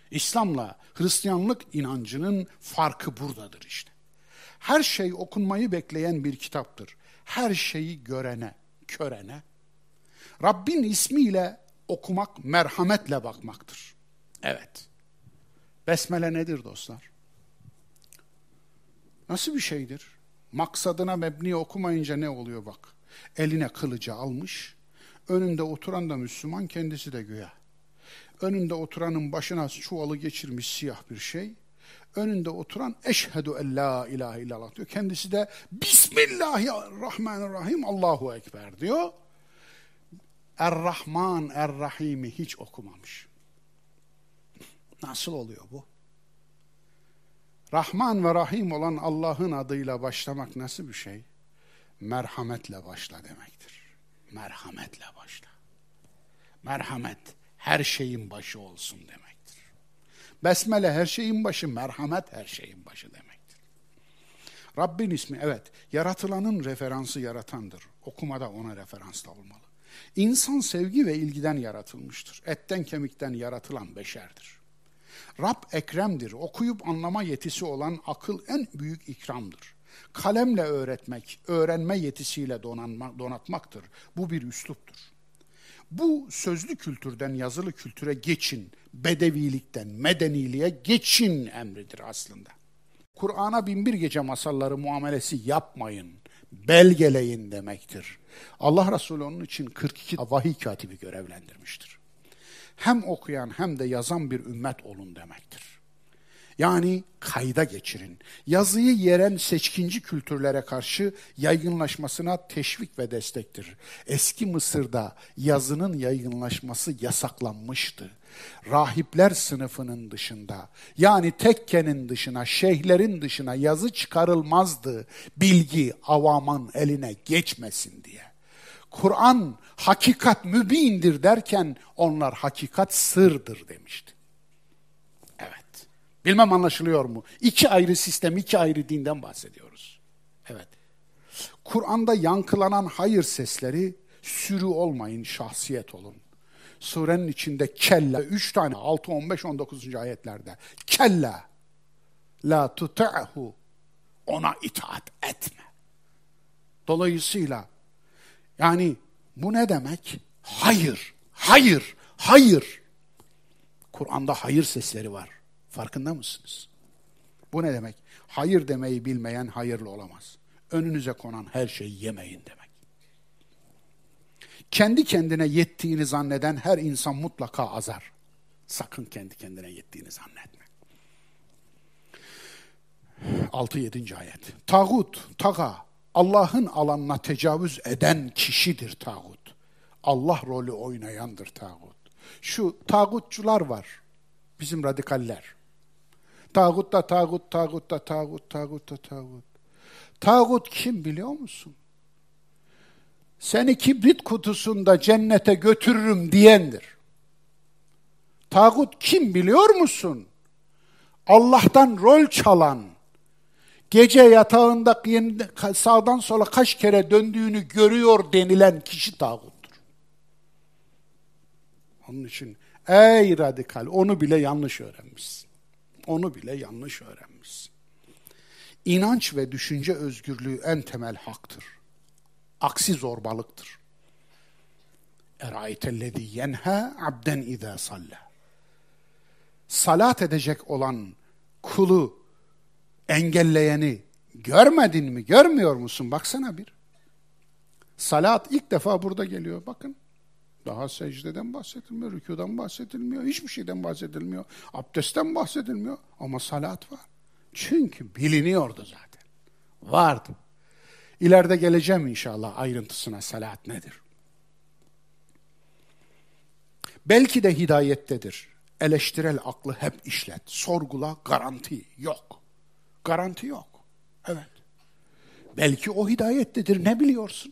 A: İslam'la Hristiyanlık inancının farkı buradadır işte. Her şey okunmayı bekleyen bir kitaptır. Her şeyi görene, körene. Rabbin ismiyle okumak, merhametle bakmaktır. Evet. Besmele nedir dostlar? Nasıl bir şeydir? Maksadına mebni okumayınca ne oluyor bak. Eline kılıcı almış, önünde oturan da Müslüman, kendisi de güya. Önünde oturanın başına çuvalı geçirmiş siyah bir şey. Önünde oturan eşhedü en la ilahe illallah diyor. Kendisi de Bismillahirrahmanirrahim, Allahu Ekber diyor. Er-Rahman, Er-Rahim'i hiç okumamış. Nasıl oluyor bu? Rahman ve Rahim olan Allah'ın adıyla başlamak nasıl bir şey? Merhametle başla demektir. Merhametle başla. Merhamet her şeyin başı olsun demektir. Besmele her şeyin başı, merhamet her şeyin başı demektir. Rabbin ismi, evet, yaratılanın referansı yaratandır. Okumada ona referansla olmalı. İnsan sevgi ve ilgiden yaratılmıştır. Etten kemikten yaratılan beşerdir. Rab ekremdir. Okuyup anlama yetisi olan akıl en büyük ikramdır. Kalemle öğretmek, öğrenme yetisiyle donatmaktır. Bu bir üsluptur. Bu sözlü kültürden yazılı kültüre geçin, bedevilikten medeniliğe geçin emridir aslında. Kur'an'a binbir gece masalları muamelesi yapmayın, belgeleyin demektir. Allah Resulü onun için 42 vahiy katibi görevlendirmiştir. Hem okuyan hem de yazan bir ümmet olun demektir. Yani kayda geçirin. Yazıyı yeren seçkinci kültürlere karşı yaygınlaşmasına teşvik ve destektir. Eski Mısır'da yazının yaygınlaşması yasaklanmıştı. Rahipler sınıfının dışında, yani tekkenin dışına, şeyhlerin dışına yazı çıkarılmazdı. Bilgi avamın eline geçmesin diye. Kur'an hakikat mübindir derken onlar hakikat sırdır demişti. Evet. Bilmem anlaşılıyor mu? İki ayrı sistem, iki ayrı dinden bahsediyoruz. Evet. Kur'an'da yankılanan hayır sesleri sürü olmayın, şahsiyet olun. Surenin içinde kella, 3 tane, 6, 15, 19. ayetlerde. Kella, la tuta'hu, ona itaat etme. Dolayısıyla, yani bu ne demek? Hayır, hayır, hayır. Kur'an'da hayır sesleri var. Farkında mısınız? Bu ne demek? Hayır demeyi bilmeyen hayırlı olamaz. Önünüze konan her şeyi yemeyin demek. Kendi kendine yettiğini zanneden her insan mutlaka azar. Sakın kendi kendine yettiğini zannetme. 6-7. ayet. Tağut, taga, Allah'ın alanına tecavüz eden kişidir tağut. Allah rolü oynayandır tağut. Şu tağutçular var. Bizim radikaller. Tağut da tağut, tağut da tağut, tağut da tağut. Tağut kim biliyor musun? Seni kibrit kutusunda cennete götürürüm diyendir. Tağut kim biliyor musun? Allah'tan rol çalan, gece yatağında sağdan sola kaç kere döndüğünü görüyor denilen kişi tağuttur. Onun için ey radikal, onu bile yanlış öğrenmişsin. Onu bile yanlış öğrenmişsin. İnanç ve düşünce özgürlüğü en temel haktır. Aksi zorbalıktır. Eraitellezî yenhâ abden izâ sallâ. Salat edecek olan kulu engelleyeni görmedin mi? Görmüyor musun? Baksana bir. Salat ilk defa burada geliyor. Bakın. Daha secdeden bahsedilmiyor, rükûdan bahsedilmiyor, hiçbir şeyden bahsedilmiyor. Abdestten bahsedilmiyor ama salat var. Çünkü biliniyordu zaten. Vardı. İleride geleceğim inşallah ayrıntısına, salat nedir? Belki de hidayettedir. Eleştirel aklı hep işlet. Sorgula, garanti yok. Garanti yok. Evet. Belki o hidayettedir, ne biliyorsun?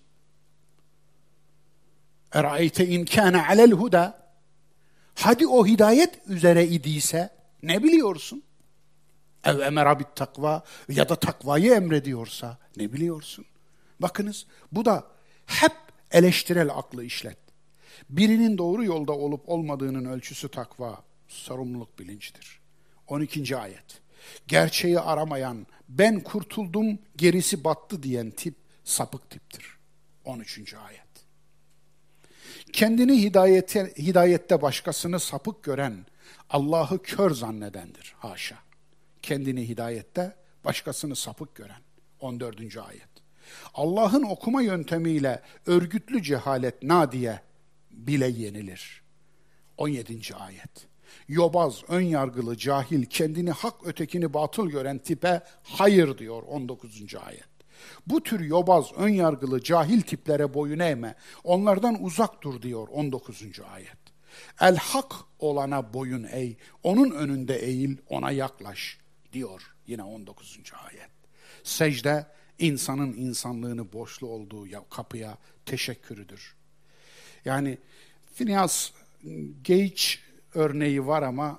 A: Eraite in kana alel huda. Hadi o hidayet üzere idiyse ne biliyorsun? Ev emera bit takva, ya da takvayı emrediyorsa ne biliyorsun? Bakınız, bu da hep eleştirel aklı işlet. Birinin doğru yolda olup olmadığının ölçüsü takva. Sorumluluk bilincidir. 12. ayet. Gerçeği aramayan, ben kurtuldum, gerisi battı diyen tip sapık tiptir. 13. ayet. Kendini hidayette başkasını sapık gören, Allah'ı kör zannedendir. Haşa. Kendini hidayette başkasını sapık gören. 14. ayet. Allah'ın okuma yöntemiyle örgütlü cehalet nadiye bile yenilir. 17. ayet. Yobaz, önyargılı, cahil, kendini hak ötekini batıl gören tipe hayır diyor 19. ayet. Bu tür yobaz, önyargılı, cahil tiplere boyun eğme, onlardan uzak dur diyor 19. ayet. El hak olana boyun eğ, onun önünde eğil, ona yaklaş diyor yine 19. ayet. Secde, insanın insanlığını borçlu olduğu kapıya teşekkürüdür. Yani Phineas Gage örneği var ama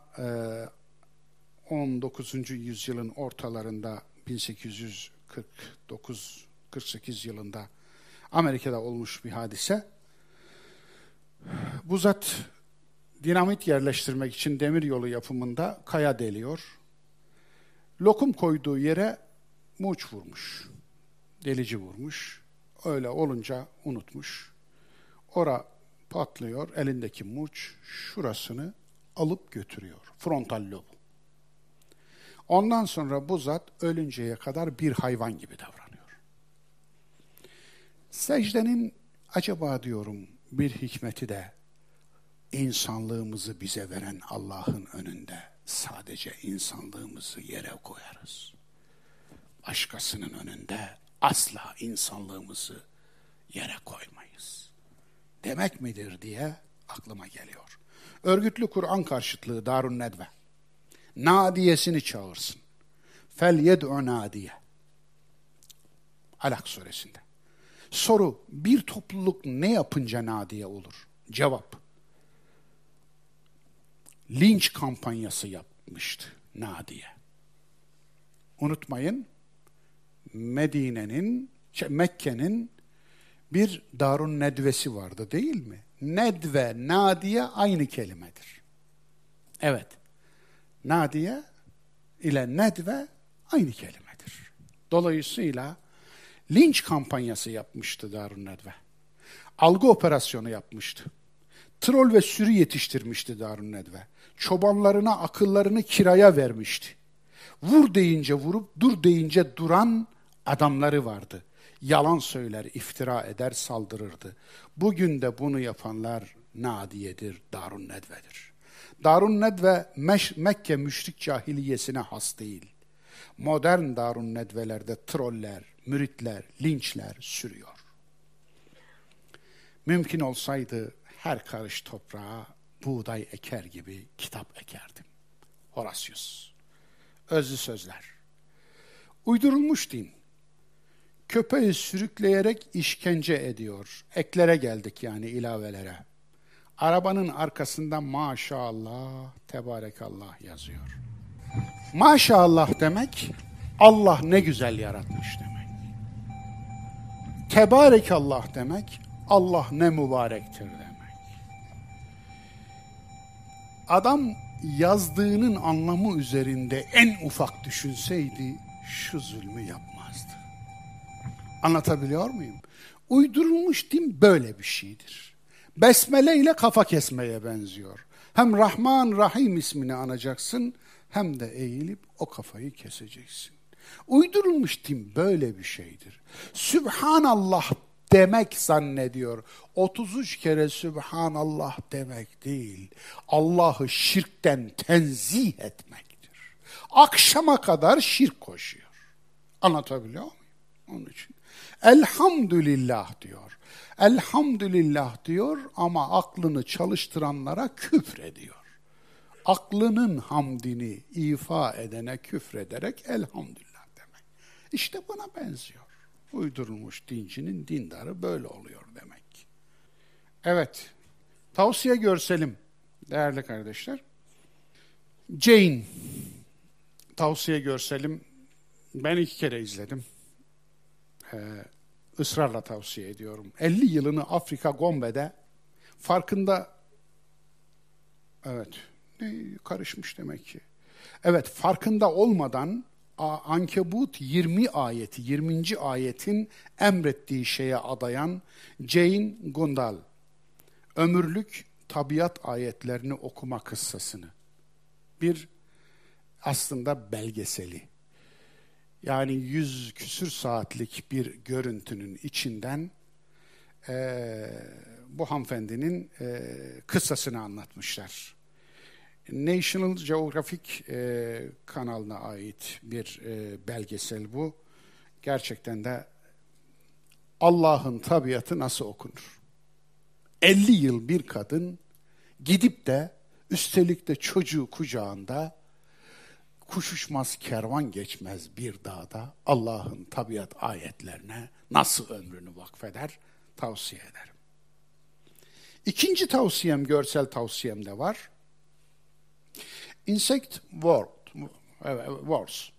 A: 19. yüzyılın ortalarında 1849-48 yılında Amerika'da olmuş bir hadise. Bu zat dinamit yerleştirmek için demiryolu yapımında kaya deliyor. Lokum koyduğu yere muç vurmuş. Delici vurmuş. Öyle olunca unutmuş. Ora patlıyor. Elindeki muç şurasını alıp götürüyor. Frontal lobu. Ondan sonra bu zat ölünceye kadar bir hayvan gibi davranıyor. Secdenin acaba diyorum bir hikmeti de insanlığımızı bize veren Allah'ın önünde sadece insanlığımızı yere koyarız. Başkasının önünde asla insanlığımızı yere koymayız. Demek midir diye aklıma geliyor. Örgütlü Kur'an karşıtlığı Darun Nedve. Nadiyesini çağırsın. Fel yed'u nadiye. Alak suresinde. Soru, bir topluluk ne yapınca nadiye olur? Cevap. Linç kampanyası yapmıştı nadiye. Unutmayın, Mekke'nin bir Darun Nedvesi vardı değil mi? Nedve, nadiye aynı kelimedir. Evet. Nadiye ile nedve aynı kelimedir. Dolayısıyla linç kampanyası yapmıştı Darun Nedve. Algı operasyonu yapmıştı. Troll ve sürü yetiştirmişti Darun Nedve. Çobanlarına akıllarını kiraya vermişti. Vur deyince vurup dur deyince duran adamları vardı. Yalan söyler, iftira eder, saldırırdı. Bugün de bunu yapanlar nadiyedir, Darun Nedve'dir. Darun Nedve Mekke müşrik cahiliyesine has değil. Modern Darun Nedve'lerde troller, müritler, linçler sürüyor. Mümkün olsaydı her karış toprağa buğday eker gibi kitap ekerdim. Horatius. Özlü sözler. Uydurulmuş din. Köpeği sürükleyerek işkence ediyor. Eklere geldik yani ilavelere. Arabanın arkasında maşallah, tebarekallah yazıyor. Maşallah demek, Allah ne güzel yaratmış demek. Tebarekallah demek, Allah ne mübarektir demek. Adam yazdığının anlamı üzerinde en ufak düşünseydi şu zulmü yapmazdı. Anlatabiliyor muyum? Uydurulmuş din böyle bir şeydir. Besmele ile kafa kesmeye benziyor. Hem Rahman Rahim ismini anacaksın hem de eğilip o kafayı keseceksin. Uydurulmuş din böyle bir şeydir. Sübhanallah demek zannediyor. 33 kere Sübhanallah demek değil. Allah'ı şirkten tenzih etmektir. Akşama kadar şirk koşuyor. Anlatabiliyor muyum? Onun için. Elhamdülillah diyor. Elhamdülillah diyor ama aklını çalıştıranlara küfrediyor. Aklının hamdini ifa edene küfrederek elhamdülillah demek. İşte buna benziyor. Uydurulmuş dincinin dindarı böyle oluyor demek. Evet, tavsiye görselim değerli kardeşler. Jane, tavsiye görselim. Ben 2 kere izledim. Israrla tavsiye ediyorum. 50 yılını Afrika Gombe'de farkında, evet, Karışmış demek ki. Evet, farkında olmadan Ankebut 20 ayeti, 20. ayetin emrettiği şeye adayan Jane Goodall, ömürlük tabiat ayetlerini okuma kıssasını, bir aslında belgeseli, yani 100 küsür saatlik bir görüntünün içinden bu hanımefendinin kıssasını anlatmışlar. National Geographic kanalına ait bir belgesel bu. Gerçekten de Allah'ın tabiatı nasıl okunur? 50 yıl bir kadın gidip de üstelik de çocuğu kucağında kuş uçmaz kervan geçmez bir dağda Allah'ın tabiat ayetlerine nasıl ömrünü vakfeder tavsiye ederim. İkinci tavsiyem, görsel tavsiyem de var. Insect Wars.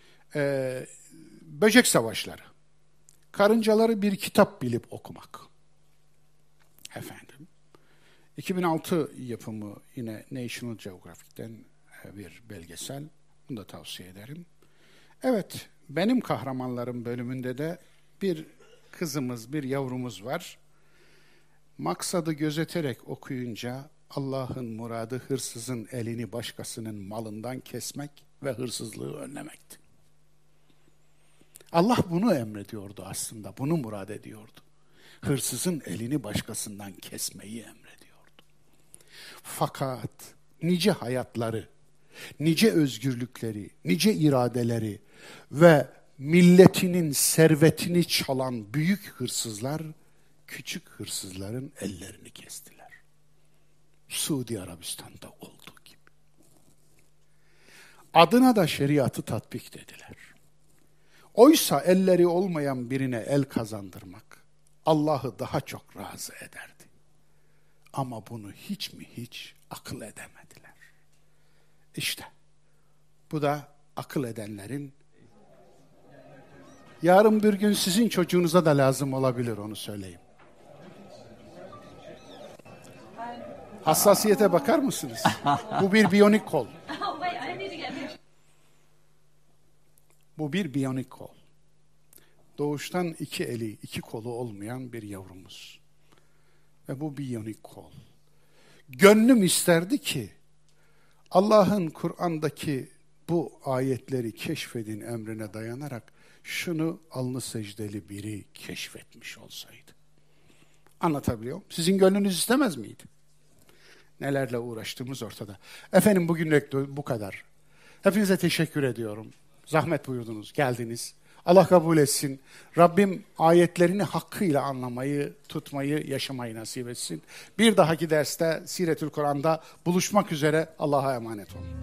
A: Böcek savaşları. Karıncaları bir kitap bilip okumak. Efendim. 2006 yapımı yine National Geographic'ten bir belgesel. Bunu da tavsiye ederim. Evet, benim kahramanlarım bölümünde de bir kızımız, bir yavrumuz var. Maksadı gözeterek okuyunca Allah'ın muradı hırsızın elini başkasının malından kesmek ve hırsızlığı önlemekti. Allah bunu emrediyordu aslında, bunu murad ediyordu. Hırsızın elini başkasından kesmeyi emrediyordu. Fakat nice hayatları, nice özgürlükleri, nice iradeleri ve milletinin servetini çalan büyük hırsızlar, küçük hırsızların ellerini kestiler. Suudi Arabistan'da olduğu gibi. Adına da şeriatı tatbik dediler. Oysa elleri olmayan birine el kazandırmak Allah'ı daha çok razı ederdi. Ama bunu hiç akıl edemediler. İşte bu da akıl edenlerin, yarın bir gün sizin çocuğunuza da lazım olabilir, onu söyleyeyim. Hassasiyete bakar mısınız? Bu bir biyonik kol. Bu bir biyonik kol. Doğuştan 2 eli, 2 kolu olmayan bir yavrumuz. Ve bu biyonik kol. Gönlüm isterdi ki Allah'ın Kur'an'daki bu ayetleri keşfedin emrine dayanarak şunu alnı secdeli biri keşfetmiş olsaydı. Anlatabiliyor muyum? Sizin gönlünüz istemez miydi? Nelerle uğraştığımız ortada. Efendim bugünlük bu kadar. Hepinize teşekkür ediyorum. Zahmet buyurdunuz, geldiniz. Allah kabul etsin. Rabbim ayetlerini hakkıyla anlamayı, tutmayı, yaşamayı nasip etsin. Bir dahaki derste Siretül Kur'an'da buluşmak üzere. Allah'a emanet olun.